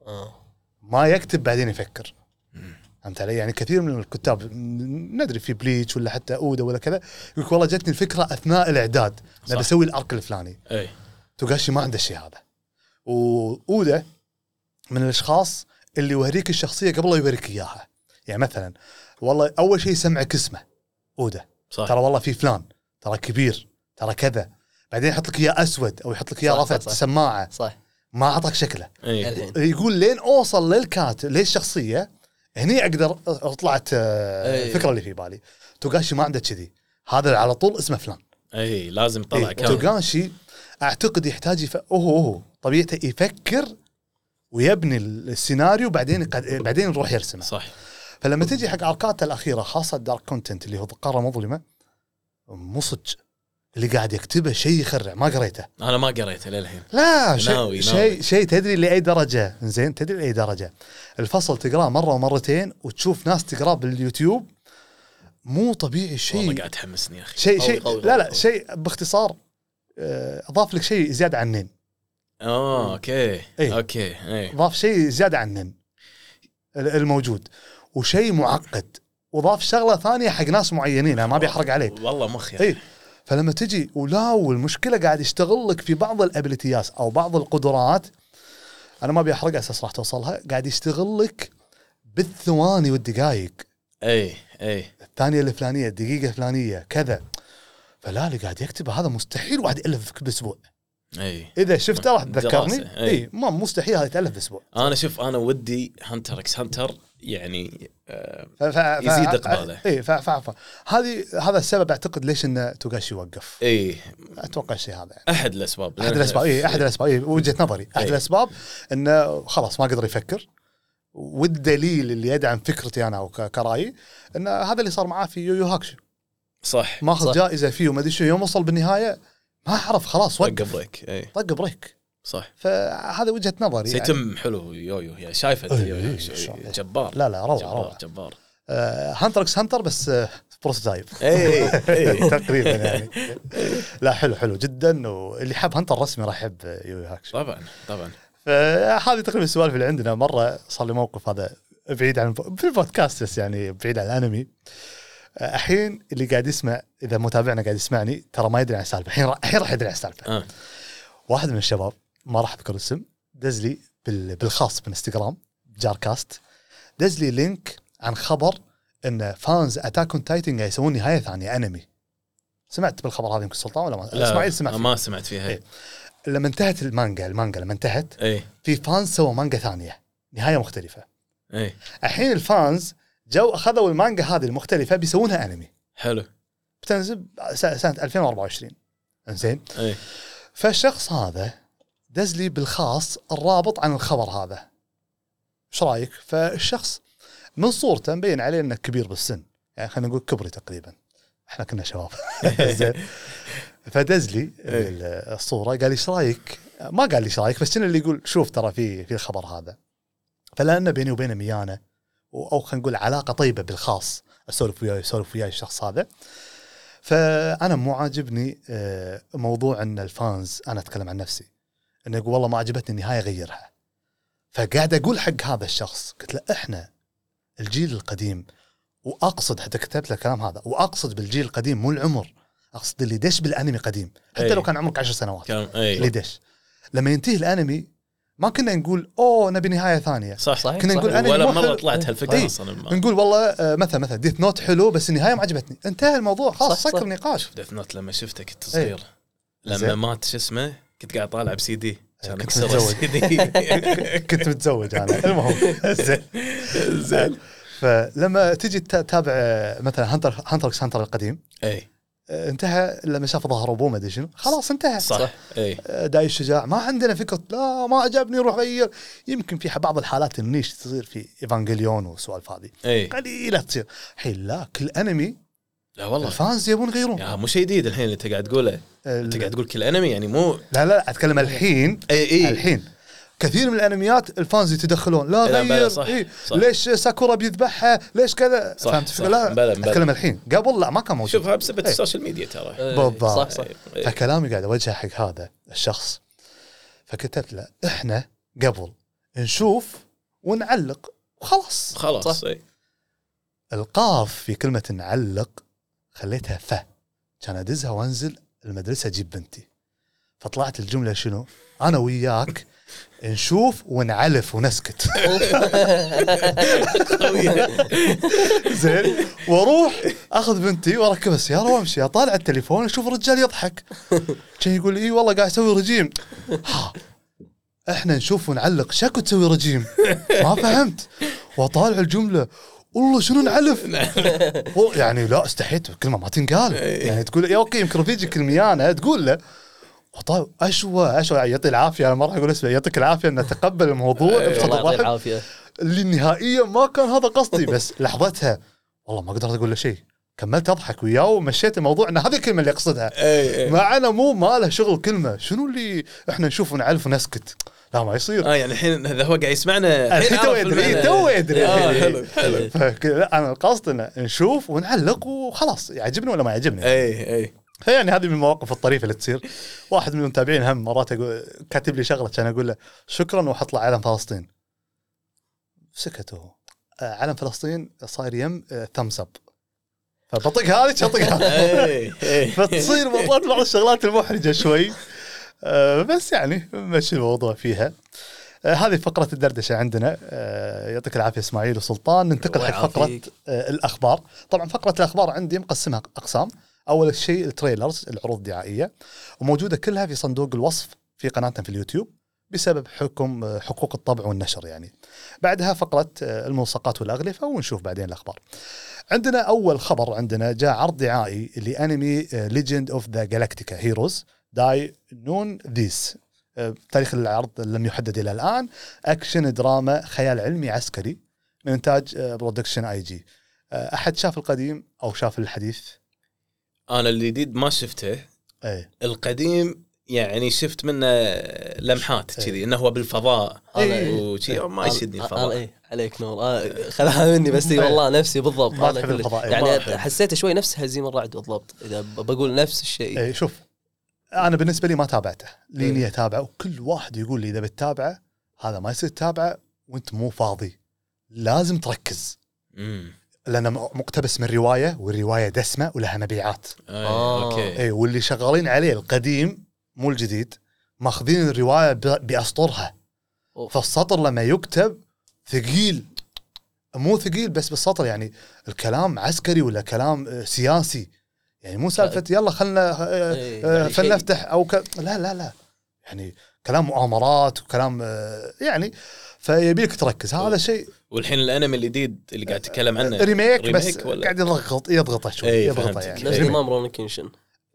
ما يكتب بعدين يفكر. فهمت علي؟ يعني كثير من الكتاب ندري في بليتش ولا حتى اودا ولا كذا يقول والله جتني الفكره اثناء الاعداد انا بسوي الارك الفلاني. توغاشي ما عنده الشيء هذا. واودا من الاشخاص اللي يوريك الشخصيه قبل لا يوريك اياها. يعني مثلا والله اول شيء يسمعك اسمه اودا ترى والله في فلان ترى كبير ترى كذا، بعدين يحط لك اياه اسود او يحط لك اياه رافع السماعه صح، ما اعطاك شكله. يقول لين اوصل للكاتب للشخصيه هني اقدر طلعت الفكره اللي في بالي. توغاشي ما عنده كذي، هذا على طول اسمه فلان. لازم يطلع توغاشي اعتقد يحتاج هو طبيعته يفكر ويبني السيناريو بعدين يروح يرسمه. صح. فلما تجي حق اركاته الاخيره خاصه دارك كونتنت اللي هو قاره مظلمه مصج اللي قاعد يكتبه شيء يخرع. ما قريته انا، ما قريته للحين. لا شيء تدري لاي درجه. زين تدري لاي درجه الفصل تقراه مره ومرتين وتشوف ناس تقراه باليوتيوب مو طبيعي. شيء والله قاعد تحمسني يا اخي. شيء لا شيء باختصار اضاف لك شيء زياده عنين. اوكي ضاف شيء زياده عنين الموجود وشيء معقد وضاف شغله ثانيه حق ناس معينين. انا ما بيحرق عليك والله مخي. فلما تجي والمشكله قاعد يشتغل لك في بعض الابيليتيات او بعض القدرات، انا ما بيحرق اساس راح توصلها، قاعد يشتغل لك بالثواني والدقائق. الثانيه الفلانيه الدقيقه الفلانيه كذا. فلا اللي قاعد يكتبه هذا مستحيل واحد يالف باسبوع. اذا شفته راح تذكرني. ما مستحيل هذا يتالف باسبوع. انا شوف انا ودي هانتر اكس هانتر يعني يزيد اقباله. هذا السبب اعتقد ليش ان توغاشي يوقف. اتوقع الشيء هذا يعني. احد الاسباب وجهه نظري احد الاسباب انه خلاص ما قدر يفكر. والدليل اللي يدعم فكرتي انا وكرايي ان هذا اللي صار معاه في يو هاكشو. صح ماخذ جائزه فيه وما ادري شو، يوم وصل بالنهايه ما عرف خلاص وقف. طق بريك. صح. فهذا وجهه نظري. سيتم يعني. حلو يويو يعني شايفه جبار. لا روعه جبار. هانتر اكس هانتر بس بروتوتايب تقريبا يعني. لا حلو جدا، واللي حاب هانتر رسمي راح يحب يو هاكشو طبعا. فهذه تقريبا السوالف اللي عندنا. مره صار لي موقف هذا بعيد عن في البودكاست، بس يعني بعيد عن الانمي. الحين اللي قاعد يسمع، اذا متابعنا قاعد يسمعني، ترى ما يدري عن السالفه. الحين راح يدري عن السالفه. واحد من الشباب ما راح اذكر اسم دز لي بالخاص بالانستغرام جاركاست، دز لي لينك عن خبر ان فانز اتاك اون تايتن يسوون نهايه ثانيه انمي. سمعت بالخبر هذا يمكن سلطان ولا ما؟ اسماعيل سمعت؟ ما سمعت فيها. إيه. لما انتهت المانجا لما انتهت في فانز سووا مانجا ثانيه نهايه مختلفه. الحين الفانز جو اخذوا المانجا هذه المختلفه بيسوونها انمي. حلو. بتنزل سنه 2024. انزين. فالشخص هذا دز لي بالخاص الرابط عن الخبر هذا. ايش رايك؟ فالشخص من صورته مبين عليه انه كبير بالسن، يعني خلينا نقول كبري تقريبا، احنا كنا شباب. زين. فدز لي الصوره قال لي ايش رايك؟ ما قال لي ايش رايك، بس كان اللي يقول شوف ترى في الخبر هذا. فلانه بيني وبينه ميانه، او خلينا نقول علاقه طيبه بالخاص، اسولف وياي الشخص هذا. فانا مو عاجبني موضوع ان الفانز، انا اتكلم عن نفسي، انه يقول والله ما عجبتني النهايه غيرها. فقاعد اقول حق هذا الشخص، قلت له احنا الجيل القديم، واقصد حتى كتبت له الكلام هذا، واقصد بالجيل القديم مو العمر، اقصد اللي دش بالانمي قديم، حتى لو كان عمرك 10 سنوات اللي دش لما ينتهي الانمي ما كنا نقول اوه نبي نهايه ثانيه. صح. كنا نقول انمي ولا مره طلعت هالفكره اصلا. نقول والله مثلا ديث نوت حلو بس النهايه ما عجبتني، انتهى الموضوع خلاص، سكر النقاش. ديث نوت لما شفته كنت صغير، لما مات شو اسمه كنت قاعد طالع بسي دي، كان اكسر السي دي. كنت متزوج انا. المهم زين. فلما تيجي تتابع مثلا هانتر اكس هانتر القديم، انتهى لما شاف ظهر ابوه ما ادري شنو، خلاص انتهى. صح. داي الشجاع ما عندنا فكره لا ما عجبني روح غير. يمكن في بعض الحالات النيش تصير في ايفانجيليون وسوالف هذه قليله تصير. الحين لا، كل انمي لا والله الفانز يبون يغيرون. يا مو شيء جديد الحين اللي انت قاعد تقوله. انت قاعد تقول كل انمي يعني مو لا اتكلم الحين. الحين كثير من الانميات الفانز يتدخلون، لا غير صح. ليش ساكورا بيذبحها، ليش كذا، فهمت؟ لا اتكلم الحين، قبل لا ما كان موجود. شوفها بسبب السوشيال ميديا ترى. بالضبط. صح. فكلامي قاعد اوجه حق هذا الشخص، فكتبت له احنا قبل نشوف ونعلق وخلاص. خلاص. القاف في كلمه نعلق خليتها كان ادزها وانزل المدرسه اجيب بنتي، فطلعت الجمله شنو؟ انا وياك نشوف ونعلف ونسكت. زين. واروح اخذ بنتي واركب السياره وامشي، اطالع التليفون اشوف الرجال يضحك، كان يقول اي والله قاعد اسوي رجيم. احنا نشوف ونعلق، شكو تسوي رجيم؟ ما فهمت. واطالع الجمله والله شنو نعلف. يعني لا استحيت كلمه ما تنقال، يعني تقول يا اوكي يمكن رفيجك الميانه تقول له طيب اشوى يعطي العافيه. انا مره اقول اسمه يعطيك العافيه ان نتقبل الموضوع بصدر العافيه اللي نهائيا ما كان هذا قصدي، بس لحظتها والله ما قدرت اقول له شيء، كملت اضحك وياه ومشيت الموضوع ان هذه الكلمه اللي اقصدها. مع انا مو ما له شغل كلمه شنو اللي احنا نشوف ونعرف ونسكت، لا ما يصير. يعني الحين هذا هو قاعد يسمعنا الحين تو يدري. حلو. انا القصد ان نشوف ونعلق وخلاص، يعجبني ولا ما يعجبني. يعني هذه من المواقف الطريفه اللي تصير. واحد من المتابعين هم مرات يقول كاتب لي شغله، كان اقول له شكرا وحط له علم فلسطين، سكته. علم فلسطين صاير يم ثامس اب، فبطق هذه فتصير مرات بعض الشغلات المحرجه شوي، بس يعني ماشي الموضوع فيها. هذه فقرة الدردشة عندنا. يعطيك العافية إسماعيل وسلطان. ننتقل حق فقرة الأخبار. طبعا فقرة الأخبار عندي مقسمها أقسام. أول شيء التريلرز، العروض الدعائية، وموجودة كلها في صندوق الوصف في قناتنا في اليوتيوب بسبب حكم حقوق الطبع والنشر يعني. بعدها فقرة الملصقات والأغلفة، ونشوف بعدين الأخبار. عندنا أول خبر، عندنا جاء عرض دعائي لأنمي Legend of the Galactica Heroes Die None This. تاريخ العرض لم يحدد إلى الآن. أكشن دراما خيال علمي عسكري من إنتاج برودكشن اي جي. أحد شاف القديم أو شاف الحديث؟ أنا الجديد ما شفته. القديم يعني شفت منه لمحات كذي انه هو بالفضاء وشي ما يشدني الفضاء. عليك نور خذها مني بس والله نفسي بالضبط انا يعني حسيت شوي نفس هزيمة الرعد بالضبط اذا بقول نفس الشيء. شوف انا بالنسبه لي ما تابعته ليني اتابعه وكل واحد يقول لي اذا بتتابعه هذا ما يصير تتابعه وانت مو فاضي لازم تركز لأنه مقتبس من رواية والرواية دسمة ولها مبيعات. أوكي. واللي شغالين عليه القديم مو الجديد ماخذين الرواية بأسطرها. فالسطر لما يكتب ثقيل مو ثقيل بس بالسطر يعني الكلام عسكري ولا كلام سياسي يعني مو سالفة يلا خلنا فلنفتح أو لا يعني كلام مؤامرات وكلام يعني فيبيك تركز هذا شيء. والحين الانمي الجديد اللي قاعد تتكلم عنه ريميك بس قاعد يضغطه شوي يضغطه يعني نفس نظام رونو كينشن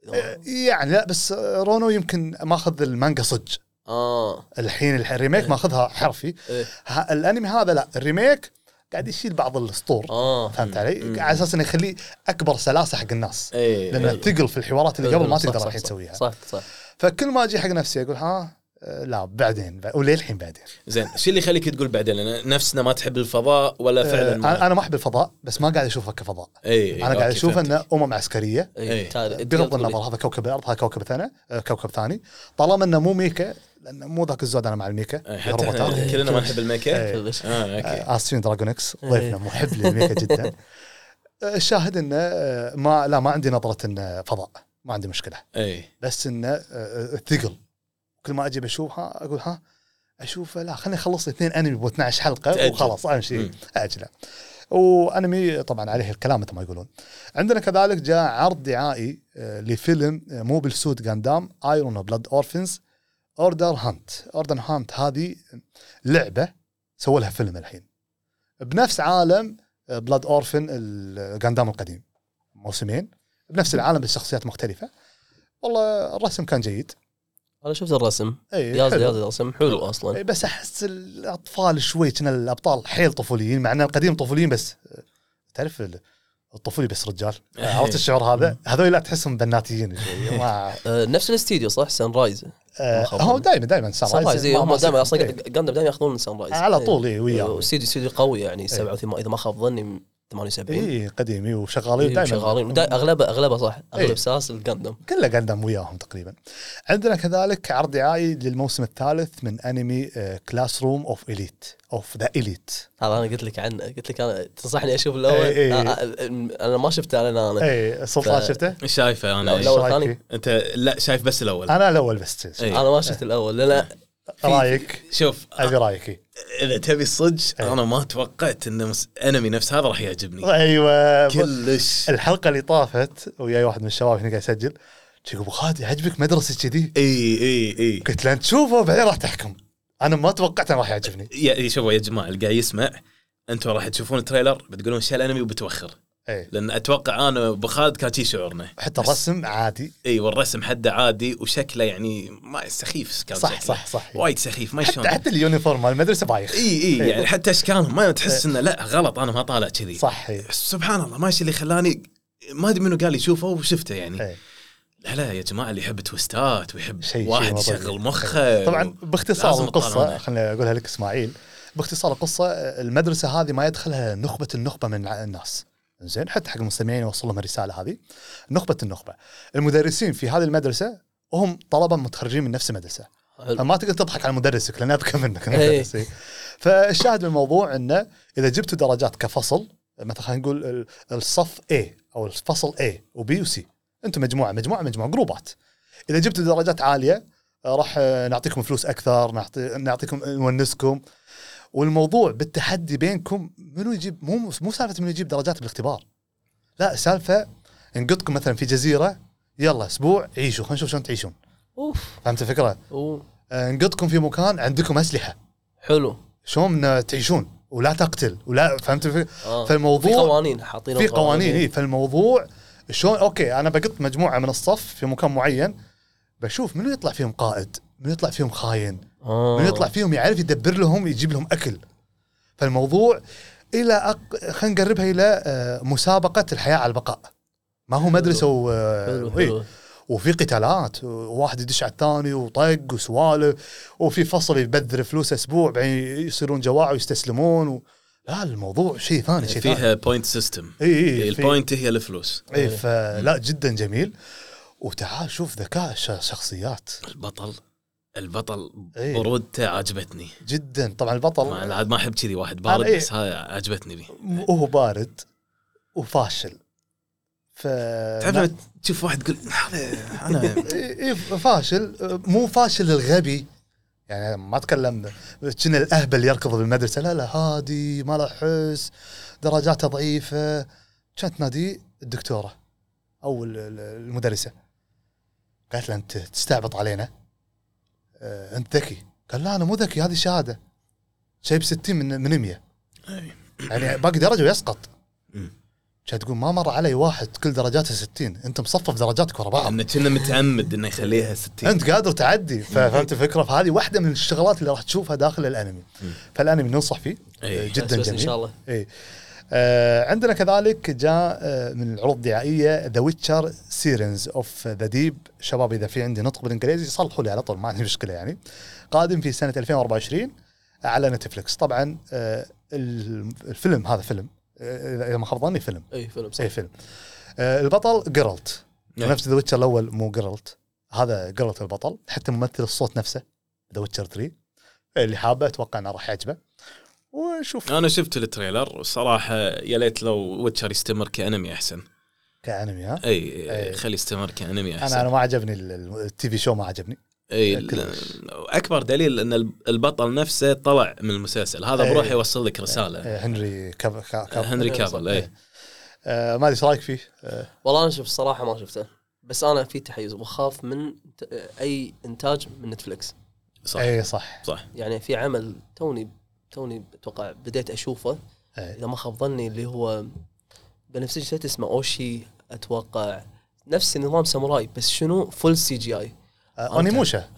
يعني لا بس رونو يمكن ماخذ المانجا صج الحين الريميك ماخذها حرفي. الانمي هذا لا الريميك قاعد يشيل بعض الاسطور فهمت علي على اساس انه يخليه اكبر سلاسه حق الناس لانه ثقل في الحوارات اللي قبل ما تقدر الحين تسويها صح فكل ما اجي حق نفسي اقول لا بعدين وليه الحين بعدين. زين شو اللي يخليك تقول بعدين؟ نفسنا ما تحب الفضاء ولا فعلا انا ما احب الفضاء بس ما قاعد اشوفه كفضاء. انا قاعد اشوف انه عسكريه بغض النظر هذا كوكب الارض هذا كوكب ثاني طالما انه مو ميكا لانه مو ذاك الزود انا مع الميكا حتى كلنا ما نحب الميكا. اسفين دراجونكس ضيفنا محب للميكا جدا. الشاهد انه ما عندي نظره انه فضاء ما عندي مشكله بس انه الثقل كل ما اجي بشوفها اقول اشوف لا خليني اخلص 2 انمي ب 12 حلقه وخلاص امشي اجله. وانمي طبعا عليه الكلام مثل ما يقولون. عندنا كذلك جاء عرض دعائي لفيلم موبيل سوت غاندام ايرون بلاد اورفنز اوردر هانت. هذه لعبه سووا لها فيلم الحين بنفس عالم بلاد اورفن الغاندام القديم موسمين بنفس العالم بالشخصيات مختلفه. والله الرسم كان جيد انا شفت الرسم ياز الرسم حلو اصلا بس احس الاطفال شوي كنا الابطال حيل طفوليين مع ان القديم طفوليين بس تعرف الطفولي بس رجال عرفت الشعور هذا هذول لا تحسهم بناتيين شوي نفس الاستديو صح سان رايز هو دائما سان رايز هم دائما اصلا قاندم دائما ياخذون سان رايز على طول وياه استديو قوي يعني 77 اذا ما خاب ظني 78 قديمي وشغالين دائما اغلبها صح اغلب ساس الغاندم كله غاندم وياهم تقريبا. عندنا كذلك عرض دعائي للموسم الثالث من انمي كلاس روم اوف ذا إليت. هذا انا قلت لك انا تنصحني اشوف الاول انا ما شفته انا سلطان شفته شايفه انا الاول الثاني انت لا شايف بس الاول انا الاول بس انا ما شفت الاول لا رايك شوف ابي رايك اذا تبي الصج انا ما توقعت ان انمي نفس هذا راح يعجبني. ايوه كلش. الحلقه اللي طافت وياي واحد من الشباب هنا قاعد يسجل يقول ابو خالد يعجبك مدرسه كذي اي قلت له تشوفه بعدين راح تحكم. انا ما توقعت انه راح يعجبني. شوفوا يا جماعه اللي قاعد يسمع انتم راح تشوفون التريلر بتقولون شو الانمي وبتوخر لان اتوقع انا ابو خالد كان شي شعورنا حتى الرسم عادي والرسم حده عادي وشكله يعني ما سخيف كان صح وايد سخيف ما شلون حتى اليونيفورم مال المدرسه بايخ يعني حتى اشكالهم ما تحس انه لا غلط انا ما طالع كذي صح سبحان الله ماشي اللي خلاني ما ادري منو قال لي شوفه وشفته يعني لا يا جماعه اللي يحب تويستات ويحب واحد يشغل مخه طبعا باختصار القصه خليني اقولها لك اسماعيل باختصار القصه المدرسه هذه ما يدخلها النخبه من الناس زين حتى حق المستمعين يوصل لهم الرساله هذه النخبه المدرسين في هذه المدرسه وهم طلبه متخرجين من نفس المدرسه فما تقدر تضحك على مدرسك لانه اذكى منك فالشاهد بالموضوع انه اذا جبتوا درجات كفصل مثلا خلينا نقول الصف A او الفصل A وB وC انتم مجموعه جروبات اذا جبتوا درجات عاليه راح نعطيكم فلوس اكثر نعطيكم نونسكم والموضوع بالتحدي بينكم منو يجيب مو سالفه منو يجيب درجات بالاختبار لا سالفه نقطكم مثلا في جزيره يلا اسبوع عيشوا خلينا نشوف شلون تعيشون فهمت الفكره نقطكم في مكان عندكم اسلحه حلو شلون تعيشون ولا تقتل ولا فهمت الفكره فالموضوع في قوانين حاطين في قوانين فالموضوع شلون اوكي انا بقط مجموعه من الصف في مكان معين بشوف منو يطلع فيهم قائد منو يطلع فيهم خاين منو يطلع فيهم يعرف يدبر لهم يجيب لهم اكل فالموضوع الى خلينا نقربها الى مسابقه الحياه على البقاء ما هو مدرسه وفي قتالات وواحد يدش على الثاني وطق وسوالف، وفي فصل يبذر فلوس اسبوع بعدين يصيرون جواع ويستسلمون لا الموضوع شيء ثاني، شيء فيها بوينت سيستم. البوينت هي الفلوس. فلا جدا جميل. وتعال شوف ذكاء الشخصيات. البطل برودته عجبتني جدا. طبعا البطل ما احب كذي واحد بارد بس هاي عجبتني بي. وهو بارد وفاشل. تعرف تشوف واحد تقول هذا انا فاشل، مو فاشل الغبي يعني، ما اتكلم كنا الاهبل يركض بالمدرسه، لا هادي ما له حس، درجاته ضعيفه. كانت نادي الدكتوره او المدرسه قالت له انت تستعبط علينا، انت ذكي. قال لا انا مو ذكي، هذه شهاده شيء ب60 من 100 يعني باقي درجه ويسقط. كانت تقول ما مر علي واحد كل درجاته 60، انت مصفف درجاتك ورا بعض، انه كنا متعمد انه يخليها 60، انت قادر تعدي. فهمت الفكره؟ فهذه واحده من الشغلات اللي راح تشوفها داخل الانمي. فالانمي ننصح فيه جدا جميل ان شاء الله. عندنا كذلك جاء من العروض الدعائيه ذا ويتشر سيرنز اوف ذا ديب. شباب اذا في عندي نطق بالانجليزي صلحوا لي على طول، ما عندي مشكله يعني. قادم في سنه 2024 على نتفليكس. طبعا الفيلم هذا فيلم، اذا ما خاب ظني فيلم. فيلم صح. فيلم. البطل جيرالت، نفس ذا ويتشر الاول مو جيرالت، هذا جيرالت البطل. حتى ممثل الصوت نفسه ذا ويتشر 3. اللي حابه اتوقع انه راح يعجبه. وشوف انا شفت التريلر صراحه يا ليت لو ويتشر يستمر كانمي احسن. كانمي ها؟ اي خلي يستمر كانمي احسن. انا ما عجبني التي في شو، ما عجبني. اكبر دليل ان البطل نفسه طلع من المسلسل هذا بروح يوصل لك رساله. هنري كافل. ما ادري ايش رايك فيه؟ والله انا شوف الصراحه ما شفته، بس انا في تحيز وخاف من اي انتاج من نتفليكس. صح. اي صح يعني في عمل توني اتوقع بديت اشوفه اذا ما خاب ظني اللي هو بنفسجي اسمه اوشي، اتوقع نفس نظام ساموراي بس شنو فول سي جي اي. اونيموشا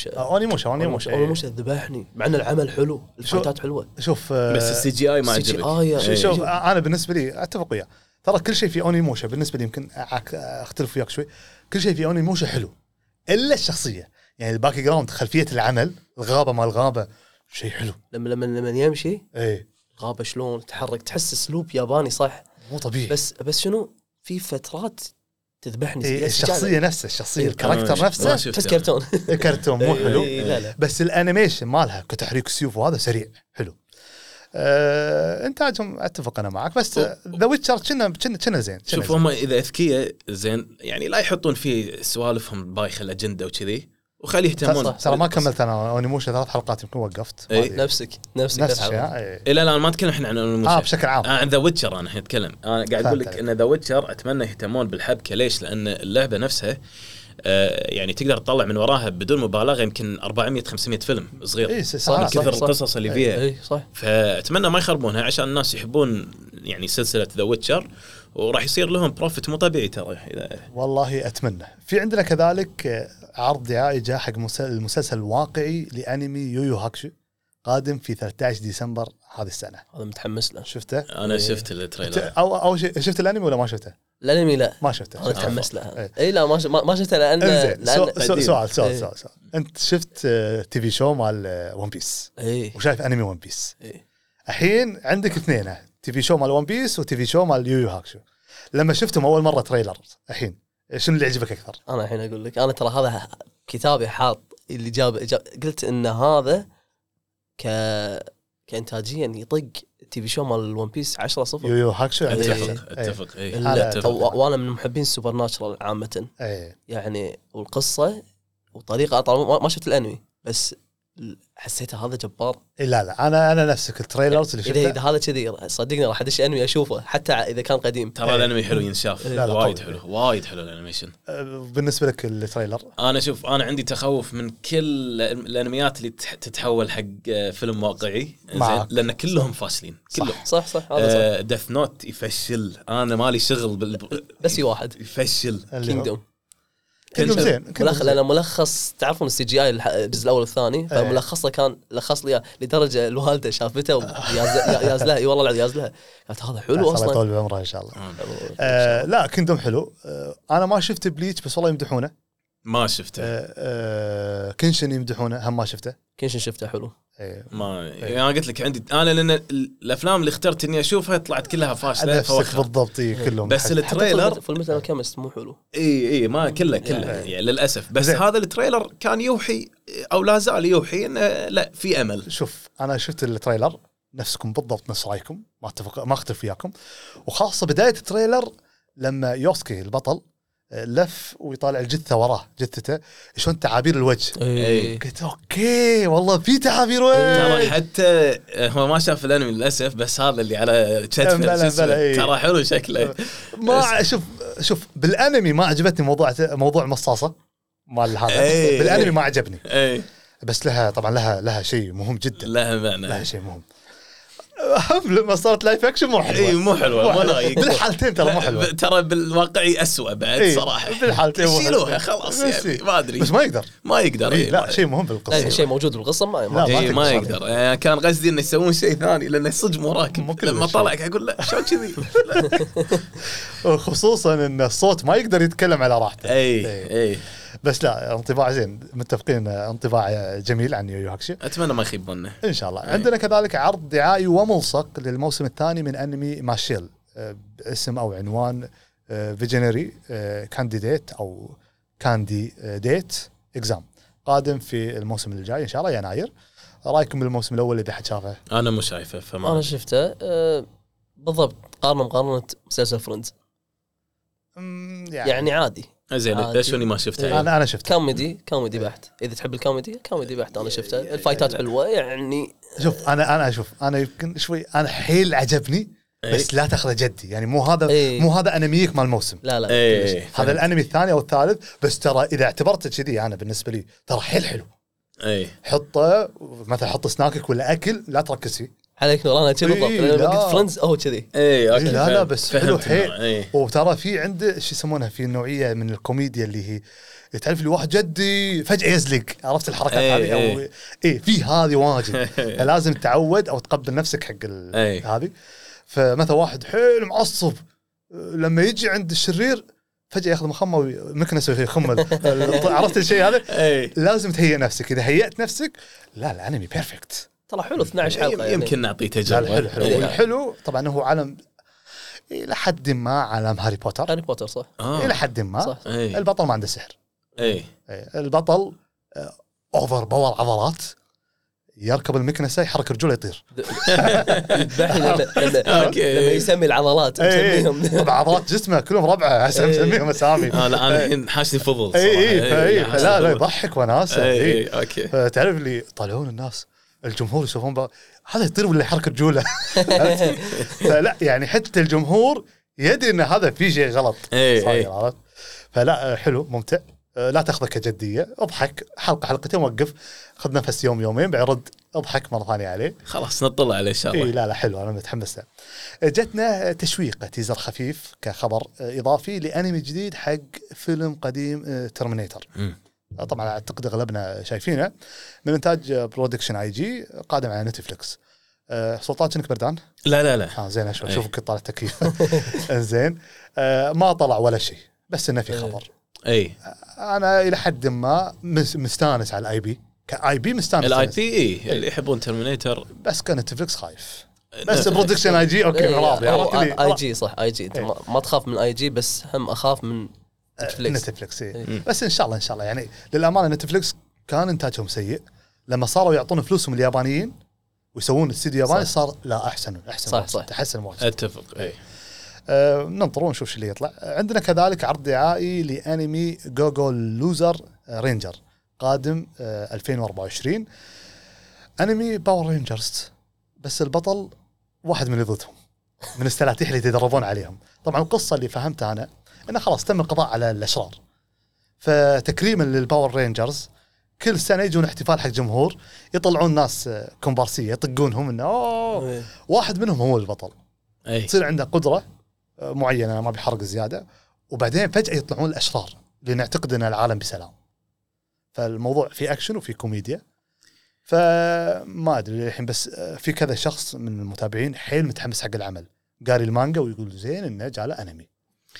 ذبحني مع ان العمل حلو، الفايتات حلوه. شوف بس السي جي اي ما عجبني. شوف انا بالنسبه لي اتفق وياه، ترى كل شيء في اونيموشا بالنسبه لي يمكن اختلف وياك شوي. كل شيء في اونيموشا حلو الا الشخصيه، يعني الباك جراوند خلفيه العمل، الغابه ما الغابه شيء حلو. لما يمشي الغابه شلون تتحرك، تحس اسلوب ياباني صح، مو طبيعي. بس شنو في فترات تذبحني. الشخصيه نفسه، الشخصيه الكاركتر نفسه تحس كرتون مو حلو. بس الانيميشن مالها كتحريك السيوف وهذا سريع حلو. انتاجهم اتفق انا معك، بس ذا ويتشر كنا زين. شوف هم اذا اذكياء زين يعني لا يحطون فيه سوالفهم بايخه الاجنده وكذي، وخليه يهتمون. ترى ما كملت انا اونيموشا 3 حلقات يمكن وقفت. نفسك لا ما نتكلم احنا عن اونيموشا بشكل عام. عن ذا ويتشر انا اتكلم. انا قاعد اقول لك ان ذا ويتشر اتمنى يهتمون بالحبكه. ليش؟ لان اللعبه نفسها يعني تقدر تطلع من وراها بدون مبالغه يمكن 400-500 فيلم صغير من كثر القصص اللي فيها. فاتمنى ما يخربونها عشان الناس يحبون يعني سلسله ذا ويتشر، وراح يصير لهم بروفيت مو طبيعي ترى. والله اتمنى. في عندنا كذلك عرض دعائي جاء حق المسلسل الواقعي لانمي يويو هاكشو، قادم في 13 ديسمبر هذه السنه. هذا متحمس له. شفته؟ انا شفت التريلر. او شفت الانمي ولا ما شفته؟ الانمي لا ما شفته. انا متحمس له. اي لا ما شفته لان سؤال انت شفت تي في شو مال ون بيس وشايف انمي ون بيس. الحين عندك اثنين، تي في شو مال ون بيس وتي في شو مال يويو هاكشو. لما شفتهم اول مره تريلر الحين شنو اللي عجبك اكثر؟ انا الحين اقول لك، انا ترى هذا كتابي حاط اللي جاب قلت ان هذا كإنتاجيا يطق تي في شو مال الون بيس 10-0. يو هاكشو اتفق. وانا من محبين السوبر ناتشرال عامه. يعني والقصه وطريقه طبعا ما شفت الانمي بس حسيته هذا جبار. لا انا نفسك التريلرز اللي شفته اذا هذا كذي صدقني راح ادش انمي اشوفه حتى اذا كان قديم. ترى الانمي حلو ينشاف. وايد حلو الانيميشن. بالنسبه لك التريلر انا شوف انا عندي تخوف من كل الانميات اللي تتحول حق فيلم واقعي زين، لان كلهم فاشلين كلهم. صح هذا صح. ديث نوت يفشل، انا مالي شغل بس في واحد يفشل كينجدوم. كلهم زين. لأن ملخص تعرفون السي جي اي الجزء الاول والثاني، فملخصه كان لخص لي لدرجه الوالده شافته وياز لها. اي والله العظيم ياز لها، قالت هذا حلو اصلا. طول بعمره ان شاء الله. لا كينجدوم حلو. انا ما شفت بليتش بس والله يمدحونه. ما شفته. كنشن يمدحونه، هم ما شفته. كنشن شفته حلو. ما يعني انا قلت لك عندي انا لان الافلام اللي اخترت اني اشوفها طلعت كلها فاشله بالضبط. كلهم بس التريلر فيلم مثل كيمست مو حلو. اي ما كله يعني للاسف. بس هذا التريلر كان يوحي او لا زال يوحي انه لا في امل. شوف انا شفت التريلر نفسكم بالضبط، نفس رايكم، ما اختلف وياكم. وخاصه بدايه التريلر لما يوسكي البطل لف ويطالع الجثه وراه، جثته شلون تعابير الوجه. قلت اوكي والله في تعابير وجه. ترى حتى هو ما شاف الانمي للاسف، بس هذا اللي على كتفه ترى حلو شكله. ما شوف بالانمي ما عجبتني موضوع مصاصه مال هذا. بالانمي ما عجبني. بس طبعا لها شيء مهم جدا. لها شيء مهم. لما صارت لايف اكشن مو حلوه. مو حلوه بالحالتين ترى مو حلوه. ترى بالواقعي أسوأ بعد صراحه. بالحالتين شيلوها خلاص يعني ما ادري. بس ما يقدر. لا شيء مهم بالقصه. لا شيء موجود بالقصه ما يقدر. يعني كان قصدي انه يسوون شيء ثاني لانه صدق مو راكب. لما طلع اقول لا شو كذي. خصوصا ان الصوت ما يقدر يتكلم على راحته. اي بس لا انطباع زين، متفقين، انطباع جميل عن يو هاكشي. اتمنى ما يخيب ظنه ان شاء الله. عندنا كذلك عرض دعائي وملصق للموسم الثاني من انمي ماشيل باسم او عنوان فيجنري كانديديت او كاندي ديت اكزام، قادم في الموسم الجاي ان شاء الله يناير. رايكم بالموسم الاول اذا حد شافه؟ انا مو شايفه. فما انا شفته بالضبط. مقارنه مسلسل فريندز يعني عادي. زين ليش اني ما شفته؟ انا شفته كوميدي بحت. اذا تحب الكوميدي بحت انا شفته. الفايتات حلوه يعني. شوف انا يمكن شوي انا حيل عجبني بس لا تاخذه جدي يعني. مو هذا انميك مال الموسم. لا هذا الانمي الثاني او الثالث. بس ترى اذا اعتبرته كذي انا بالنسبه لي ترى حلو. حطه مثلا حط سناكك ولا اكل لا تركز فيه. عليك نور. انا كذي بالضبط. لما قلت فريندز هو كذي. لا بس حلو حيل. وترى في عنده شو يسمونها في نوعيه من الكوميديا اللي هي تعرف لي واحد جدي فجاه يزلق. عرفت الحركات هذه او في هذه واجد. لازم تتعود او تقبل نفسك حق هذه. فمثلا واحد حيل معصب لما يجي عند الشرير فجاه ياخذ مخمه ومكنسه يخمل. عرفت الشيء هذا؟ لازم تهيئ نفسك. اذا هيئت نفسك لا الانمي بيرفكت. ترى حلو 12 حلقه يعني. يمكن نعطيه تجربه. حلو طبعا. هو عالم الى حد ما عالم هاري بوتر صح. الى حد ما صح. البطل ما عنده سحر. البطل اوفر باور عضلات، يركب المكنسه يحرك رجوله يطير. لما يسمي العضلات يسميهم عضلات جسمه كلهم ربعه عشان يسميهم اسامي. انا الحين حاشني فضل صراحه. لا يضحك وناسه. اوكي تعرف اللي يطالعون الناس الجمهور يشوفون هذا يطير ولا يحرك رجوله. فلا يعني حتى الجمهور يدري ان هذا في شيء غلط صاير. فلا حلو ممتع. لا تاخذه كجديه. اضحك حلقتين وقف، خذ نفس يومين بعرض اضحك مره ثانيه عليه. خلاص نطلع عليه ان شاء الله. لا حلو انا متحمس له. جتنا تشويق تيزر خفيف كخبر اضافي لانمي جديد حق فيلم قديم ترمينيتر. طبعا اعتقد اغلبنا شايفينه من انتاج برودكشن اي جي قادم على نتفليكس. سلطان شنك بردان؟ لا زين اشوفك طالع التكييف. زين ما طلع ولا شيء بس انه في خبر. انا الى حد ما مستانس على الاي بي كاي بي. مستانس الاي بي اللي يحبون ترمينيتر. بس كان نتفليكس خايف. بس برودكشن اي جي اوكي راضي. اي جي صح. اي جي انت ما تخاف من اي جي بس هم اخاف من نتفليكس. بس ان شاء الله يعني للامانه نتفليكس كان انتاجهم سيء. لما صاروا يعطون فلوسهم اليابانيين ويسوون الاستديو الياباني صار لا احسن صح تحسن واجد. اتفق. ننطر ونشوف شو اللي يطلع. عندنا كذلك عرض دعائي لانمي جوجو لوزر رينجر قادم 2024. انمي باور رينجرز بس البطل واحد من ضدهم من السلاتيح اللي يتدربون عليهم. طبعا القصه اللي فهمتها انا انه خلاص تم القضاء على الاشرار، فتكريما للباور رينجرز كل سنه يجون احتفال حق جمهور يطلعون ناس كومبارسيه يطقونهم انه واحد منهم هو البطل. تصير عنده قدره معينه ما بيحرق زياده وبعدين فجاه يطلعون الاشرار لنعتقد ان العالم بسلام. فالموضوع في اكشن وفي كوميديا. فما ادري الحين، بس في كذا شخص من المتابعين حيل متحمس حق العمل، قاري المانجا ويقول زين انه جاله انمي.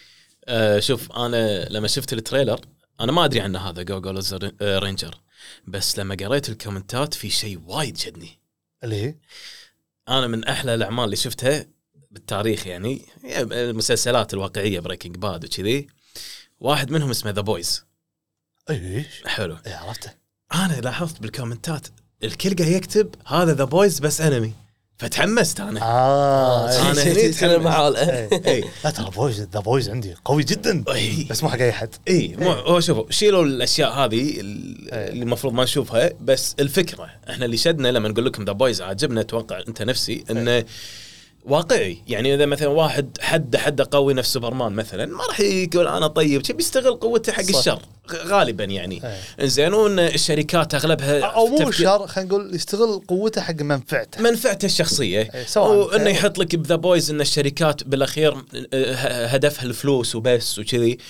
شوف انا لما شفت التريلر انا ما ادري عنه هذا جو رينجر، بس لما قريت الكومنتات في شيء وايد شدني. اللي هي انا من احلى الاعمال اللي شفتها بالتاريخ يعني المسلسلات الواقعيه، بريكنج باد وكذي، واحد منهم اسمه ذا بويز. ايش حلو، عرفته. انا لاحظت بالكومنتات الكل قاعد يكتب هذا ذا بويز بس انمي، فتحمست انا. انا هني اتكلم معاه. لا ترى ذا بويز عندي قوي جدا، بس مو حق اي حد. مو شوفوا شيلوا الاشياء هذه اللي المفروض ما نشوفها، بس الفكره احنا اللي شدنا لما نقول لكم ذا بويز عجبنا، اتوقع انت نفسي انه واقعي. يعني اذا مثلا واحد حد قوي نفس سوبرمان مثلا، ما راح يقول انا طيب، بيستغل قوته حق الشر غالبا يعني. انزين، وان الشركات اغلبها او مو الشر، خلينا نقول يستغل قوته حق منفعته الشخصيه. وانه يحط لك بذا بويز ان الشركات بالاخير هدفها الفلوس وبس وكذي.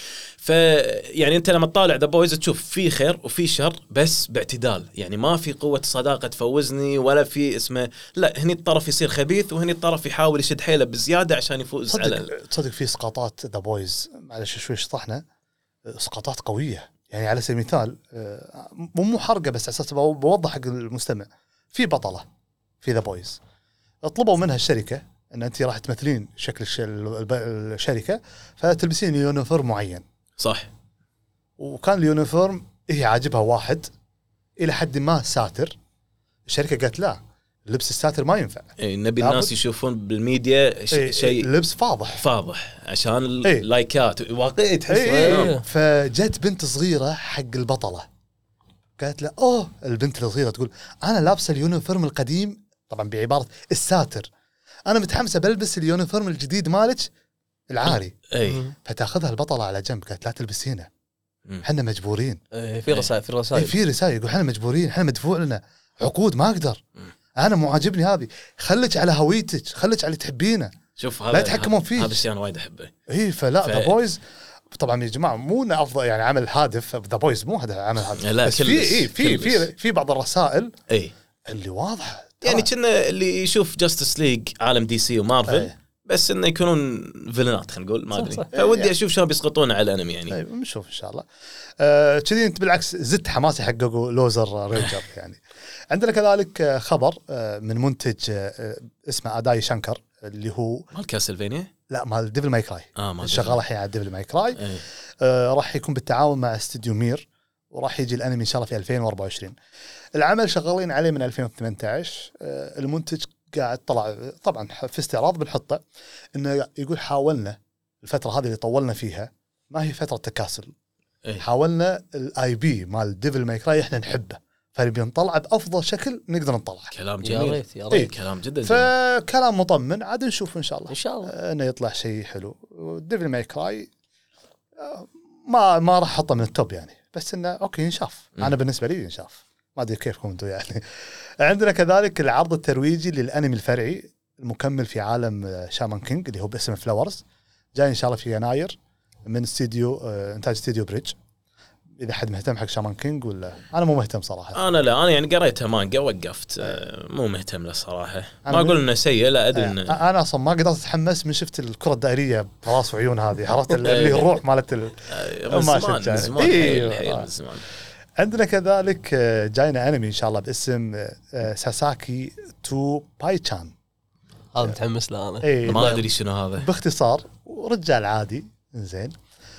فيعني انت لما تطالع ذا بويز تشوف في خير وفي شر بس باعتدال، يعني ما في قوه صداقه تفوزني ولا في اسمه، لا هني الطرف يصير خبيث وهني الطرف يحاول يشد حيله بزياده عشان يفوز. تصدق في اسقاطات ذا بويز، معلش شوي شطحنا، اسقاطات قويه يعني. على سبيل المثال مو حرقه، بس اساس بوضح حق المستمع، في بطله في ذا بويز طلبوا منها الشركه ان انت راح تمثلين شكل الشركه، فتلبسين يونيفورم معين. صح. وكان اليونيفورم هي عاجبها واحد الى حد ما ساتر. الشركه قالت لا، لبس الساتر ما ينفع. نبي الناس يشوفون بالميديا شيء لبس فاضح عشان اللايكات واقعي تحس. فجت بنت صغيره حق البطله قالت له البنت الصغيره تقول انا لابسه اليونيفورم القديم، طبعا بعباره الساتر، انا متحمسه بلبس اليونيفورم الجديد مالك العاري. فتاخذها البطله على جنب قالت لا تلبسينه، احنا مجبورين. في رسائل يقول احنا مجبورين، احنا مدفوع لنا عقود، ما اقدر، انا مو عاجبني هذه، خليك على هويتك، خليك على تحبينه. شوف لا يتحكمون فيه. هذا الشيء انا وايد احبه. فلا ذا بويز طبعا يا جماعه مو افضل يعني عمل هادف، ذا بويز مو هذا عمل هادف، بس في بعض الرسائل اللي واضحه يعني. كنا اللي يشوف جاستس ليج عالم دي سي ومارفل بس انه يكونون فيلنات، خلينا نقول ما ادري. فودي اشوف شلون بيسقطون على الانمي يعني. بنشوف ان شاء الله. كذي انت بالعكس زدت حماسي حق لوزر رينجر يعني. عندنا كذلك خبر من منتج اسمه اداي شانكر، اللي هو مال كاسلفينيا، لا مال ديفل ماي كراي. شغال الحين على ديفل ماي كراي. راح يكون بالتعاون مع استوديو مير، وراح يجي الانمي ان شاء الله في 2024. العمل شغالين عليه من 2018. المنتج قاعد طبعا في استعراض بنحطه انه يقول حاولنا الفتره هذه اللي طولنا فيها، ما هي فتره تكاسل. حاولنا الاي بي مال ديفل ماي كراي احنا نحبه، فنبي نطلعه بافضل شكل نقدر نطلعه. كلام جميل يا ريت. كلام جدا جميل. فكلام مطمن، عاد نشوف ان شاء الله انه يطلع شيء حلو. ديفل ماي كراي ما راح احطه من التوب يعني، بس انه اوكي نشاف. انا بالنسبه لي نشاف، ما ادري كيفكم انتم يعني. عندنا كذلك العرض الترويجي للانمي الفرعي المكمل في عالم شامان كينج اللي هو باسم فلاورز، جاي ان شاء الله في يناير من استديو انتاج استديو بريدج. اذا حد مهتم حق شامان كينج ولا انا مو مهتم صراحه. انا يعني قريتها مانجا وقفت، مو مهتم له صراحه. ما اقول انه سيء، لا ادري انه انا اصلا ما قدرت اتحمس من شفت الكره الدائريه براس وعيون هذه، عرفت اللي الروح مالت ما شفت زمان. عندنا كذلك جاينا انمي ان شاء الله باسم ساساكي تو بايتشان. هذا متحمس له انا. ما ادري شنو هذا. باختصار رجال عادي زين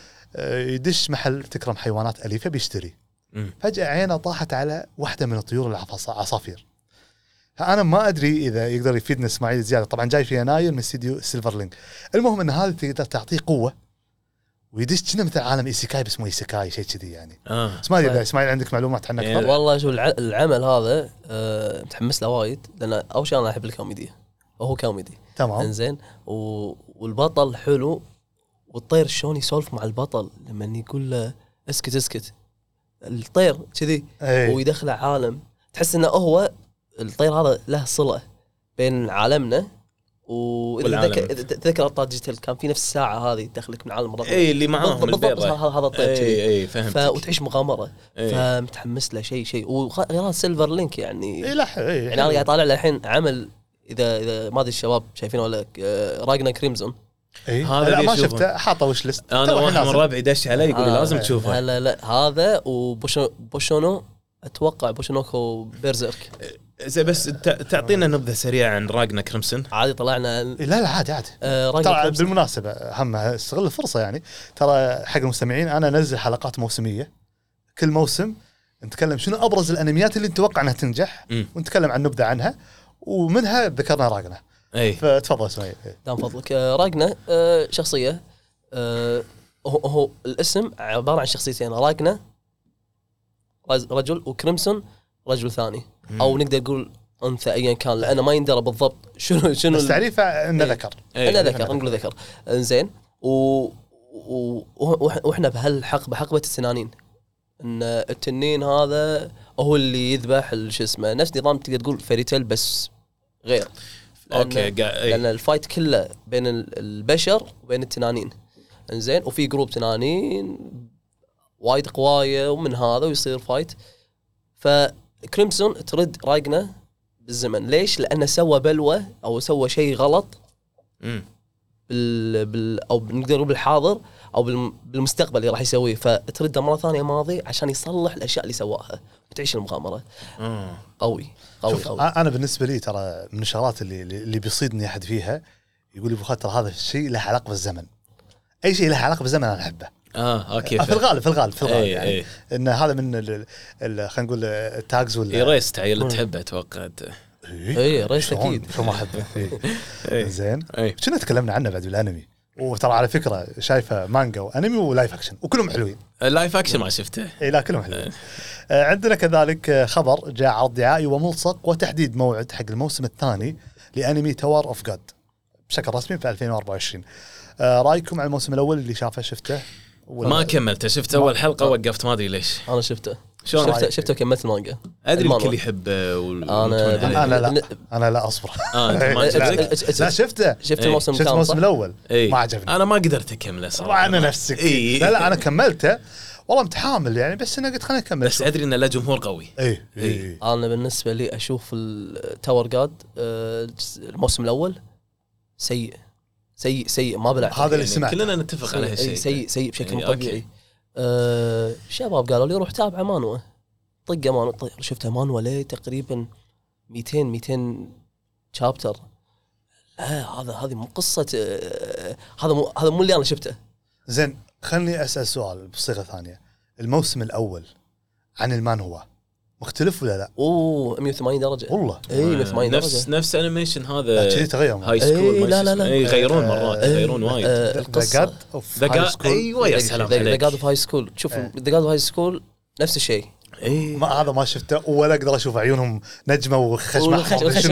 يدش محل تكرم حيوانات أليفة بيشتري. فجأة عينه طاحت على واحدة من الطيور العصافير. أنا ما أدري إذا يقدر يفيدنا إسماعيل زيادة، طبعا جاي في يناير من استديو سيلفرلينك. المهم أن هذا تقدر تعطيه قوة ويدش كنا مثل عالم إيسيكاي، بس مو إيسيكاي شيء كذي يعني. إسماعيل إذا إسماعيل عندك معلومات عنه أكثر؟ والله شو العمل هذا متحمس له وايد، لأن أول شيء أنا أحب الكوميديا وهو كوميدي تمام إنزين، والبطل حلو، والطير شلون يسولف مع البطل لما يقول له اسكت الطير كذي ويدخله عالم، تحس انه هو الطير هذا له صلة بين عالمنا واذا تذكر ابطال ديجيتال كان في نفس الساعه هذه تدخلك من عالم الرقم اي اللي معاهم بالضبط هذا الطيب اي فهمت وتعيش مغامره فمتحمس له شيء وغير سيلفر لينك يعني يعني انا قاعد طالع له الحين عمل اذا ما ادري الشباب شايفينه ولا راجنا كريمزون هذا ما شفته حاطه وش ليست انا واحد من ربعي دش علي يقول لي لازم تشوفه لا هذا وبوشونو اتوقع بوشونوكو بيرزيرك زي بس تعطينا نبذه سريعه عن راجنا كريمسون. عادي طلعنا لا عادي ترى بالمناسبه هم استغل الفرصه يعني ترى حق المستمعين انا انزل حلقات موسميه كل موسم نتكلم شنو ابرز الانميات اللي نتوقع انها تنجح ونتكلم عن نبذه عنها ومنها ذكرنا راجنا. فتفضل اسماعيل. دام فضلك. راجنا شخصيه هو الاسم عباره عن شخصيتين راجنا رجل وكريمسون رجل ثاني او نقدر نقول انثى ايا كان لانه ما يندرى بالضبط شنو بس تعريفه انه ذكر نقول ذكر انزين واحنا بحقبه التنانين ان التنين هذا هو اللي يذبح شو اسمه نفس نظام تقدر تقول فيريتيل بس غير لأن الفايت كله بين البشر وبين التنانين انزين وفي جروب تنانين وايد قوايه ومن هذا ويصير فايت. فكريمسون ترد راجنا بالزمن ليش؟ لأنه سوى بلوى أو سوى شيء غلط أو نقدر نقول بالحاضر أو بالمستقبل اللي راح يسويه فترده مرة ثانية ماضي عشان يصلح الأشياء اللي سواها وتعيش المغامرة. قوي. أنا بالنسبة لي ترى من الشغلات اللي بيصيدني أحد فيها يقول لي أبو خالد ترى هذا الشيء له علاقة بالزمن. أي شيء له علاقة بالزمن أنا أحبه. اوكي في الغالب يعني ان هذا من خلينا نقول التاجز ولا ريست عيل تحبه اتوقع. ريست اكيد شو ما احبه. زين شنو تكلمنا عنه بعد بالانمي وترى على فكره شايفه مانجا وانمي ولايف اكشن وكلهم حلوين. اللايف اكشن ما شفته لا كلهم حلوين. عندنا كذلك خبر جاء عرض دعائي وملصق وتحديد موعد حق الموسم الثاني لانمي تاور اوف جاد بشكل رسمي في 2024. رايكم على الموسم الاول اللي شفته؟ ما كملته شفت اول حلقه وقفت ما ادري ليش. انا شفته وكملت المانجا. ادري الكل يحبه انا لا اصبر. لا شفت الموسم الاول ما عجبني. انا ما قدرت اكمله صراحه. انا نفسك لا انا كملته والله متحامل يعني بس انا قلت خليني اكمل بس ادري ان له جمهور قوي. انا بالنسبه لي اشوف التاور جاد الموسم الاول سيء ما بلع. هذا اللي سمعت كلنا نتفق على هالشيء. سيء بشكل مو طبيعي. الشباب قالوا لي روح تابع مانوا طقه مانوا شفتها مانوا ليه تقريبا 200 شابتر. هذه مو قصه. هذا مو اللي انا شفته. زين خلني اسال سؤال بصيغه ثانيه. الموسم الاول عن المانهوا مختلف ولا لا؟ 180 درجه والله. 180 درجه نفس انيميشن هذا كذي تغير هاي سكول. لا يغيرون مرات يغيرون وايد. القصه ايوه يا سلام عليك. ذا جاد اوف هاي سكول شوف ذا جاد اوف هاي سكول نفس الشيء. ما هذا ما شفته ولا اقدر اشوف عيونهم نجمه وخشمه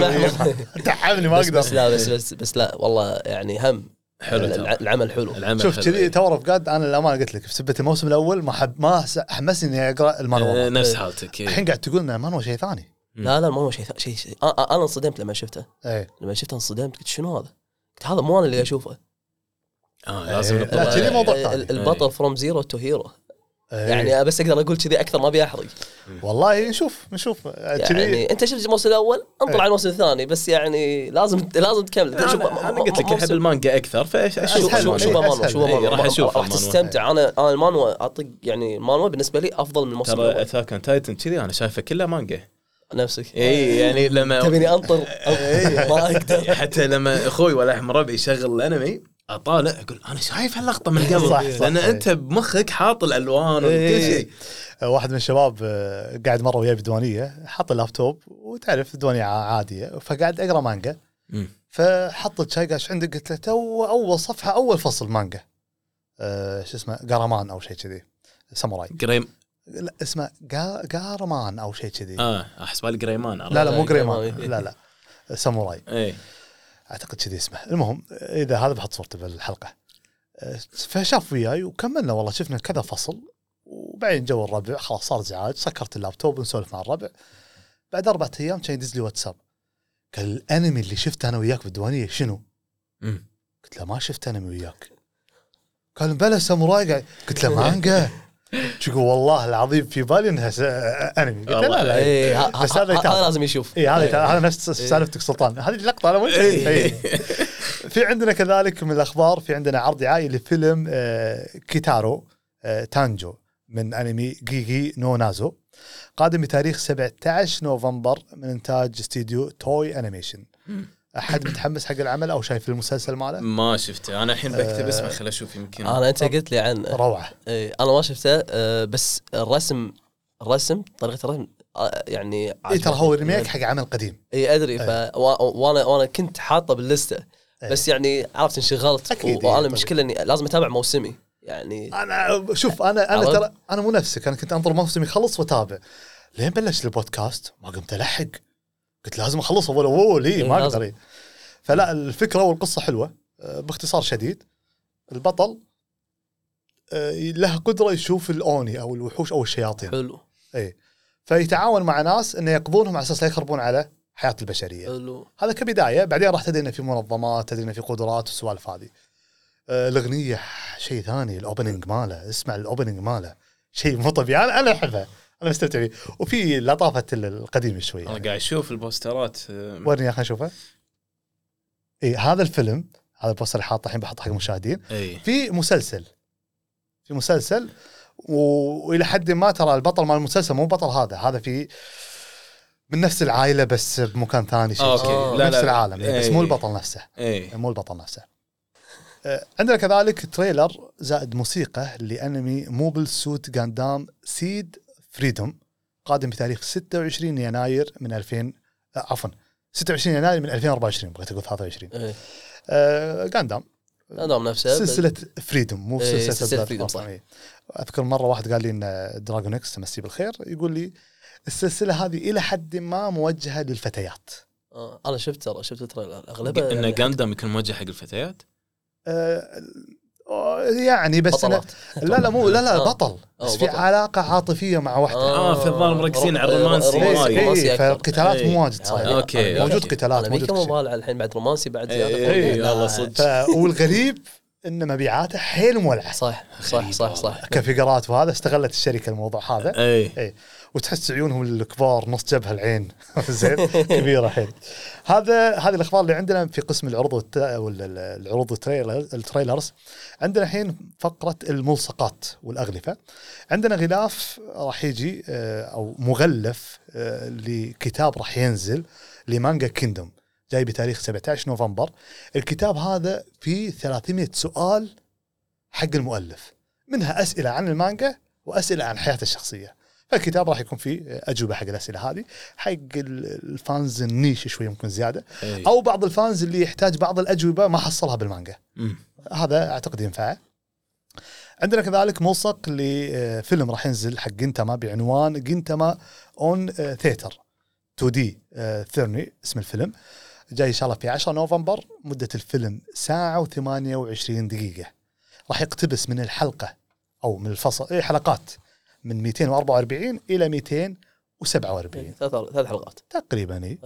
تعبني ما اقدر. بس لا والله يعني هم حلو العمل حلو. شوف كذي تاور اوف جاد انا الامانه قلت لك في سبه الموسم الاول ما حمسني اني اقرا المانوا. نفس حالتك. الحين قاعد تقول ان المانوا شيء ثاني. لا المانوا شيء انا انصدمت لما شفته. لما شفته انصدمت قلت شنو هذا؟ قلت هذا مو انا اللي اشوفه. لازم لا كذي موضوع ثاني. البطل فروم زيرو تو هيرو. يعني بس اقدر اقول كذي اكثر ما بيحرق. والله نشوف يعني انت شفت الموسم الاول انطلع على الموسم الثاني بس يعني لازم تكمل. انا قلت لك احب المانجا اكثر شوف المانوا راح اشوف راح تستمتع. انا المانوا اعطيك يعني المانوا بالنسبه لي افضل من الموسم الاول. ترى اتاك اون تايتن كذي انا شايفه كله مانجا نفسك. يعني لما تبيني انطر ما اقدر. حتى لما اخوي ولا احمد ربعي يشغل الانمي اطالع اقول انا شايف هاللقطه من قبل. صح لان انت بمخك حاط الالوان وكل شيء. واحد من الشباب قاعد مره وياي بديوانيه حط اللابتوب وتعرف ديوانيه عاديه فقاعد اقرا مانجا فحط شيء قاش عندك قلت له تو اول صفحه اول فصل مانجا شو اسمه قارمان او شيء كذي ساموراي لا اسمه قارمان او شيء كذي. احس بالي قريمان. لا مو قريمان لا ساموراي اعتقد كذي اسمه. المهم اذا هذا بحط صورته بالحلقه. فشاف وياي وكملنا والله شفنا كذا فصل وبعدين جو الربع خلاص صار ازعاج سكرت اللابتوب ونسولف مع الربع. بعد 4 أيام كان يدز لي واتساب قال الانمي اللي شفته انا وياك بالديوانيه شنو؟ قلت له ما شفت انمي وياك. قال بلا ساموراي. قلت له مانجا. تقول والله العظيم في بالي انها انمي. قلت له لا بس هذا لازم يشوف. هذا نفس سالفتك سلطان. هذه اللقطه انا وانت. في عندنا كذلك من الاخبار، في عندنا عرض دعائي لفيلم كيتارو تانجو من انمي جيجي نو نازو، قادم بتاريخ 17 نوفمبر من انتاج استديو توي انيميشن. احد متحمس حق العمل او شايف المسلسل ماله؟ ما شفته انا، الحين بكتب اسمه خل اشوف يمكن. انت قلت لي عنه روعه. انا ما شفته بس الرسم طريقه الرسم يعني ترى هو ريميك حق عمل قديم. ادري. وانا كنت حاطه باللسته بس يعني عرفت انشغلت، وانا مشكله اني لازم اتابع موسمي يعني. انا شوف انا ترى انا مو نفسك، انا كنت انظر موسمي يخلص واتابع. لين بلش البودكاست ما قمت الحق، قلت لازم اخلصه ولا ليه ما اقدر. فلا الفكره والقصه حلوه. باختصار شديد البطل له قدره يشوف الاوني او الوحوش او الشياطين. حلو. فيتعاون مع ناس انه يقضونهم على اساس لا يخربون على حياه البشريه. حلو. هذا كبدايه. بعدين راح تدري انه في منظمات، تدري انه في قدرات والسوالف هذه. الاغنيه شيء ثاني، الاوبننج ماله، اسمع الاوبننج ماله شيء مو طبيعي. انا احبه، انا مستمتع فيه، وفي لطافه القديم شويه. انا قاعد اشوف البوسترات. ورني يا اخي اشوفه. هذا الفيلم، هذا البوستر اللي حاطه الحين بحطه حق المشاهدين. في مسلسل والى حد ما ترى البطل مال المسلسل مو بطل هذا في من نفس العائله بس بمكان ثاني شيء. نفس العالم بس مو البطل نفسه. مو البطل نفسه. عندنا كذلك تريلر زائد موسيقى لأنمي موبل سوت غاندام سيد فريدوم، قادم بتاريخ 26 يناير من 2000 عفوا 26 يناير من 2024. بغيت أقول 23. غاندام نفسه سلسلة فريدوم، مو سلسلة فريدوم. أذكر مرة واحد قال لي إن دراغون إكس تمسي بالخير يقول لي السلسلة هذه إلى حد ما موجهة للفتيات. أنا شفت التريلر أغلبها إن غاندام يكون موجه حق الفتيات. يعني بس لا بطل بس في علاقة عاطفية مع واحدة. في الظاهر مركزين على الرومانسي. فالقتالات مو واجد صايرة. اوكي موجود قتالات، موجود كم مبالغ الحين بعد رومانسي بعد زيادة. والله صدق. والغريب ان مبيعاته حيل مولعة. صح كفقرات، وهذا استغلت الشركة الموضوع هذا. وتحس عيونهم الكبار نص جبهة العين زين كبيرة حيل. هذه الأخبار اللي عندنا في قسم العروض التريلرز. عندنا الحين فقرة الملصقات والأغلفة. عندنا غلاف راح يجي أو مغلف لكتاب راح ينزل لمانجا كيندوم، جاي بتاريخ 17 نوفمبر. الكتاب هذا فيه 300 سؤال حق المؤلف، منها أسئلة عن المانجا وأسئلة عن حياته الشخصية. فالكتاب راح يكون فيه أجوبة حق الأسئلة هذه، حق الفانز النيش شوي ممكن زيادة، أو بعض الفانز اللي يحتاج بعض الأجوبة ما حصلها بالمانجا. هذا أعتقد ينفعه. عندنا كذلك ملصق لفيلم راح ينزل حق جنتاما بعنوان جنتاما اون ثيتر 2D ثيرني اسم الفيلم، جاي إن شاء الله في 10 نوفمبر. مدة الفيلم ساعة و28 دقيقة. راح يقتبس من الحلقة أو من الفصل حلقات من 244 إلى 247. ثلاث حلقات تقريبا.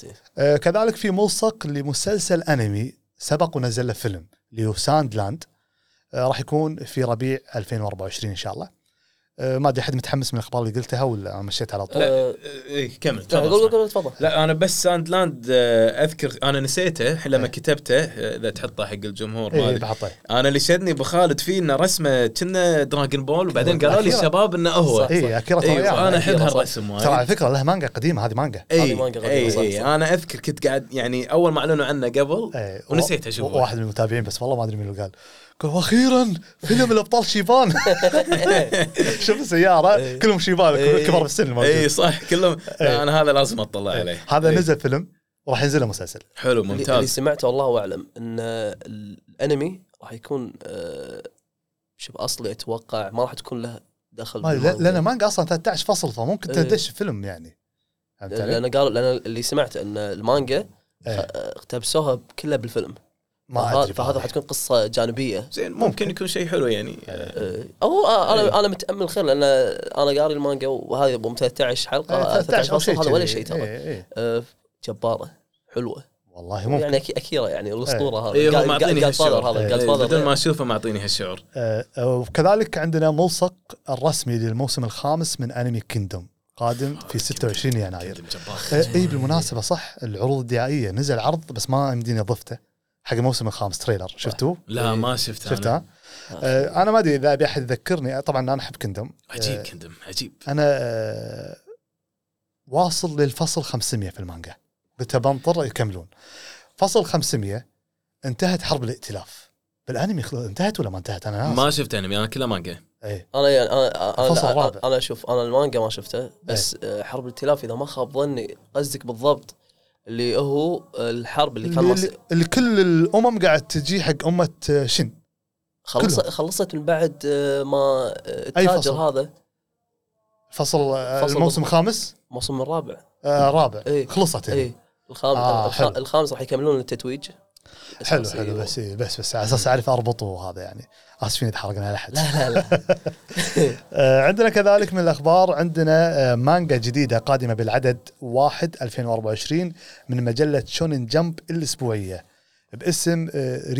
كذلك في ملصق لمسلسل أنمي سبق ونزل له فيلم اللي هو ساندلاند، راح يكون في ربيع 2024 إن شاء الله. ما ادري حد متحمس من الاخبار اللي قلتها ولا مشيت على طول؟ كمل تفضل. لا انا بس ساندلاند اذكر انا نسيته لما كتبته، اذا تحطه حق الجمهور ما انا اللي شدني بخالد فيه انه رسمه كنا دراغون بول، وبعدين قالوا لي الشباب انه هو انا احب هالرسم وايد. ترى على فكره له مانجا قديمه، هذه مانجا. انا اذكر كنت قاعد يعني اول ما اعلنوا عنه قبل ونسيت اشوفه. واحد من المتابعين بس والله ما ادري مين اللي قال واخيرا فيلم الابطال شيبان. شوف السياره كلهم شيبان كبار بالسن الموجود. صح كلهم. انا هذا لازم اطلع عليه. هذا نزل فيلم وراح ينزل مسلسل حلو ممتاز. اللي سمعته والله اعلم ان الانمي راح يكون شوف اصلي اتوقع ما راح تكون له دخل لان مانجا اصلا 13 فصل فممكن تدش فيلم يعني. لان اللي سمعت ان المانجا اقتبسوها كلها بالفيلم. ما ادري فهذا حتكون قصه جانبيه زين ممكن يكون شيء حلو يعني. او انا متامل خير لان انا قاري المانجا وهذه ب 13 حلقه 13 فصل هذا ولا شيء ترى. جباره حلوه والله ممكن يعني اكيرا يعني الاسطوره هذا إيه هو معطيني هالشعور هذا بدل ما اشوفه معطيني هالشعور. وكذلك عندنا ملصق الرسمي للموسم الخامس من انمي كيندوم قادم في 26 يناير. اي بالمناسبه صح العروض الدعائيه نزل عرض بس ما يمديني ضفته حق الموسم الخامس تريلر شفتوه؟ لا ما شفته. انا ما ادري اذا ابي احد يذكرني طبعا انا احب كيندوم عجيب كيندوم عجيب. انا واصل للفصل 500 في المانجا بتبنطر يكملون فصل 500 انتهت حرب الائتلاف بالانمي انتهت ولا ما انتهت؟ انا ما شفت انمي انا كله مانجا. انا يعني انا اشوف انا المانجا ما شفته بس حرب الائتلاف اذا ما خاب ظني قصدك بالضبط اللي هو الحرب اللي كان اللي كل الامم قاعد تجي حق امه شن خلصت من بعد ما التاجر هذا فصل الموسم الخامس الموسم الرابع رابع ايه خلصت ايه الخامس راح يكملون التتويج. حلو بس على اساس اعرف اربطه هذا يعني اسفين اذا حرقنا على احد. لا عندنا كذلك من الاخبار عندنا مانجا جديده قادمه بالعدد 1/2024 من مجله شونين جمب الاسبوعيه باسم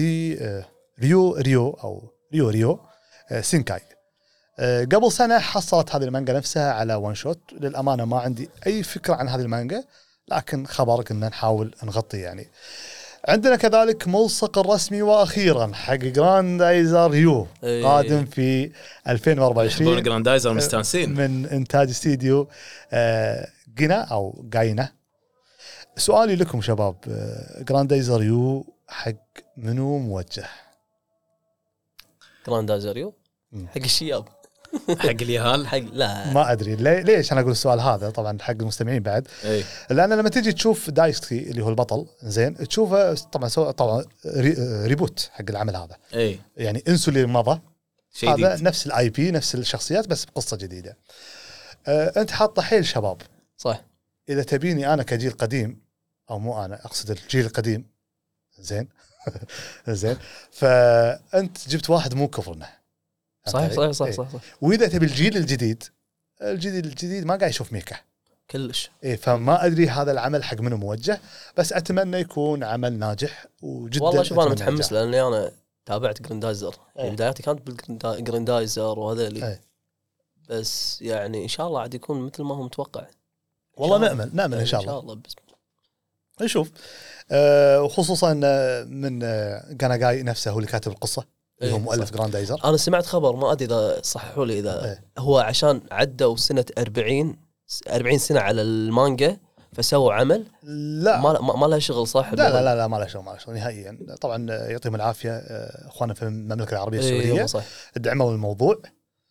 ريو سينكاي. قبل سنه حصلت هذه المانجا نفسها على وان شوت. للامانه ما عندي اي فكره عن هذه المانجا لكن خبرك ان نحاول نغطي يعني. عندنا كذلك ملصق الرسمي واخيرا حق جراندايزر يو قادم في 2024. جراندايزر مستانسين من انتاج استديو جينا او جاينا. سؤالي لكم شباب جراندايزر يو حق منو موجه؟ جراندايزر يو حق الشياب حق اليهال حق لا ما ادري ليش انا اقول السؤال هذا طبعا حق المستمعين بعد أي. لان لما تيجي تشوف دايسكي اللي هو البطل زين تشوفه طبعا ريبوت حق العمل هذا أي. يعني انسوا اللي مضى هذا ديد. نفس الاي بي نفس الشخصيات بس بقصه جديده. انت حاطه حيل شباب صح. اذا تبيني انا كجيل قديم او مو انا اقصد الجيل القديم زين زين فانت جبت واحد مو كفرنا صح. واذا تبي الجيل الجديد ما قاعد يشوف ميكا كلش فما ادري هذا العمل حق منو موجه بس اتمنى يكون عمل ناجح وجدا. والله شوف انا متحمس لاني انا تابعت جراندايزر يعني بداياتي كانت بالجراندايزر وهذا بس يعني ان شاء الله عاد يكون مثل ما هو متوقع. والله نأمل ان شاء الله بس نشوف. وخصوصا من جاناغاي نفسه هو اللي كاتب القصه اللي هو مؤلف جراندايزر. انا سمعت خبر ما ادري اذا صححوا لي اذا هو عشان عدوا سنه 40 سنه على المانجا فسووا عمل لا ما لها شغل صح. لا ما لها شغل نهائيا. طبعا يعطيهم العافيه اخواننا في المملكه العربيه السعوديه دعموا الموضوع.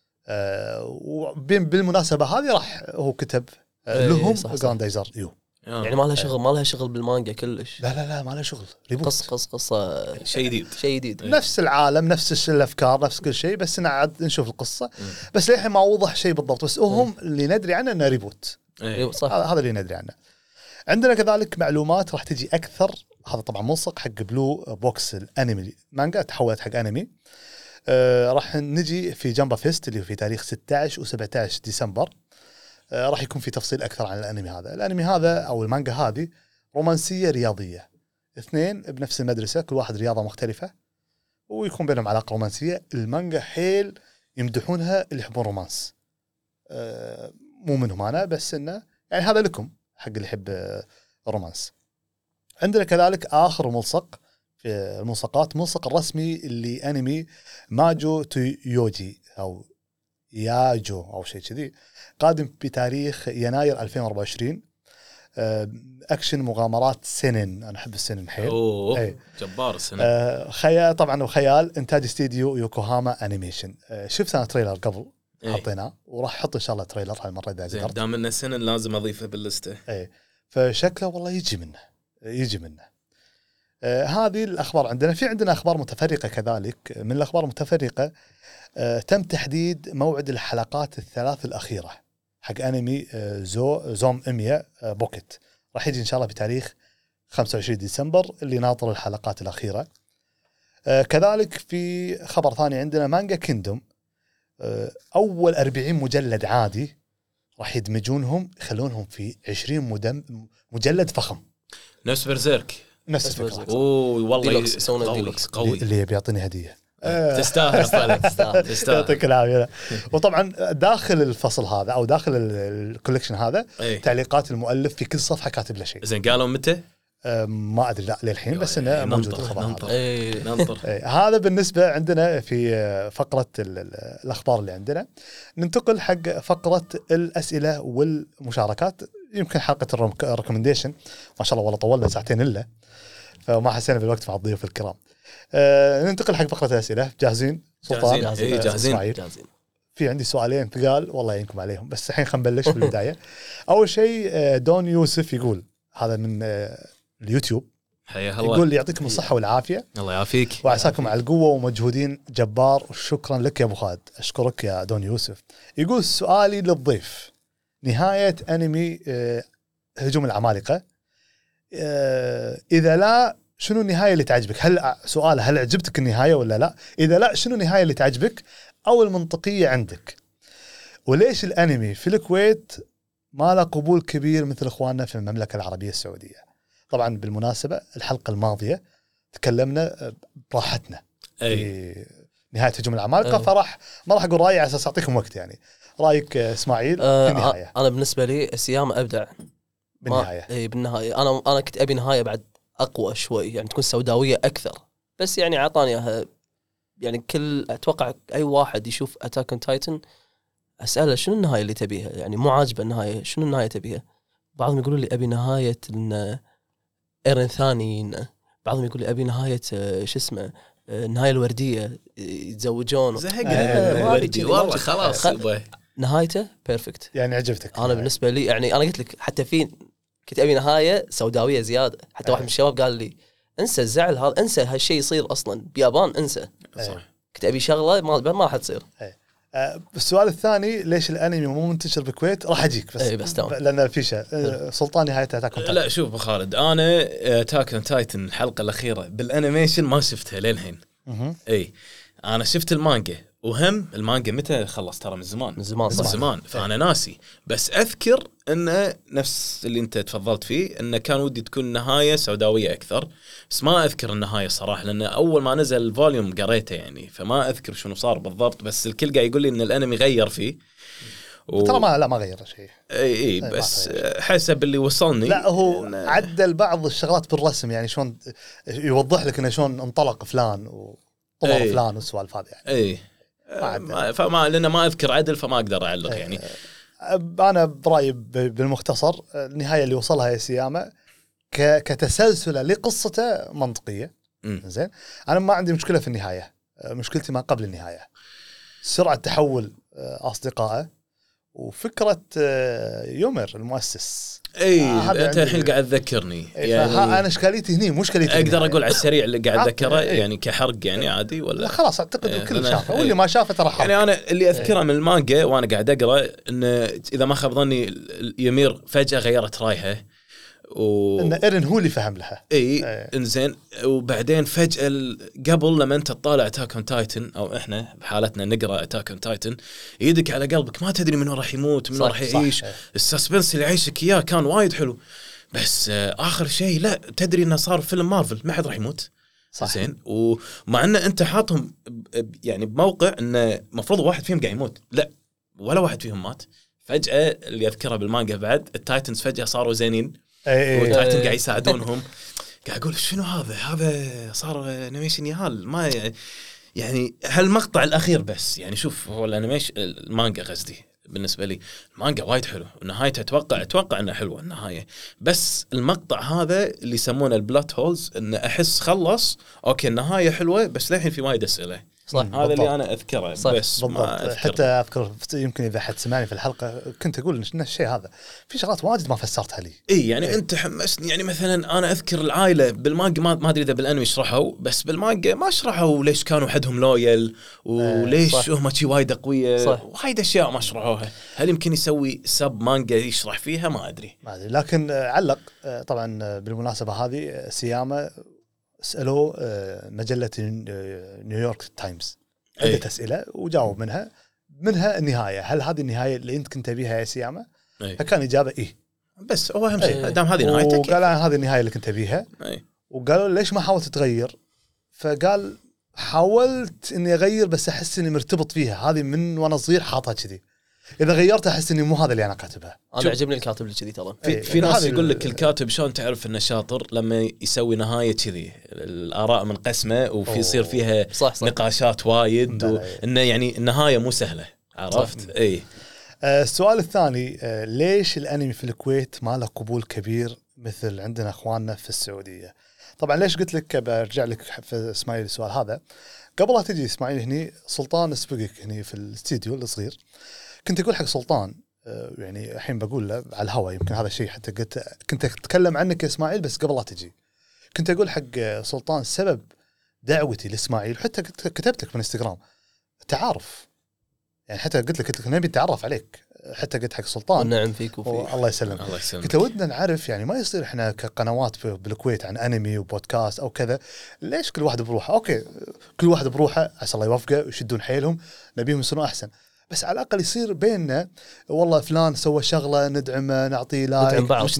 وبالمناسبه هذه راح هو كتب لهم جراندايزر يو يعني ما لها شغل بالمانجا كلش. لا ما لها شغل. قصه شيء جديد نفس العالم نفس الافكار نفس كل شيء بس نعد نشوف القصه بس للحين ما وضح شيء بالضبط بس هم اللي ندري عنه انه ريبوت. هذا اللي ندري عنه. عندنا كذلك معلومات راح تجي اكثر. هذا طبعا ملصق حق بلو بوكس الانمي مانجا تحولت حق انمي. راح نجي في جامبا فيست اللي في تاريخ 16 و17 ديسمبر. راح يكون في تفصيل أكثر عن الأنمي هذا أو المانجا هذه رومانسية رياضية. اثنين بنفس المدرسة كل واحد رياضة مختلفة ويكون بينهم علاقة رومانسية. المانجا حيل يمدحونها اللي يحبون رومانس. مو منهم أنا بس إنه يعني هذا لكم حق اللي يحب الرومانس. عندنا كذلك آخر ملصق في الملصقات ملصق الرسمي اللي أنمي ماجو تو يوجي أو ياجو أو شيء كذي قادم بتاريخ يناير 2024. أكشن مغامرات سنن. أنا أحب السنن حيل. جبار السنن. خيال طبعا وخيال إنتاج استديو يوكوهاما أنيميشن. شفت أنا تريلر قبل حطيناه وراح أحط إن شاء الله تريلر هالمرة إذا قدرت. دام إنه سنن لازم أضيفه باللستة. فشكله والله يجي منه. هذه الأخبار عندنا. في عندنا أخبار متفرقة كذلك. من الأخبار المتفرقة تم تحديد موعد الحلقات الثلاث الأخيرة حق أنمي زوم إميا بوكيت. راح يجي إن شاء الله بتاريخ 25 ديسمبر اللي ناطر الحلقات الأخيرة. كذلك في خبر ثاني عندنا مانجا كيندوم. أول 40 مجلد عادي راح يدمجونهم يخلونهم في 20 مجلد فخم. نفس برزيرك. نفس الفكره. اوه والله يسوون ديلوكس قوي اللي بيعطيني هديه. تستاهل. يعطيك العافيه. وطبعا داخل الفصل هذا او داخل الكوليكشن هذا تعليقات المؤلف في كل صفحه كاتب له شيء. زين قالوا متى؟ ما ادري لا للحين، بس انه موجود الخبر. ننطر. هذا بالنسبه عندنا في فقره الاخبار اللي عندنا. ننتقل حق فقره الاسئله والمشاركات. يمكن حلقه الريكومنديشن ما شاء الله والله طولنا ساعتين الا، فما حسينا بالوقت مع الضيوف الكرام. ننتقل حق فقره الاسئله. جاهزين سلطان؟ جاهزين. في عندي سؤالين ثقال والله يعينكم عليهم، بس الحين خلينا نبلش بالبدايه. اول شيء دون يوسف يقول، هذا من اليوتيوب، حيا الله، يقول يعطيكم الصحه والعافيه. الله يعافيك وعساكم على القوه ومجهودين جبار، وشكرا لك يا ابو خالد. اشكرك يا دون يوسف. يقول سؤالي للضيف، نهايه انمي هجوم العمالقه، اذا لا شنو النهايه اللي تعجبك؟ هل عجبتك النهايه ولا لا؟ اذا لا شنو النهايه اللي تعجبك او المنطقيه عندك؟ وليش الانمي في الكويت ما له قبول كبير مثل اخواننا في المملكه العربيه السعوديه؟ طبعا بالمناسبه الحلقه الماضيه تكلمنا براحتنا في نهايه هجوم العمالقه، فراح ما راح اقول رايي على اساس اعطيكم وقت. يعني رايك اسماعيل في النهايه؟ انا بالنسبه لي سيام ابدع بالنهايه. بالنهايه انا كنت ابي نهايه بعد اقوى شوي، يعني تكون سوداويه اكثر، بس يعني اعطاني اياها. يعني اتوقع اي واحد يشوف اتاك اون تايتن اساله شنو النهايه اللي تبيها، يعني مو عاجبه النهايه، شنو النهايه تبيها؟ بعضهم يقولوا لي ابي نهايه ان ايرن ثاني، بعضهم يقول لي ابي نهايه شو اسمه النهايه الورديه يتزوجون. الوردي والله خلاص نهايته بيرفكت، يعني عجبتك؟ انا بالنسبه لي يعني انا قلت لك حتى في كنت ابي نهايه سوداويه زياده. حتى واحد من الشباب قال لي انسى الزعل هذا، انسى هالشيء يصير اصلا بيابان، انسى. صح. كنت ابي شغله ما راح تصير. السؤال الثاني، ليش الانمي مو منتشر بالكويت؟ راح اجيك بس لان في شيء سلطان نهايته اتاك. لا شوف ابو خالد، انا اتاك اون تايتن الحلقه الاخيره بالانيميشن ما شفتها للحين. اي انا شفت المانجا، وهم المانجا متى خلص؟ ترى من زمان فانا ناسي، بس اذكر انه نفس اللي انت تفضلت فيه، انه كان ودي تكون نهايه سوداويه اكثر، بس ما اذكر النهايه صراحه، لان اول ما نزل الفوليوم قريته يعني، فما اذكر شنو صار بالضبط. بس الكل قاعد يقول لي ان الانمي غير فيه ترى ما غير شيء. اي بس حسب اللي وصلني، لا هو عدل بعض الشغلات بالرسم، يعني شلون يوضح لك انه شلون انطلق فلان وطمر فلان والسوالف هذه يعني. فما لأنه ما أذكر عدل، فما أقدر أعلق يعني. أنا برأيي بالمختصر النهاية اللي وصلها يا سيامة كتسلسل لقصته منطقية. زين، أنا ما عندي مشكلة في النهاية، مشكلتي ما قبل النهاية، سرعة تحول أصدقائه، وفكرة يومر المؤسس. أنت الحين قاعد تذكرني يعني أنا إشكاليتي هني مشكلتي أقدر أقول على السريع اللي قاعد أذكره يعني كحرق يعني عادي ولا لا؟ خلاص أعتقد الكل شافه، واللي ما شافه ترى حرق. يعني أنا اللي أذكره من المانجا وأنا قاعد أقرأ إن إذا ما خاب ظني يمير فجأة غيرت رايها، إن إيرن هو اللي فهم لها. إنزين، وبعدين فجأة قبل لما أنت تطالع أتاك أون تايتن، أو إحنا بحالتنا نقرأ أتاك أون تايتن، يدك على قلبك، ما تدري منو راح يموت منو راح يعيش. السسبنس اللي يعيشك إياه كان وايد حلو، بس آخر شيء لا تدري إنه صار فيلم مارفل، ما حد راح يموت. زين، ومع إن أنت حاطهم يعني بموقع إنه مفروض واحد فيهم قاعد يموت، لا ولا واحد فيهم مات. فجأة اللي أذكره بالمانجا بعد التايتنز فجأة صاروا زينين، والتايتن قاعد يساعدونهم. قاعد أقول شنو هذا صار انيميشن يهال ما يعني هالمقطع الأخير بس. يعني شوف هو الانيميشن المانجا قصدي بالنسبة لي المانجا وايد حلو، ونهايته أتوقع أنها حلوة النهاية، بس المقطع هذا اللي يسمونه البلات هولز، إنه أحس خلص أوكي النهاية حلوة بس للحين في وايد أسئلة. صح، هذا بالضبط. اللي أنا أذكره بس ما أذكر. حتى أذكر يمكن إذا حد سمعني في الحلقة كنت أقول إن الشيء هذا في شغلات واجد ما فسرتها لي. يعني أنت حمسني، يعني مثلا أنا أذكر العائلة بالمانجا ما أدري إذا بالأنمي شرحوا، بس بالمانجا ما شرحوا ليش كانوا حدهم لويل وليش هم شي وايد قوية، وهايد أشياء ما شرحوها. هل يمكن يسوي سب مانجا يشرح فيها؟ ما أدري. لكن علق طبعا بالمناسبة هذه سيامة سألوا مجلة نيويورك تايمز عدة أسئلة وجاوب منها النهاية. هل هذه النهاية اللي أنت كنت بيها يا سيامة؟ فكان إجابة إيه. بس هو اهم شيء دام هذه نهايتك. وقال هذه النهايه اللي كنت ابيها. وقالوا ليش ما حاولت تغير؟ فقال حاولت اني اغير بس احس اني مرتبط فيها، هذه من وانا صغير حاطها كذي، اذا غيرت احس اني مو هذا اللي انا كاتبها. انا عجبني الكاتب اللي كذي ترى. في ناس يقول لك الكاتب شلون تعرف انه شاطر لما يسوي نهايه كذي الاراء منقسمه وفي يصير فيها صح. نقاشات وايد، وانه يعني النهايه مو سهله، عرفت؟ اي. السؤال الثاني، ليش الانمي في الكويت ما له قبول كبير مثل عندنا اخواننا في السعوديه؟ طبعا ليش قلت لك برجع لك في اسماعيل السؤال هذا. قبل لا تجي اسماعيل هني، سلطان سبقك هني في الاستديو الصغير، كنت اقول حق سلطان، يعني الحين بقول له على الهواء، يمكن هذا الشيء حتى كنت اتكلم عنك يا اسماعيل، بس قبل لا تجي كنت اقول حق سلطان سبب دعوتي لاسماعيل، حتى كتبت لك في انستغرام تعارف، يعني حتى قلت لك نبي نتعرف عليك، حتى قلت حق سلطان ونعم فيك وفيك الله يسلمك. كنت ودنا نعرف، يعني ما يصير احنا كقنوات بالكويت عن انمي وبودكاست او كذا، ليش كل واحد بروحه؟ اوكي كل واحد بروحه، عسى الله يوفقه ويشدون حيلهم، نبيهم يصيرون احسن، بس على الاقل يصير بيننا والله فلان سوى شغله ندعمه، نعطيه لايك، ندعم بعض،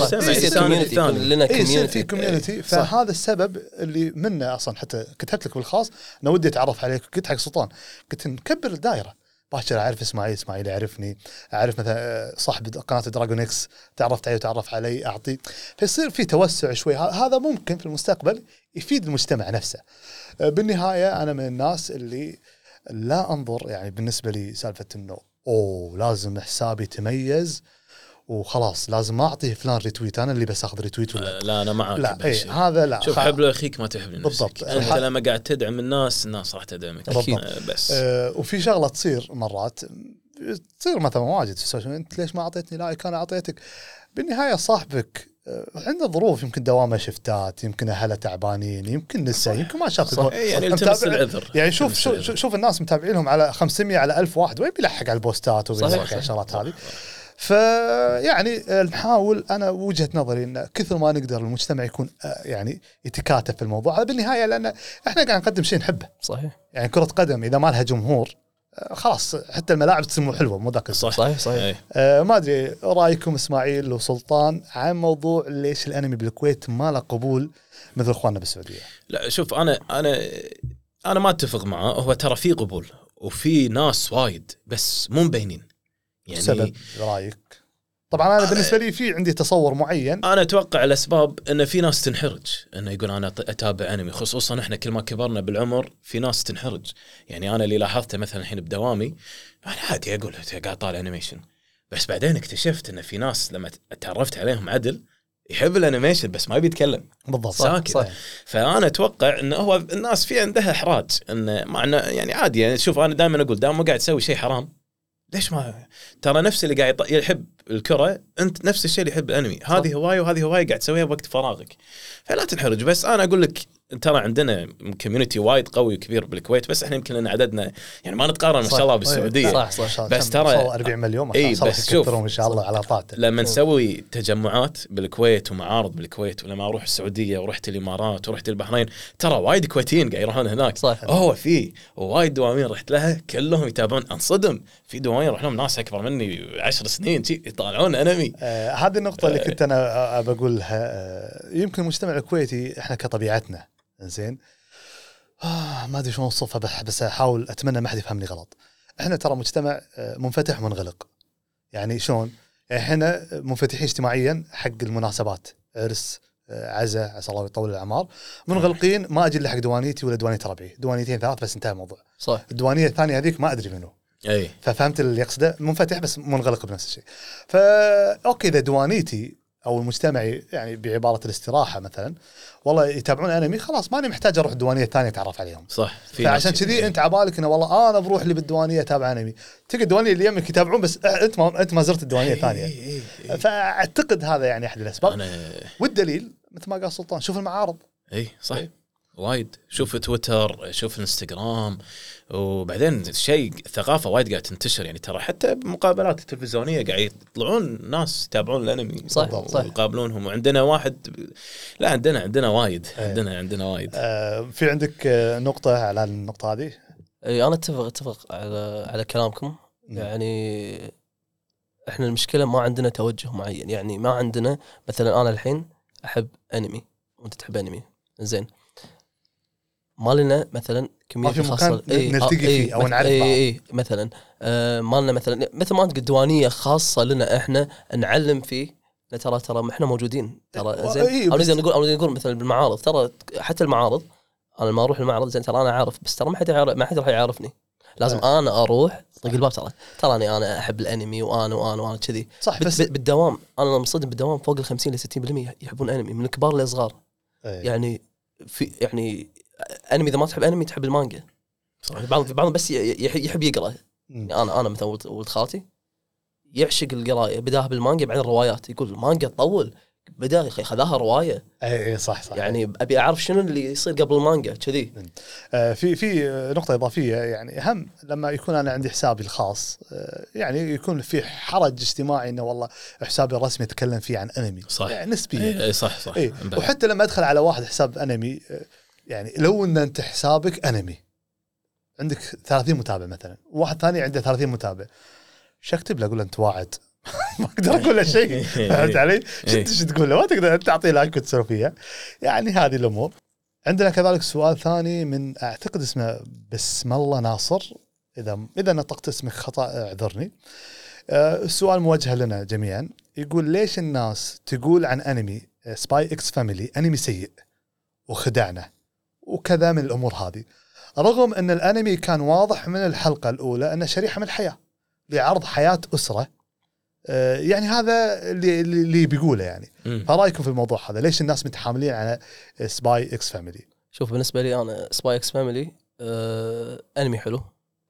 يصير في كوميونتي. فهذا السبب اللي منه اصلا حتى كتبت لك بالخاص انا ودي اتعرف عليك. قلت حق سلطان قلت نكبر الدائره، باكر اعرف اسماعيل يعرفني، اعرف مثلا صاحب قناه دراجون اكس تعرفت عليه وتعرف علي، اعطي، فيصير في توسع شوي. هذا ممكن في المستقبل يفيد المجتمع نفسه. بالنهايه انا من الناس اللي لا انظر، يعني بالنسبه لي سالفه انه لازم حسابي يتميز وخلاص لازم ما اعطيه فلان ريتويت، انا اللي بس اخذ ريتويت ولا لا انا معك. لا هذا لا، شوف حب اخيك ما تحب نفسك. بالضبط. انت لما قاعد تدعم الناس راح تدعمك اكيد. بس وفي شغله تصير مرات، تصير مثلا واجد في السوشيال، انت ليش ما اعطيتني لايك؟ انا اعطيتك. بالنهايه صاحبك عنده ظروف، يمكن دوامه شفتات، يمكن اهله تعبانين، يمكن نسى، يمكن ما شاف يعني التمس العذر. يعني شوف الناس متابعينهم على 500 على 1000 واحد، وين بيلحق على البوستات وبيلحق على الشغلات هذه. فيعني نحاول، انا وجهة نظري ان كثر ما نقدر المجتمع يكون يعني يتكاتف في الموضوع هذا بالنهايه، لان احنا قاعد نقدم شيء نحبه. صحيح. يعني كرة قدم اذا ما لها جمهور خلاص حتى الملاعب تصير حلوه، مو ذاك. صحيح. ما ادري رايكم اسماعيل وسلطان عن موضوع ليش الانمي بالكويت ما له قبول مثل اخواننا بالسعوديه؟ لا شوف، انا ما اتفق معه. هو ترى في قبول وفي ناس وايد بس مو مبينين. يعني سبب رايك؟ طبعا انا بالنسبه لي في عندي تصور معين. انا اتوقع الاسباب ان في ناس تنحرج انه يقول انا اتابع انمي، خصوصا احنا كل ما كبرنا بالعمر في ناس تنحرج. يعني انا اللي لاحظته مثلا الحين بدوامي، انا عادي اقول قاعد طالع انيميشن، بس بعدين اكتشفت ان في ناس لما تعرفت عليهم عدل يحب الانيميشن بس ما يتكلم بالضبط. صح. فانا اتوقع انه هو الناس في عندها احراج، انه معنى يعني عادي. يعني شوف انا دائما اقول دام ما قاعد تسوي شيء حرام ليش ما ترى نفس اللي قاعد يحب الكرة انت نفس الشيء اللي يحب الانمي. هذه هوايه وهذه هوايه قاعد تسويها بوقت فراغك، فلا تنحرج. بس انا اقول لك ترى عندنا كوميونتي وايد قوي وكبير بالكويت، بس احنا يمكن لنا عددنا يعني ما نتقارن ما شاء الله بالسعوديه. صح. بس ترى 40 مليون ما شاء الله. بس شوف ان شاء الله على طاعته. لما نسوي تجمعات بالكويت ومعارض بالكويت، ولما اروح السعوديه ورحت الامارات ورحت البحرين، ترى وايد كويتيين قاعد يروحون هناك. هو في وايد دوامين رحت لها كلهم يتابعون، انصدم في دوامين يروح لهم ناس اكبر مني 10 سنين يطالعون انمي. هذه النقطه اللي كنت انا بقولها. يمكن المجتمع الكويتي احنا كطبيعتنا زين، ما ادري شلون اوصفها، بس احاول اتمنى ما حد يفهمني غلط. احنا ترى مجتمع منفتح ومنغلق. يعني شلون؟ يعني احنا منفتحين اجتماعيا حق المناسبات، عرس، عزاء، عسى الله يطول الاعمار. منغلقين ما اجي لحق دوانيتي ولا دوانيه ربعي، دوانيتين ثلاث بس انتهى الموضوع. صح. الديوانيه الثانيه هذيك ما ادري منه. اي ففهمت اللي يقصده، منفتح بس منغلق بنفس الشيء. فا اوكي اذا دوانيتي او المجتمع يعني بعباره الاستراحه مثلا والله يتابعون انمي، خلاص ماني محتاج اروح الديوانيه الثانيه اتعرف عليهم. صح. فعشان كذي انت عبالك انه والله انا بروح لي بالديوانيه اتابع انمي، تلقى الديوانيه اللي يمك يتابعون بس انت ما زرت الديوانيه الثانيه. فاعتقد هذا يعني احد الاسباب. والدليل مثل ما قال سلطان، شوف المعارض. اي صح. وايد شوف تويتر، شوف الانستغرام، وبعدين شيء ثقافه وايد قاعد تنتشر. يعني ترى حتى بمقابلات التلفزيونيه قاعد يطلعون ناس يتابعون الانمي ويقابلونهم. وعندنا واحد، لا عندنا وايد. عندنا وايد. في عندك نقطه على النقطه هذه؟ اي انا اتفق على كلامكم. يعني احنا المشكله ما عندنا توجه معين، يعني ما عندنا مثلا انا الحين احب انمي وانت تحب انمي، زين ما لنا مثلا كميه خاصه نلتقي فيه او نعرف بعض. مثلا ما لنا مثلا مثل ما تقول ديوانيه خاصه لنا احنا نعلم فيه. ترى احنا موجودين ترى زين. او نقول مثلا بالمعارض، ترى حتى المعارض انا لما اروح المعرض زين ترى انا عارف، بس ترى ما حد راح يعرفني. لازم انا اروح طق الباب، تراني انا احب الانمي وانا كذي صح. بس بالدوام انا مصدم بالدوام فوق ال 50 ل 60% يحبون انمي من الكبار للصغار. يعني انمي اذا ما تحب انمي تحب المانجا. صح. بعضهم بس يحب يقرا. انا مثلا ولد خالتي يعشق القرايه، بداها بالمانجا بعدين الروايات، يقول المانجا تطول بدا خذاها روايه. اي صح يعني ابي اعرف شنو اللي يصير قبل المانجا كذي. في نقطه اضافيه، يعني اهم لما يكون انا عندي حسابي الخاص، يعني يكون في حرج اجتماعي انه والله حسابي الرسمي يتكلم فيه عن انمي. صح. يعني نسبيا. اي صح. وحتى لما ادخل على واحد حساب انمي، يعني لو ان انت حسابك انمي عندك 30 متابع مثلا، وواحد ثاني عنده 30 متابع، شو اكتب له؟ اقول له انت واعد. ما اقدر اقول له شيء. فهمت علي؟ شو تقول له؟ ما تقدر تعطيه لايك وتسوي فيها. يعني هذه الامور. عندنا كذلك سؤال ثاني من اعتقد اسمه بسم الله ناصر، اذا نطقت اسمك خطا اعذرني. السؤال موجه لنا جميعا، يقول ليش الناس تقول عن انمي سباي اكس فاميلي انمي سيء وخدعنا وكذا من الامور هذه، رغم ان الانمي كان واضح من الحلقه الاولى انه شريحه من الحياه لعرض حياه اسره. يعني هذا اللي بيقوله يعني. فرايكم في الموضوع هذا؟ ليش الناس متحاملين على سباي اكس فاميلي؟ شوف بالنسبه لي انا سباي اكس فاميلي انمي حلو.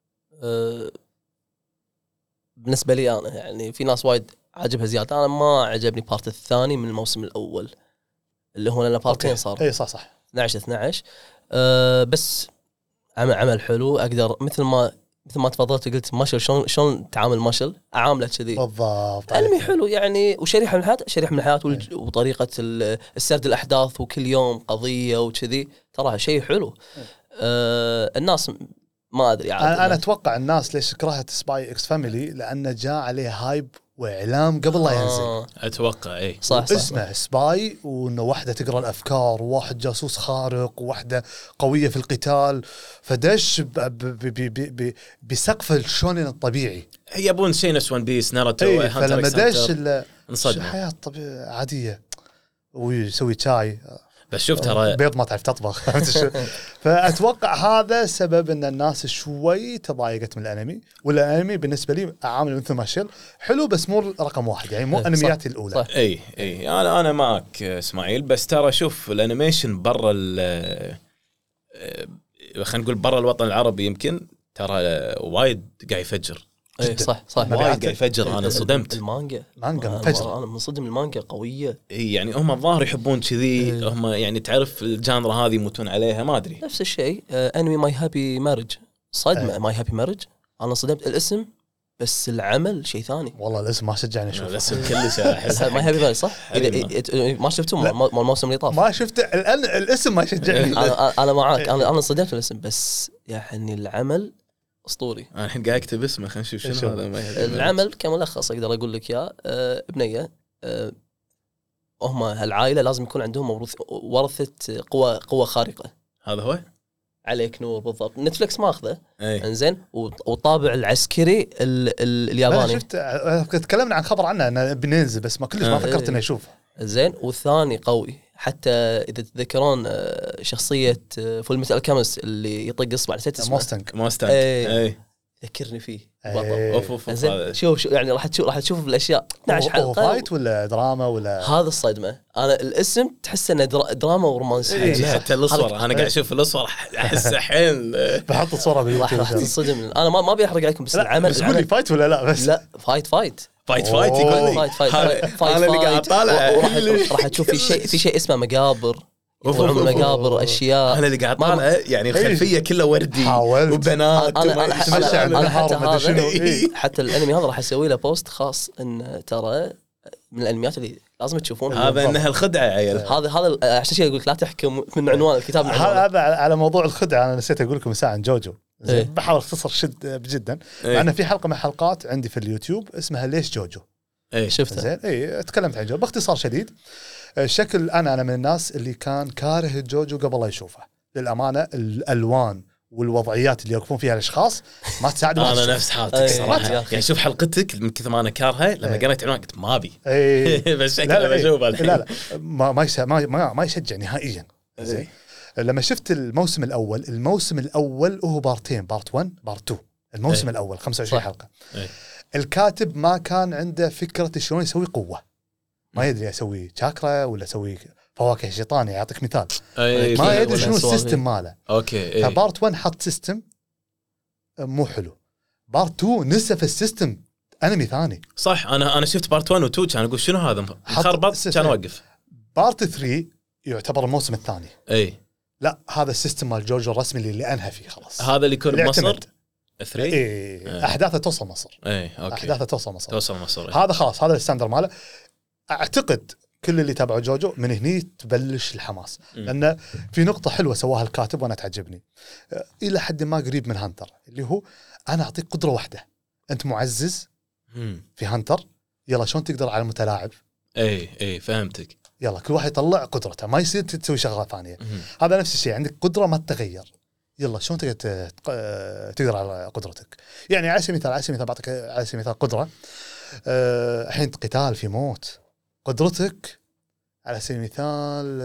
بالنسبه لي انا يعني في ناس وايد عجبها زياده، انا ما عجبني بارت الثاني من الموسم الاول اللي هو لنا بارتين صار. اي صح 12 بس عمل حلو. اقدر مثل ما تفضلت قلت ماشل شلون تعامل ماشل اعامله كذي بالضبط. انمي حلو يعني، وشريحه من الحياه وطريقه السرد الاحداث وكل يوم قضيه وكذي، ترى شيء حلو. الناس ما ادري انا اتوقع الناس ليش كرهت سباي اكس فاميلي لانه جاء عليه هايب واعلام قبل لا ينزل. اتوقع اي صح اسمه سباي، وانه واحده تقرا الافكار وواحد جاسوس خارق وواحده قويه في القتال، فدش بسقف الشونين الطبيعي. يبون شيء نفس ون بيس ناروتو. فلما دش الحياه عاديه ويسوي شاي بس شوف ترى بيض ما تعرف تطبخ. فأتوقع هذا سبب أن الناس شوي تضايقت من الأنمي. والأنمي بالنسبة لي أعامل مثل ما شل حلو، بس مو رقم واحد، يعني مو أنمياتي الأولى. صح. أي أنا معك إسماعيل، بس ترى شوف الأنيميشن برا خلينا نقول برا الوطن العربي يمكن ترى وايد قاعد يفجر. صح وايد قاعد يفجر. انا صدمت المانجا مفجر. انا منصدم المانجا قويه. يعني هم الظاهر يحبون كذي. هم يعني تعرف الجانرا هذه يموتون عليها، ما ادري. نفس الشيء انمي ماي هابي مارج، صدمه ماي هابي مارج. انا صدمت الاسم بس العمل شيء ثاني. والله الاسم ما شجعني اشوفه. الاسم كلش احس ماي هابي مارج صح. اذا ما شفتوه مال الموسم اللي طاف ما شفته الاسم ما شجعني. انا معاك. انا صدمت الاسم بس يعني العمل اسطوري. انا الحين قاعد اكتب اسمه، خلينا نشوف شنو هذا. العمل كملخص اقدر اقول لك يا بنيه، هم هالعائله لازم يكون عندهم ورثه قوه خارقه. هذا هو عليك نور بالضبط. نتفلكس ماخذه انزين، والطابع العسكري الياباني. شفت تكلمنا عن خبر عنه انه بننزل، بس ما كلش ما فكرت اني اشوفه. زين والثاني قوي، حتى اذا تتذكرون شخصيه فول ميتال الكيمست اللي يطق اصبع نسيت اسمه. موستنج ذكرني فيه. اوف شوف يعني راح تشوف الاشياء 12 حلقه. فايت ولا دراما ولا هذا الصدمه. انا الاسم تحس انه دراما ورومانس. حتى الصور انا قاعد اشوف الصور احس الحين بحط الصوره باليوتيوب. راح تنصدم. انا ما بيحرق عليكم بس العمل. بس قول لي فايت ولا لا؟ بس لا فايت يقول لي فايت. انا اللي قاعد طالع. راح تشوف في شيء اسمه مقابر، مقابر اشياء. انا اللي قاعد طالع يعني الخلفيه كلها وردي وبنات. انا حتى الانمي هذا راح اسوي له بوست خاص ان ترى من الانميات اللي لازم تشوفونها. هذا انها الخدعه يا عيال. هذا عشان شيء اقول لك لا تحكم من عنوان الكتاب. هذا على موضوع الخدعه. انا نسيت اقول لكم ساعه عن جوجو. بحاول اختصر جدا مع ان في حلقه من الحلقات عندي في اليوتيوب اسمها ليش جوجو. شفتها زين تكلمت عن جوجو باختصار شديد. الشكل انا من الناس اللي كان كاره الجوجو قبل لا يشوفه للامانه. الالوان والوضعيات اللي يوقفون فيها الاشخاص ما تساعد. انا نفس حالتك صراحه يعني شوف حلقتك من كثر ما انا كارهه لما قريت عنوان قلت ما ابي بس شكله بشوفه الحين. لا ما يشجع نهائيا. زين لما شفت الموسم الاول وهو بارتين، بارت 1 بارت 2. الموسم الاول 25 حلقه. الكاتب ما كان عنده فكره شلون يسوي قوه، ما يدري اسوي شاكرا ولا اسوي فواكه شيطاني. يعطيك مثال ما يدري شنو السيستم ماله. اوكي فبارت 1 حط سيستم مو حلو، بارت 2 نسف السيستم انمي ثاني. صح انا شفت بارت 1 و 2 كان اقول شنو هذا خربط كان اوقف. بارت 3 يعتبر الموسم الثاني. لا هذا السيستم مال جوجو الرسمي اللي انهى فيه خلاص. هذا اللي يكون بمصر 3 احداثه توصل مصر. اوكي احداثه توصل مصر. هذا خلاص هذا الستاندر ماله. اعتقد كل اللي تابعوا جوجو من هني تبلش الحماس. لأن في نقطة حلوة سواها الكاتب وأنا تعجبني إلى حد ما قريب من هانتر، اللي هو أنا أعطيك قدرة واحدة، أنت معزز في هانتر، يلا شلون تقدر على المتلاعب. فهمتك. يلا كل واحد يطلع قدرته، ما يصير تسوي شغلة ثانية. هذا نفس الشيء، عندك قدرة ما تتغير، يلا شلون تقدر على قدرتك. يعني على سبيل المثال بعطيك على سبيل المثال قدرة الحين قتال في موت، قدرتك على سبيل المثال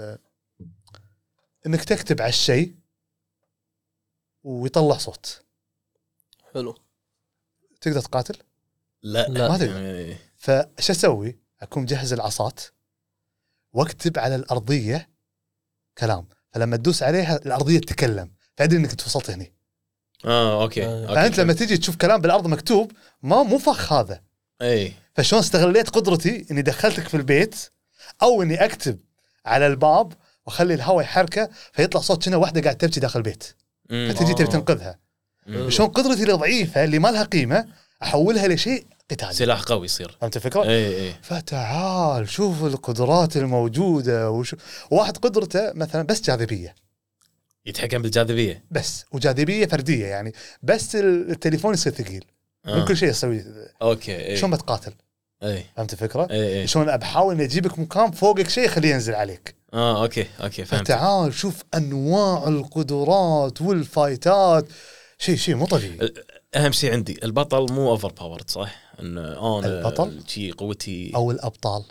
انك تكتب على الشيء ويطلع صوت. حلو. تقدر تقاتل؟ لا ما تقدر. فايش اسوي؟ اكون مجهز العصات واكتب على الارضيه كلام، فلما تدوس عليها الارضيه تتكلم، فادري انك توصلت هني. اوكي. فانت لما تيجي تشوف كلام بالارض مكتوب مو فخ هذا. فشلون استغليت قدرتي اني دخلتك في البيت، او اني اكتب على الباب واخلي الهواء يحركه فيطلع صوت كأنه واحده قاعده تبكي داخل البيت، فتجي تبي تنقذها. شلون قدرتي الضعيفه اللي ما لها قيمه احولها لشيء قتالي، سلاح قوي يصير. فهمت الفكره؟ فتعال شوف القدرات الموجوده. واحد قدرته مثلا بس جاذبيه، يتحكم بالجاذبيه بس، وجاذبيه فرديه، يعني بس التليفون يصير ثقيل مو كل شيء يسوي. اوكي. شلون بتقاتل؟ فهمت الفكره؟ شلون بحاول اني اجيبك مكان فوقك شيء خليه ينزل عليك. اوكي فهمت. تعال شوف انواع القدرات والفايتات، شيء مو طبيعي. اهم شيء عندي البطل مو اوفر باورد، صح؟ ان انا البطل شيء قوتي او الابطال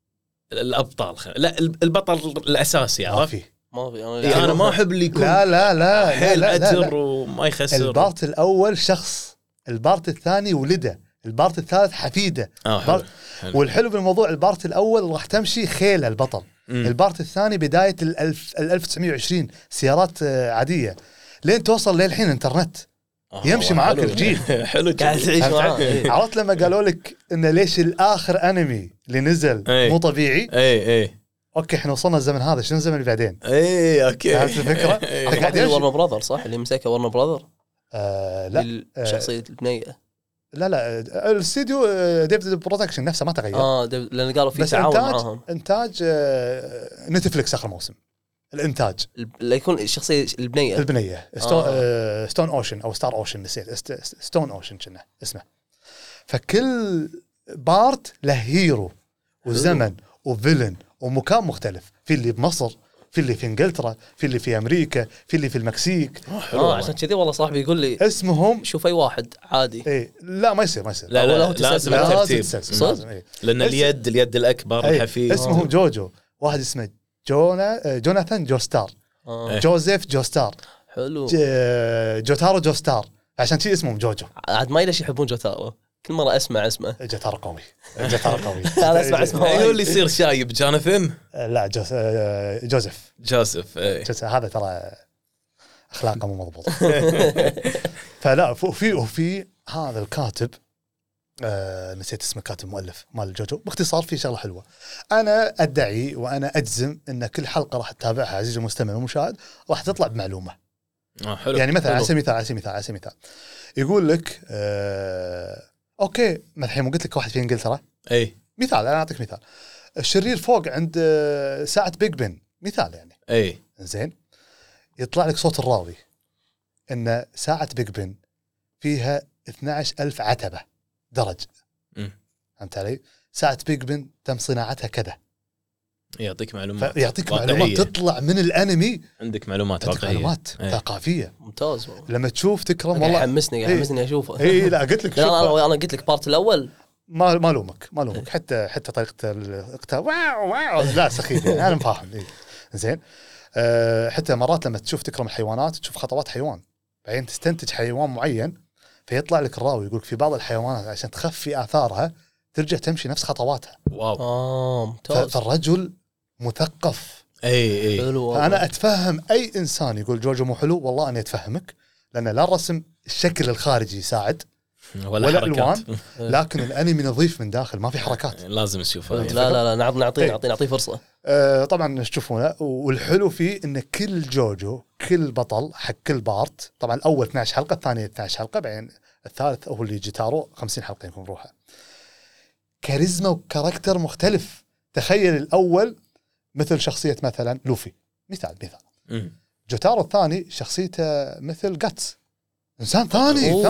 لا البطل الاساسي، عرفت؟ ما في انا ما احب اللي يكون لا حيل اجر وما يخسر. البارت الاول شخص، البارت الثاني ولده، البارت الثالث حفيده. حلو. والحلو بالموضوع البارت الاول راح تمشي خيله البطل. البارت الثاني بدايه 1920 سيارات عاديه، لين توصل للحين انترنت يمشي معاك الجيل. حلو قاعد تعيش معاه. عرفت لما قالوا لك انه ليش الاخر انمي اللي نزل مو طبيعي؟ اوكي احنا وصلنا الزمن هذا، شنو الزمن اللي بعدين؟ اوكي فهمت الفكره؟ قاعد ورنر براذر، صح؟ اللي مسكه ورنر براذر. لا شخصيه البنيه. لا الاستديو ديفيد برودكشن نفسه ما تغير. لان قالوا في تعاون معاهم. انتاج نتفليكس اخر موسم. الانتاج اللي يكون الشخصيه البنيه ستون اوشن او ستار اوشن، نسيت ستون اوشن كنا اسمه. فكل بارت له هيرو وزمن وفيلن ومكان مختلف، في اللي بمصر، في اللي في انجلترا، في اللي في امريكا، في اللي في المكسيك. عشان كذي والله صاحبي يقول لي اسمهم شوف اي واحد عادي. لا ما يصير لا لازم الترتيب، لان اليد الأكبر الحفيد. اسمهم جوجو، واحد اسمه جوناثان جوستار، جوزيف جوستار، حلو، جوتارو جوستار، عشان شيء اسمهم جوجو. عاد ما ليش يحبون جوتارو، كل مرة اسمع اسمه جوتارو قوي. أنا اسمع اسمه هو اللي يصير شايب. جوناثان لا جوزيف هذا ترى أخلاقه مو مضبوط. فلا في هذا الكاتب نسيت اسم الكاتب المؤلف مال جوجو. باختصار في شغله حلوه، انا ادعي وانا اجزم ان كل حلقه راح تتابعها عزيزي المستمع والمشاهد راح تطلع بمعلومه. حلو. يعني مثلا على سبيل المثال يقول لك اوكي الحين قلت لك واحد في انجلترا، مثال انا اعطيك مثال، الشرير فوق عند ساعه بيج بن مثال يعني، زين يطلع لك صوت الراوي ان ساعه بيج بن فيها 12,000 عتبه درج. فهمت علي؟ ساعه بيج بن تم صناعتها كذا. يعطيك معلومات، يعطيك معلومات تطلع من الانمي، عندك معلومات واقعيه، معلومات ثقافيه. ممتاز لما تشوف تكرم والله حمسني اشوفه. اي لا قلت لك انا قلت لك بارت الاول ما لومك حتى طريقه الاقتال لا سخيف يعني انا فاهم. زين حتى مرات لما تشوف تكرم الحيوانات تشوف خطوات حيوان بعدين تستنتج حيوان معين فيطلع لك الراوي يقول في بعض الحيوانات عشان تخفي آثارها ترجع تمشي نفس خطواتها. واو ممتاز. فالرجل مثقف. اي فأنا أتفهم أي إنسان يقول جوجو مو حلو، والله أنا أتفهمك، لأن لا الرسم الشكل الخارجي يساعد ولا الألوان، لكن الأنمي نظيف من داخل ما في حركات. لازم نشوفه. لا نعطيه فرصة. طبعا تشوفونه، والحلو فيه إن كل جوجو كل بطل حق كل بارت، طبعا الأول 12 حلقة، الثاني 12 حلقة، بعدين الثالث هو اللي جيتارو 50 حلقة يكون بروحه. كاريزما وكاركتر مختلف. تخيل الأول مثل شخصية مثلا لوفي مثال جوتارو الثاني شخصيته مثل جاتس، إنسان ثاني.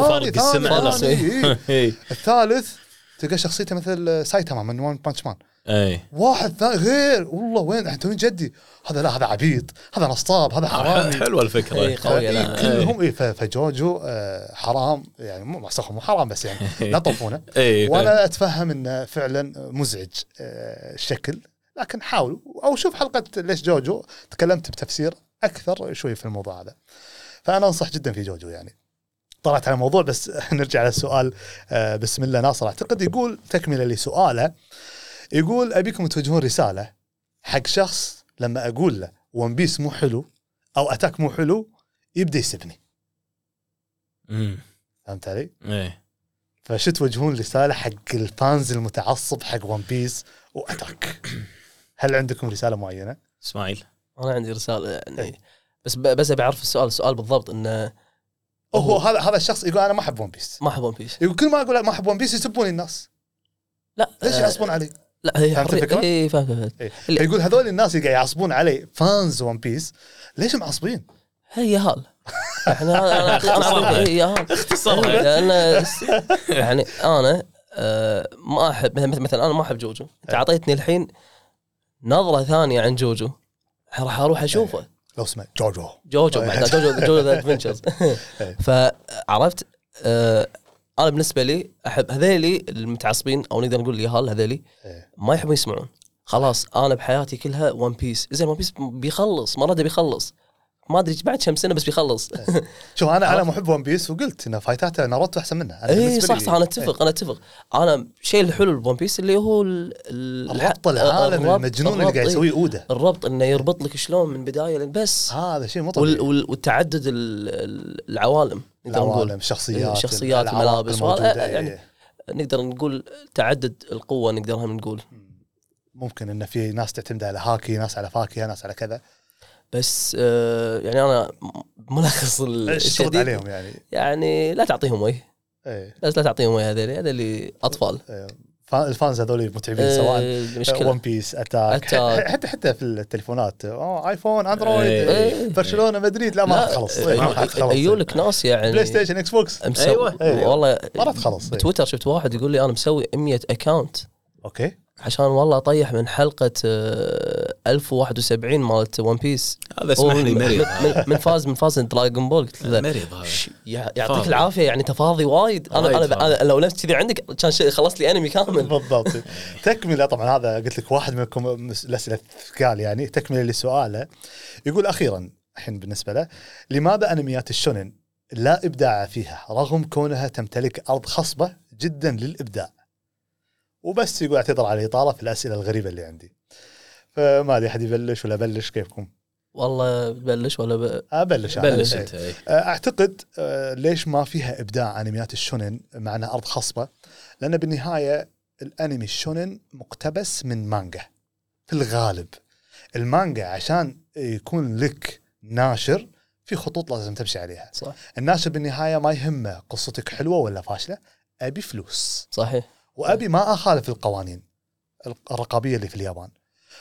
الثالث تلقى شخصيته مثل سايتاما من وان بانش مان. واحد ثاني غير، والله وين أنتوني جدي هذا، لا هذا عبيط، هذا نصاب، هذا حرامي. حلوة الفكرة. كلهم فجوجو حرام يعني، مو حرام بس يعني لا طفونه. وانا اتفهم انه فعلا مزعج الشكل، لكن حاول او شوف حلقة ليش جوجو، تكلمت بتفسير اكثر شوي في الموضوع هذا. فانا انصح جدا في جوجو يعني. طلعت على الموضوع بس نرجع على السؤال. بسم الله ناصر اعتقد يقول تكملة لسؤاله، يقول أبيكم توجهون رسالة حق شخص لما أقول له ون بيس مو حلو أو أتاك مو حلو يبدأ يسبني. فهمت علي؟ فشو توجهون رسالة حق الفانز المتعصب حق ون بيس وأتاك؟ هل عندكم رسالة معينة؟ إسماعيل. أنا عندي رسالة يعني بس أبي أعرف السؤال بالضبط. إنه هذا الشخص يقول أنا ما أحب ون بيس. يقول كل ما أقول ما أحب ون بيس يسبون الناس. لا ليش يعصبون علي؟ لا هي حرية. فاهم. يقول هذول الناس اللي يعصبون علي فانز ون بيس ليش معصبين؟ هي يهال. احنا انا اختصار يعني انا ما احب مثلا، انا ما احب جوجو. انت اعطيتني الحين نظرة ثانية عن جوجو، راح اروح اشوفه. لو اسمه جوجو ذا ادفنتشرز. فعرفت انا بالنسبه لي احب هذيلي المتعصبين، او نقدر نقول اليهال هذيلي ما يحبون يسمعون. خلاص انا بحياتي كلها ون بيس. زين ون بيس بيخلص مرة بيخلص، ما ادري بعد كم سنه بس بيخلص. شوف انا محب ون بيس وقلت ان فايتاته ناروتو احسن منها. اي صح انا اتفق. انا شيء الحلو بون بيس اللي هو الربط العالم المجنون اللي قاعد يسويه اوده، الربط انه يربط لك شلون من بدايه بس هذا شيء مو طبيعي. والتعدد العوالم الشخصيات الملابس يعني نقدر نقول تعدد القوه، نقدر هم نقول ممكن ان في ناس تعتمد على هاكي، ناس على فاكهه، ناس على كذا. بس يعني انا ملخص الشديد عليهم يعني لا تعطيهم وجه. بس لا تعطيهم وجه، هذول اطفال. الفانز هذول متعبين، سواء ون بيس أتاك. حتى في التليفونات ايفون اندرويد برشلونه مدريد، لا ما راح تخلص. ايولك ناس يعني بلاي ستيشن اكس بوكس. أيوة. والله ما راح تخلص. بتويتر شفت واحد يقول لي انا مسوي 100 اكاونت اوكي عشان والله طيح من حلقة 1071 مالت ون بيس. هذا اسمح لي مريض. من فاز دراغون بول. قلت له مريض يعطيك العافية يعني تفاضي وايد. أنا لو نفس كذي عندك كان خلصت لي أنمي كامل. بالضبط. تكملة طبعا هذا قلت لك واحد منكم الأسئلة الثقال يعني. تكملة لسؤاله يقول أخيرا الحين بالنسبة له، لماذا أنميات الشونن لا إبداع فيها رغم كونها تمتلك أرض خصبة جدا للإبداع؟ وبس يقول اعتذر على الإطالة في الأسئلة الغريبة اللي عندي. فما أدري أحد يبلش ولا بلش كيفكم؟ والله بلش ولا أبلش. بلش أنت. أعتقد ليش ما فيها إبداع أنميات الشونن معنا أرض خصبة؟ لأن بالنهاية الأنمي الشونن مقتبس من مانجا في الغالب. المانجا عشان يكون لك ناشر في خطوط لازم تمشي عليها. صح. الناشر بالنهاية ما يهمه قصتك حلوة ولا فاشلة، أبي فلوس. صحيح. وأبي ما أخالف القوانين الرقابية اللي في اليابان،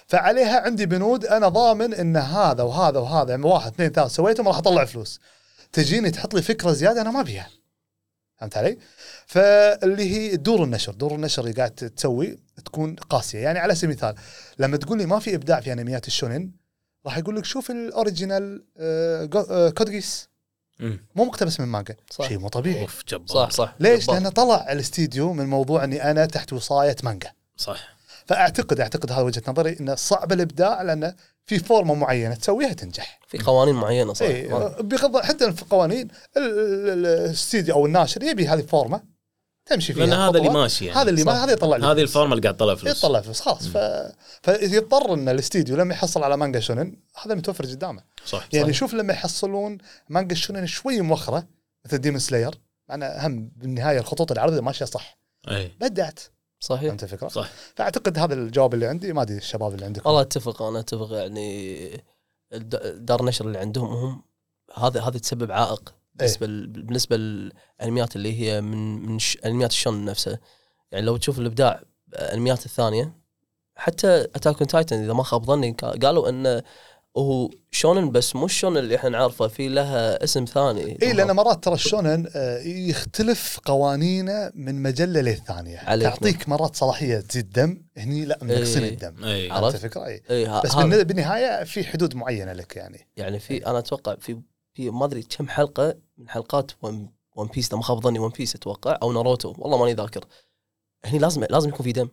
فعليها عندي بنود أنا ضامن إن هذا وهذا وهذا يعني 1 2 3 سويتهم راح أطلع فلوس. تجيني تحط لي فكره زياده انا ما بيها. فهمت علي؟ فاللي هي دور النشر اللي قاعد تسوي تكون قاسيه. يعني على سبيل المثال لما تقول لي ما في ابداع في انميات الشونن، راح يقول لك شوف الاوريجينال كود جيس مو مقتبس من مانجا، شيء مو طبيعي. صح ليش؟ لانه طلع الاستديو من موضوع اني انا تحت وصايه مانجا. صح. فاعتقد هذا وجهه نظري انه صعب الابداع، لانه في فورمه معينه تسويها تنجح، في قوانين معينه. صح. بغض حتى في قوانين الاستديو او الناشر يبي هذه فورمه تمشي فيها، لأن هذا اللي ماشي يعني. هذا اللي ما هذا يطلع لك هذه الفورمه اللي قاعد تطلع فلوس، يطلع فلوس خلاص. فيضطر ان الاستديو لما يحصل على مانجا شونن هذا متوفر قدامه. صح. يعني صح. شوف لما يحصلون مانجا شونن شوي موخره مثل ديمون سلاير، معنا هم بالنهايه الخطوط العرضيه ماشيه صح، بدأت صحيح. فهمت الفكره؟ صح. فاعتقد هذا الجواب اللي عندي. ما ادري الشباب اللي عندكم. والله انا اتفق يعني دار النشر اللي عندهم هم هذا تسبب عائق بالنسبه للانميات اللي هي من انميات الشون نفسها. يعني لو تشوف الابداع الانميات الثانيه، حتى اتاك اون تايتن اذا ما خاب ظني قالوا انه هو شونن بس مو الشونن اللي احنا نعرفه، في لها اسم ثاني. لان مرات ترى الشونن يختلف قوانينه من مجله للثانيه، تعطيك مرات صلاحيه تزيد دم، هني لا منقصين الدم. عرفت الفكره؟ بس بالنهايه في حدود معينه لك. يعني في انا اتوقع في ما ادري كم حلقه من حلقات ون بيس، اذا ما خاب ظني ون بيس اتوقع او ناروتو، والله ماني ذاكر، هني لازم يكون في دم.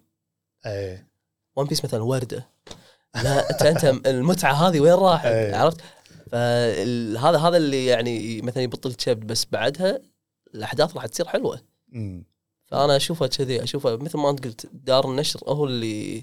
ون بيس مثلا ورده، لا انت المتعه هذه وين راحت؟ عرفت؟ هذا اللي يعني مثلا يبطل تشبد، بس بعدها الاحداث راح تصير حلوه. فانا اشوفها كذي، اشوفها مثل ما انت قلت دار النشر هو اللي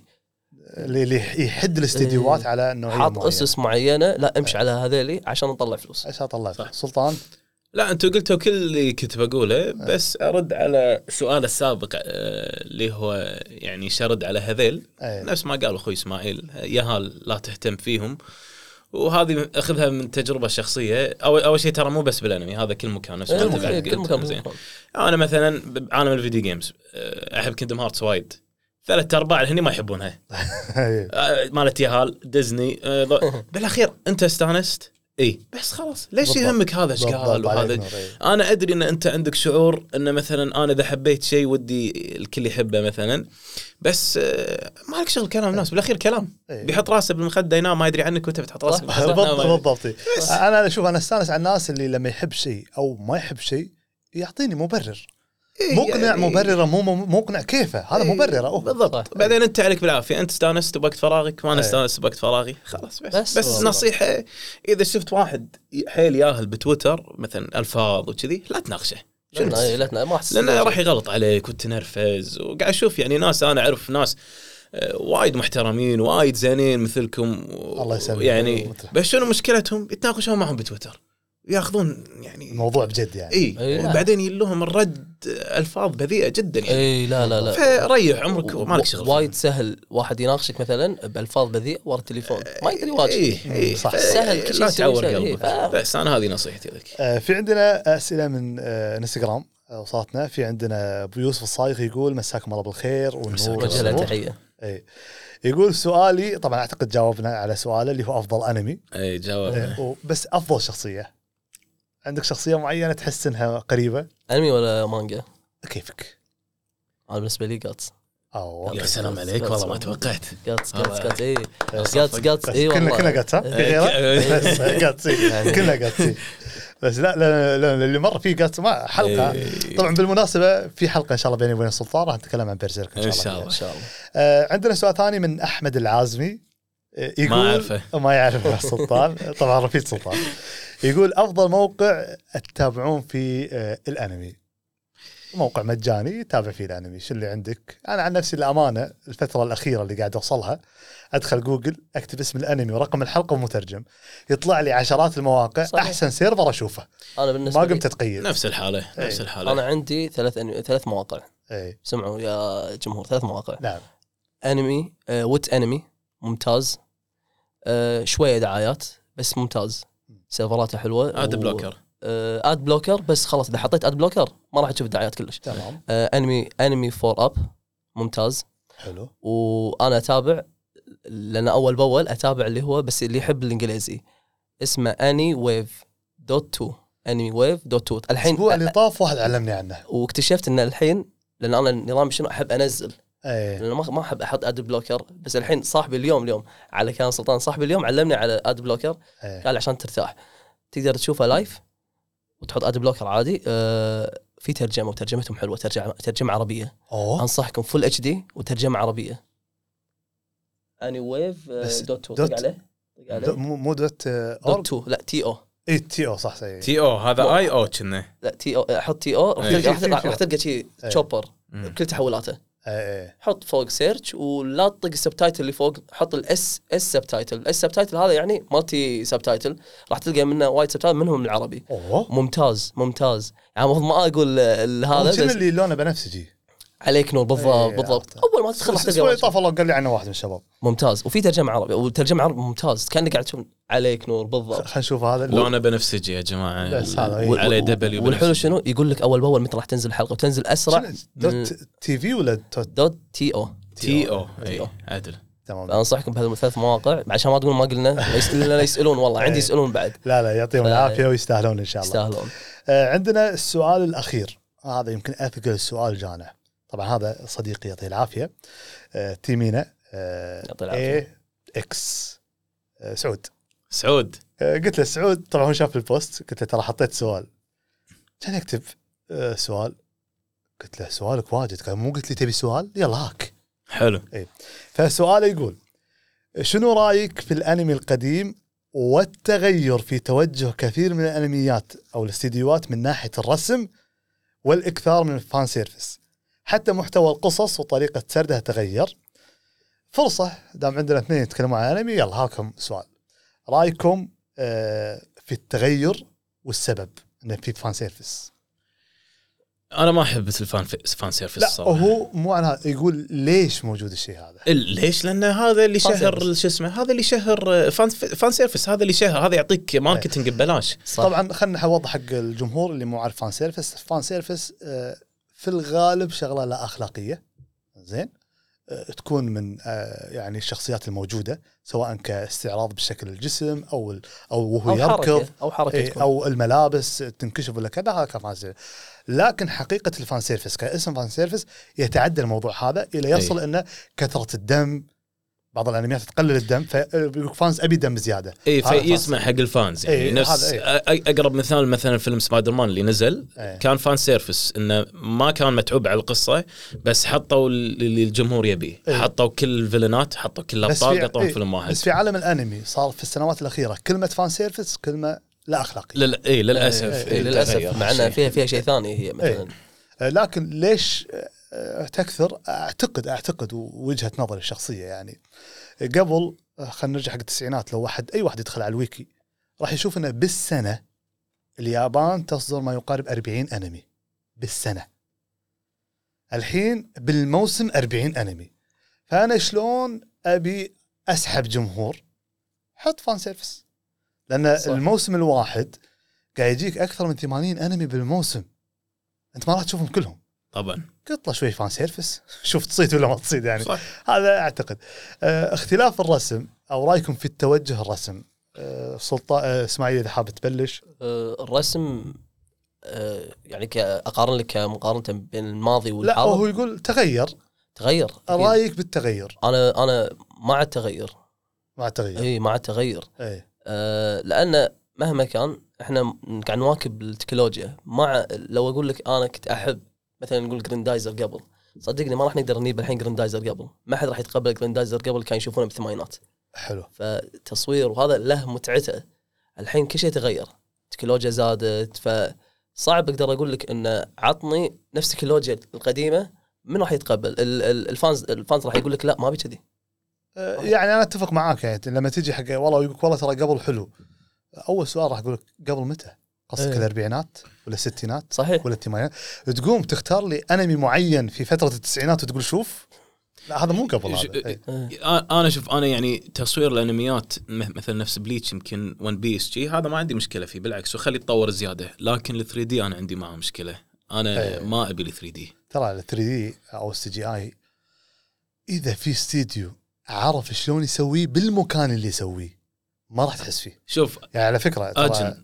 يحد الاستديوهات على انه حاط اسس معينه، لا امشي على هذيلي عشان نطلع فلوس. عشان نطلع فلوس. سلطان؟ لا انتوا قلتوا كل اللي كنت بقوله، بس ارد على السؤال السابق اللي هو يعني شرد على هذيل. نفس ما قال اخوي اسماعيل، ياهال لا تهتم فيهم، وهذه اخذها من تجربه شخصيه. اول شيء ترى مو بس بالانمي، هذا كل مكان. كل مكان. انا مثلا بعالم الفيديو جيمز احب كيندم هارتس وايد، 3/4 هني ما يحبونها. مالت ياهال ديزني. بالاخير انت استانست بس خلاص، ليش يهمك هذا ايش قال وهذا؟ انا ادري ان انت عندك شعور ان مثلا انا اذا حبيت شيء ودي الكل يحبه مثلا، بس ما لك شغل كلام الناس. بالاخير كلام بيحط راسه بالمخده ينام ما يدري عنك وانت بتحط راسك بالضبط. انا اشوف انا استانس على الناس اللي لما يحب شيء او ما يحب شيء يعطيني مبرر مقنع. مبرره مو مقنع كيفه، هذا مبرره بالضبط. بعدين انت عليك بالعافيه، انت استانست بوقت فراغك وانا استانست بوقت فراغي، خلاص. بس نصيحه، اذا شفت واحد حيل ياهل بتويتر مثلا الفاظ وكذي لا تناقشه، لانه راح يغلط عليك وتنرفز. وقاعد اشوف يعني ناس، انا اعرف ناس وايد محترمين وايد زينين مثلكم الله يسلمك يعني، بس شنو مشكلتهم؟ يتناقشون معهم بتويتر، ياخذون يعني الموضوع بجد يعني. وبعدين يلهم الرد الفاظ بذيئه جدا يعني. لا فريح عمرك وما لك شغل. وايد سهل واحد يناقشك مثلا بالفاظ بذيئه ورا التليفون، ما يقدر يواجهك. صح، سهل كل شيء. لا تعور قلبك. بس انا هذه نصيحتي لك. في عندنا اسئله من انستغرام وصلتنا. في عندنا ابو يوسف الصايغ يقول مساكم الله بالخير والنور. وجه له تحيه. يقول سؤالي، طبعا اعتقد جاوبنا على سؤاله اللي هو افضل انمي. جاوب. بس افضل شخصيه، عندك شخصية معينة تحس انها قريبة؟ انمي ولا مانجا؟ كيفك؟ انا بالنسبة لي جاتس. يا سلام عليك، والله ما توقعت. جاتس جاتس والله كنا جاتس. جاتس كنا جاتس. بس لا اللي مر فيه جاتس ما حلقة. طبعا بالمناسبة في حلقة ان شاء الله بيني وبين السلطان راح نتكلم عن بيرزيرك ان شاء الله. عندنا سؤال ثاني من احمد العازمي يقول ما يعرف السلطان، طبعا رفيق سلطان. يقول أفضل موقع تتابعون في الأنمي، موقع مجاني تابع فيه الأنمي، شو اللي عندك؟ أنا عن نفسي الأمانة الفترة الأخيرة اللي قاعد أوصلها أدخل جوجل أكتب اسم الأنمي ورقم الحلقة ومترجم، يطلع لي عشرات المواقع. صحيح. أحسن سيرفر أشوفه. أنا بالنسبة ما قمت أتقيد. نفس الحالة. أنا عندي 3 مواقع. سمعوا يا جمهور، 3 مواقع. نعم. أنمي وات أنمي ممتاز، شوية دعايات بس ممتاز، سيرفراته حلوه. اد بلوكر اد بلوكر بس خلاص اذا حطيت اد بلوكر ما راح تشوف الدعايات كلش. تمام. انمي 4 اب ممتاز حلو. وانا اتابع لان اول باول اتابع اللي هو بس اللي يحب الانجليزي اسمه اني ويف دوت 2 انمي ويف دوت 2 الحين. الاسبوع اللي طاف واحد علمني عنه، واكتشفت ان الحين لان انا نظام شنو احب انزل، ايه لأنه ما احب احط اد بلوكر. بس الحين صاحبي اليوم على كان سلطان صاحبي اليوم علمني على اد بلوكر. ايه قال عشان ترتاح تقدر تشوفها لايف وتحط اد بلوكر عادي. في ترجمه وترجمتهم حلوه، ترجمه عربيه. انصحكم فول اتش دي وترجمه عربيه. اني ويف دوت 2 طق عليه مو دوت دوت 2 لا تي او. اي تي او صح صحيح. تي او هذا اي او كنا. لا تي او احط تي او راح تلقى شيء تشوبر بكل تحولاته. حط فوق سيرش ولا تطق السبتايتل اللي فوق، حط الاس سبتايتل. الاس سبتايتل هذا يعني مالتي سبتايتل، راح تلقى منه وايد سبتايتل منهم العربي. ممتاز يعني المفروض ما اقول هذا بس اللي لونه بنفسجي عليك نور. بالضبط اول ما تدخل راح تلقى طاف الله قال لي عنه واحد من الشباب ممتاز. وفي ترجمه عربي والترجمه عربي ممتاز، كانك قاعد تشوف عليك نور. بالضبط خلينا نشوف هذا لونه بنفسجي يا جماعه عليه دبل. والحلو شنو يقول لك اول باول متى راح تنزل الحلقه وتنزل اسرع. دوت تي في ولا دوت تي او اي عدل. تمام انصحكم بهذه الثلاث مواقع عشان ما تقولون ما قلنا. لا يسالون والله عندي يسالون بعد. لا يعطيهم العافيه ويستاهلون ان شاء الله. يستاهلون. عندنا السؤال الاخير، هذا يمكن اثقل السؤال جانا. طبعا هذا صديقي يعطيه العافيه تيمينا يعطيه العافيه اكس سعود. قلت له سعود، طبعا هو شاف البوست، قلت له ترى حطيت سؤال، كان يكتب سؤال. قلت له سؤالك واجد، قال مو قلت لي تبي سؤال يلا هاك حلو. فسؤاله يقول شنو رايك في الانمي القديم والتغير في توجه كثير من الانميات او الاستديوهات من ناحيه الرسم والاكثار من الفان سيرفيس، حتى محتوى القصص وطريقه سردها تغير. فرصه دام عندنا اثنين يتكلمون عن انمي، يلا هاكم سؤال، رايكم في التغير والسبب انه في فان سيرفيس. انا ما احب الفان سيرفيس لا الصراحه. هو مو عنها، يقول ليش موجود الشيء هذا. ليش؟ لان هذا اللي شهر شو اسمه، هذا اللي شهر فان سيرفيس، هذا اللي شهر، هذا يعطيك ماركتينج ببلاش. طبعا خلينا نوضح حق الجمهور اللي مو عارف فان سيرفيس. فان سيرفيس في الغالب شغله لا اخلاقيه، زين، تكون من يعني الشخصيات الموجوده، سواء كاستعراض بشكل الجسم او وهو يركض او حركه او الملابس تنكشف ولا كذا، هذا كفان سيرفيس. لكن حقيقه الفان سيرفيس كاسم فان سيرفيس يتعدى الموضوع هذا الى يصل انه كثره الدم، بعض الانميات تقلل الدم فيقول فانز ابي دم زياده. فيسمع حق الفانز يعني. نفس اقرب مثلا فيلم سبايدر مان اللي نزل كان فان سيرفيس، انه ما كان متعوب على القصه، بس حطوا اللي الجمهور يبيه. حطوا كل الفيلنات، حطوا كل الابطال، قطعوا فيلم واحد. بس في عالم الانمي صار في السنوات الاخيره كلمه فان سيرفيس كلمه لا اخلاقيه. للاسف للاسف مع انها فيها شيء ثاني هي مثلا. لكن ليش تكثر؟ اعتقد وجهه نظري الشخصيه يعني، قبل خلينا نرجع حق التسعينات، لو اي واحد يدخل على الويكي راح يشوف انه بالسنه اليابان تصدر ما يقارب 40 انمي بالسنه. الحين بالموسم 40 انمي. فانا شلون ابي اسحب جمهور؟ حط فان سيرفيس، لان صح. الموسم الواحد قاعد يجيك اكثر من 80 انمي بالموسم، انت ما راح تشوفهم كلهم طبعا. قطله شوي فان سيرفيس، شوف تصيد ولا ما تصيد يعني. صح. هذا اعتقد. اختلاف الرسم او رايكم في التوجه الرسم. سلطان اسماعيل اذا حابب تبلش. الرسم يعني اقارن لك مقارنه بين الماضي والحاضر. لا هو يقول تغير. رايك بالتغير؟ انا مع التغير. اي مع التغير. لان مهما كان احنا قاعد نواكب التكنولوجيا. لو اقول لك انا كنت احب مثلا نقول جراندايزر قبل، صدقني ما راح نقدر نجيب الحين جراندايزر قبل. ما حد راح يتقبل جراندايزر قبل، كان يشوفونه بالثمانينات. حلو. فتصوير وهذا له متعته. الحين كل شيء تغير، التكنولوجيا زادت، فصعب اقدر اقول لك انه عطني نفس التكنولوجيا القديمه. من راح يتقبل؟ الفانز راح يقول لك لا ما ابي كذي. يعني انا اتفق معاك. يعني لما تيجي حق والله يقول والله ترى قبل حلو، اول سؤال راح اقول لك قبل متى؟ قصدك الاربعينات ولا الستينات؟ صحيح. ولا الثمانينات؟ تقوم تختار لي انمي معين في فتره التسعينات وتقول شوف لا هذا مو قبل هذا. انا شوف، انا يعني تصوير الانميات مثلا نفس بليتش يمكن ون بيس جي، هذا ما عندي مشكله فيه بالعكس، وخلي يتطور زياده. لكن ال 3 دي انا عندي معه مشكله. انا ما ابي ال 3 دي. ترى ال 3 دي او السي جي اي اذا في استديو عرف شلون يسويه بالمكان اللي يسويه ما راح تحس فيه. شوف يعني على فكره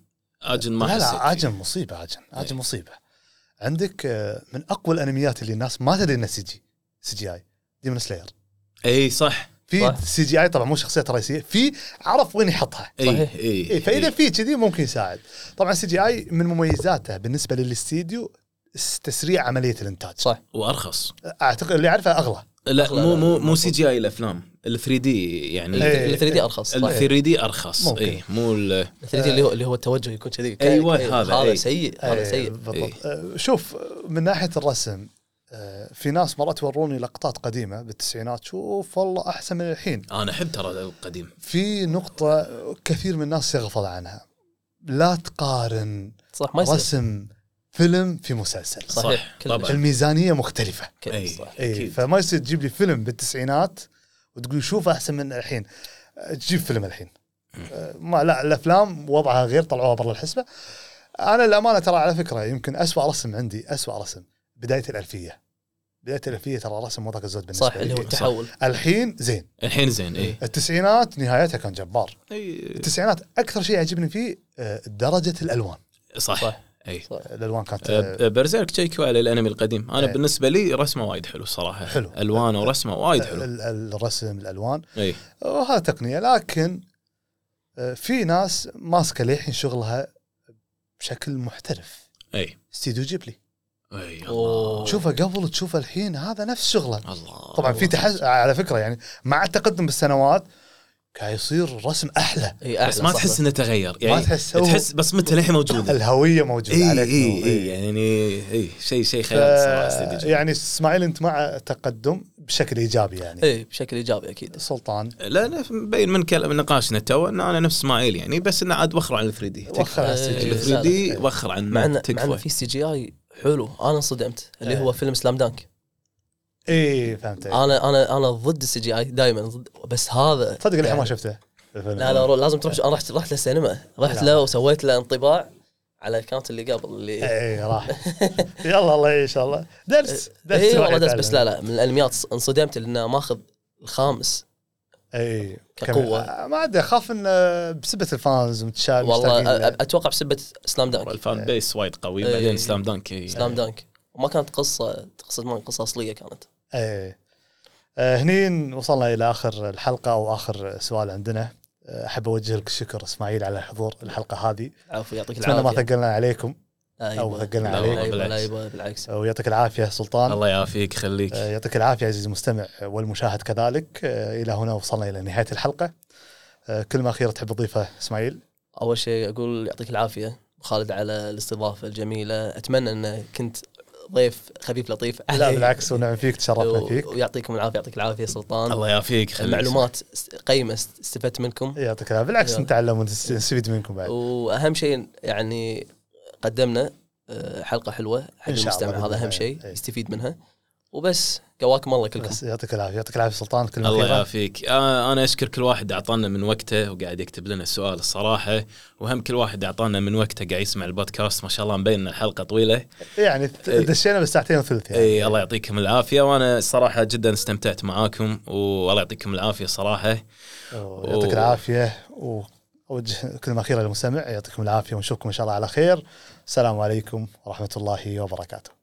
عجن ما لا حسيت عجن مصيبه، عجن مصيبه. عندك من اقوى الانميات اللي الناس ما تدري انه سي جي اي ديمون سلاير. اي صح في سي جي اي طبعا مو شخصيه رئيسيه، في عرف وين يحطها. صحيح. إيه فاذا في كذي ممكن يساعد. طبعا سي جي اي من مميزاته بالنسبه للاستديو تسريع عمليه الانتاج. صح. وارخص اعتقد اللي اعرفه اغلى. لا مو سي جي اي الافلام ال 3 دي يعني ال 3 دي ارخص. ال 3 دي ارخص. اي مو ال 3 دي اللي هو التوجه يكون كذي. ايوه هذا سيء. هذا سيء بالضبط. شوف من ناحيه الرسم، في ناس مرات يوروني لقطات قديمه بالتسعينات، شوف والله احسن من الحين. انا احب ترى القديم. في نقطه كثير من الناس يغفل عنها، لا تقارن صح ما يصير. رسم فيلم في مسلسل. صحيح طبعا الميزانيه مختلفه. اي فما يصير تجيب لي فيلم بالتسعينات وتقول شوف احسن من الحين. تجيب فيلم الحين ما لا الافلام وضعها غير، طلعوها برا الحسبه. انا الامانه ترى على فكره يمكن أسوأ رسم عندي، أسوأ رسم بدايه الالفيه. بدايه الالفيه ترى رسم وضعك الزود بالنسبه صح اللي هو التحول. الحين زين. اي التسعينات نهايتها كان جبار. اي التسعينات اكثر شيء يعجبني فيه درجه الالوان. صح. اي الالوان كانت برزيرك تشيكوا على الانمي القديم. انا بالنسبه لي رسمه وايد حلو صراحه. حلو. الوان ورسمه وايد حلو. الرسم الالوان اي وهذا تقنيه، لكن في ناس ماسكه للحين شغلها بشكل محترف. اي استديو جيبلي. اي الله. تشوفه قبل تشوفه الحين هذا نفس شغله. الله. طبعا في على فكره يعني مع التقدم بالسنوات قاعد يصير رسم احلى. بس ما تحس انه تغير يعني. ما تحس بصمته الحين موجوده. الهويه موجوده عليك. يعني شيء خيال صراحه. يعني اسماعيل انت مع تقدم بشكل ايجابي يعني. اي بشكل ايجابي اكيد. سلطان لا مبين من كلام نقاشنا تو ان انا نفس اسماعيل يعني، بس انه عاد وخر عن ال 3 دي. وخر عن ال 3 دي وخر عن معنا في سي جي اي حلو. انا انصدمت اللي هو فيلم سلام دانك. ايه فهمت. انا ضد السي جي اي دائما ضد، بس هذا صدق الحين ما شفته. لا لازم تروح. انا رحت للسينما، رحت له وسويت له انطباع على الكانت اللي قبل اللي اي راح. يلا الله ان شاء الله درس اي والله درس. بس لا من الانميات انصدمت لانه ماخذ الخامس. اي كقوه. ما ادري اخاف ان بسبه الفانز متشابه. والله اتوقع بسبه سلام دانك. الفان بيس وايد قوي. بعدين سلام دانك سلام دانك وما كانت قصه اصليه كانت. اي هني وصلنا الى اخر الحلقه او اخر سؤال عندنا. احب اوجه لك الشكر اسماعيل على حضور الحلقه هذه. عفوا يعطيك العافيه. اتمنى ما ثقلنا عليكم او ثقلنا عليك. ايوه بالعكس. ويعطيك العافيه سلطان. الله يعافيك خليك. يعطيك العافيه عزيزي المستمع والمشاهد كذلك. الى هنا وصلنا الى نهايه الحلقه. كلمه اخيره تحب تضيفها اسماعيل؟ اول شيء اقول يعطيك العافيه خالد على الاستضافه الجميله. اتمنى ان كنت ضيف خفيف لطيف. لا بالعكس ونعم فيك، تشرفنا فيك. ويعطيكم العافيه. يعطيك العافيه سلطان. الله يعافيك خليك. معلومات قيمه استفدت منكم. يعطيك العافيه. بالعكس نتعلم ونستفيد منكم بعد. واهم شيء يعني قدمنا حلقه حلوه حق المستمع. هذا اهم شيء يستفيد منها. وبس قواكم الله كلكم. يعطيك العافيه. يعطيك العافيه سلطان. كلمه الله يعافيك. انا اشكر كل واحد اعطانا من وقته وقاعد يكتب لنا السؤال الصراحه، وهم كل واحد اعطانا من وقته قاعد يسمع البودكاست. ما شاء الله مبين الحلقه طويله يعني دشينا بالساعتين وثلث يعني. اي الله يعطيكم العافيه. وانا الصراحه جدا استمتعت معاكم والله يعطيكم العافيه صراحه. يعطيك العافيه. ووجه كلمه اخيره للمستمع. يعطيكم العافيه ونشوفكم ان شاء الله على خير. السلام عليكم ورحمه الله وبركاته.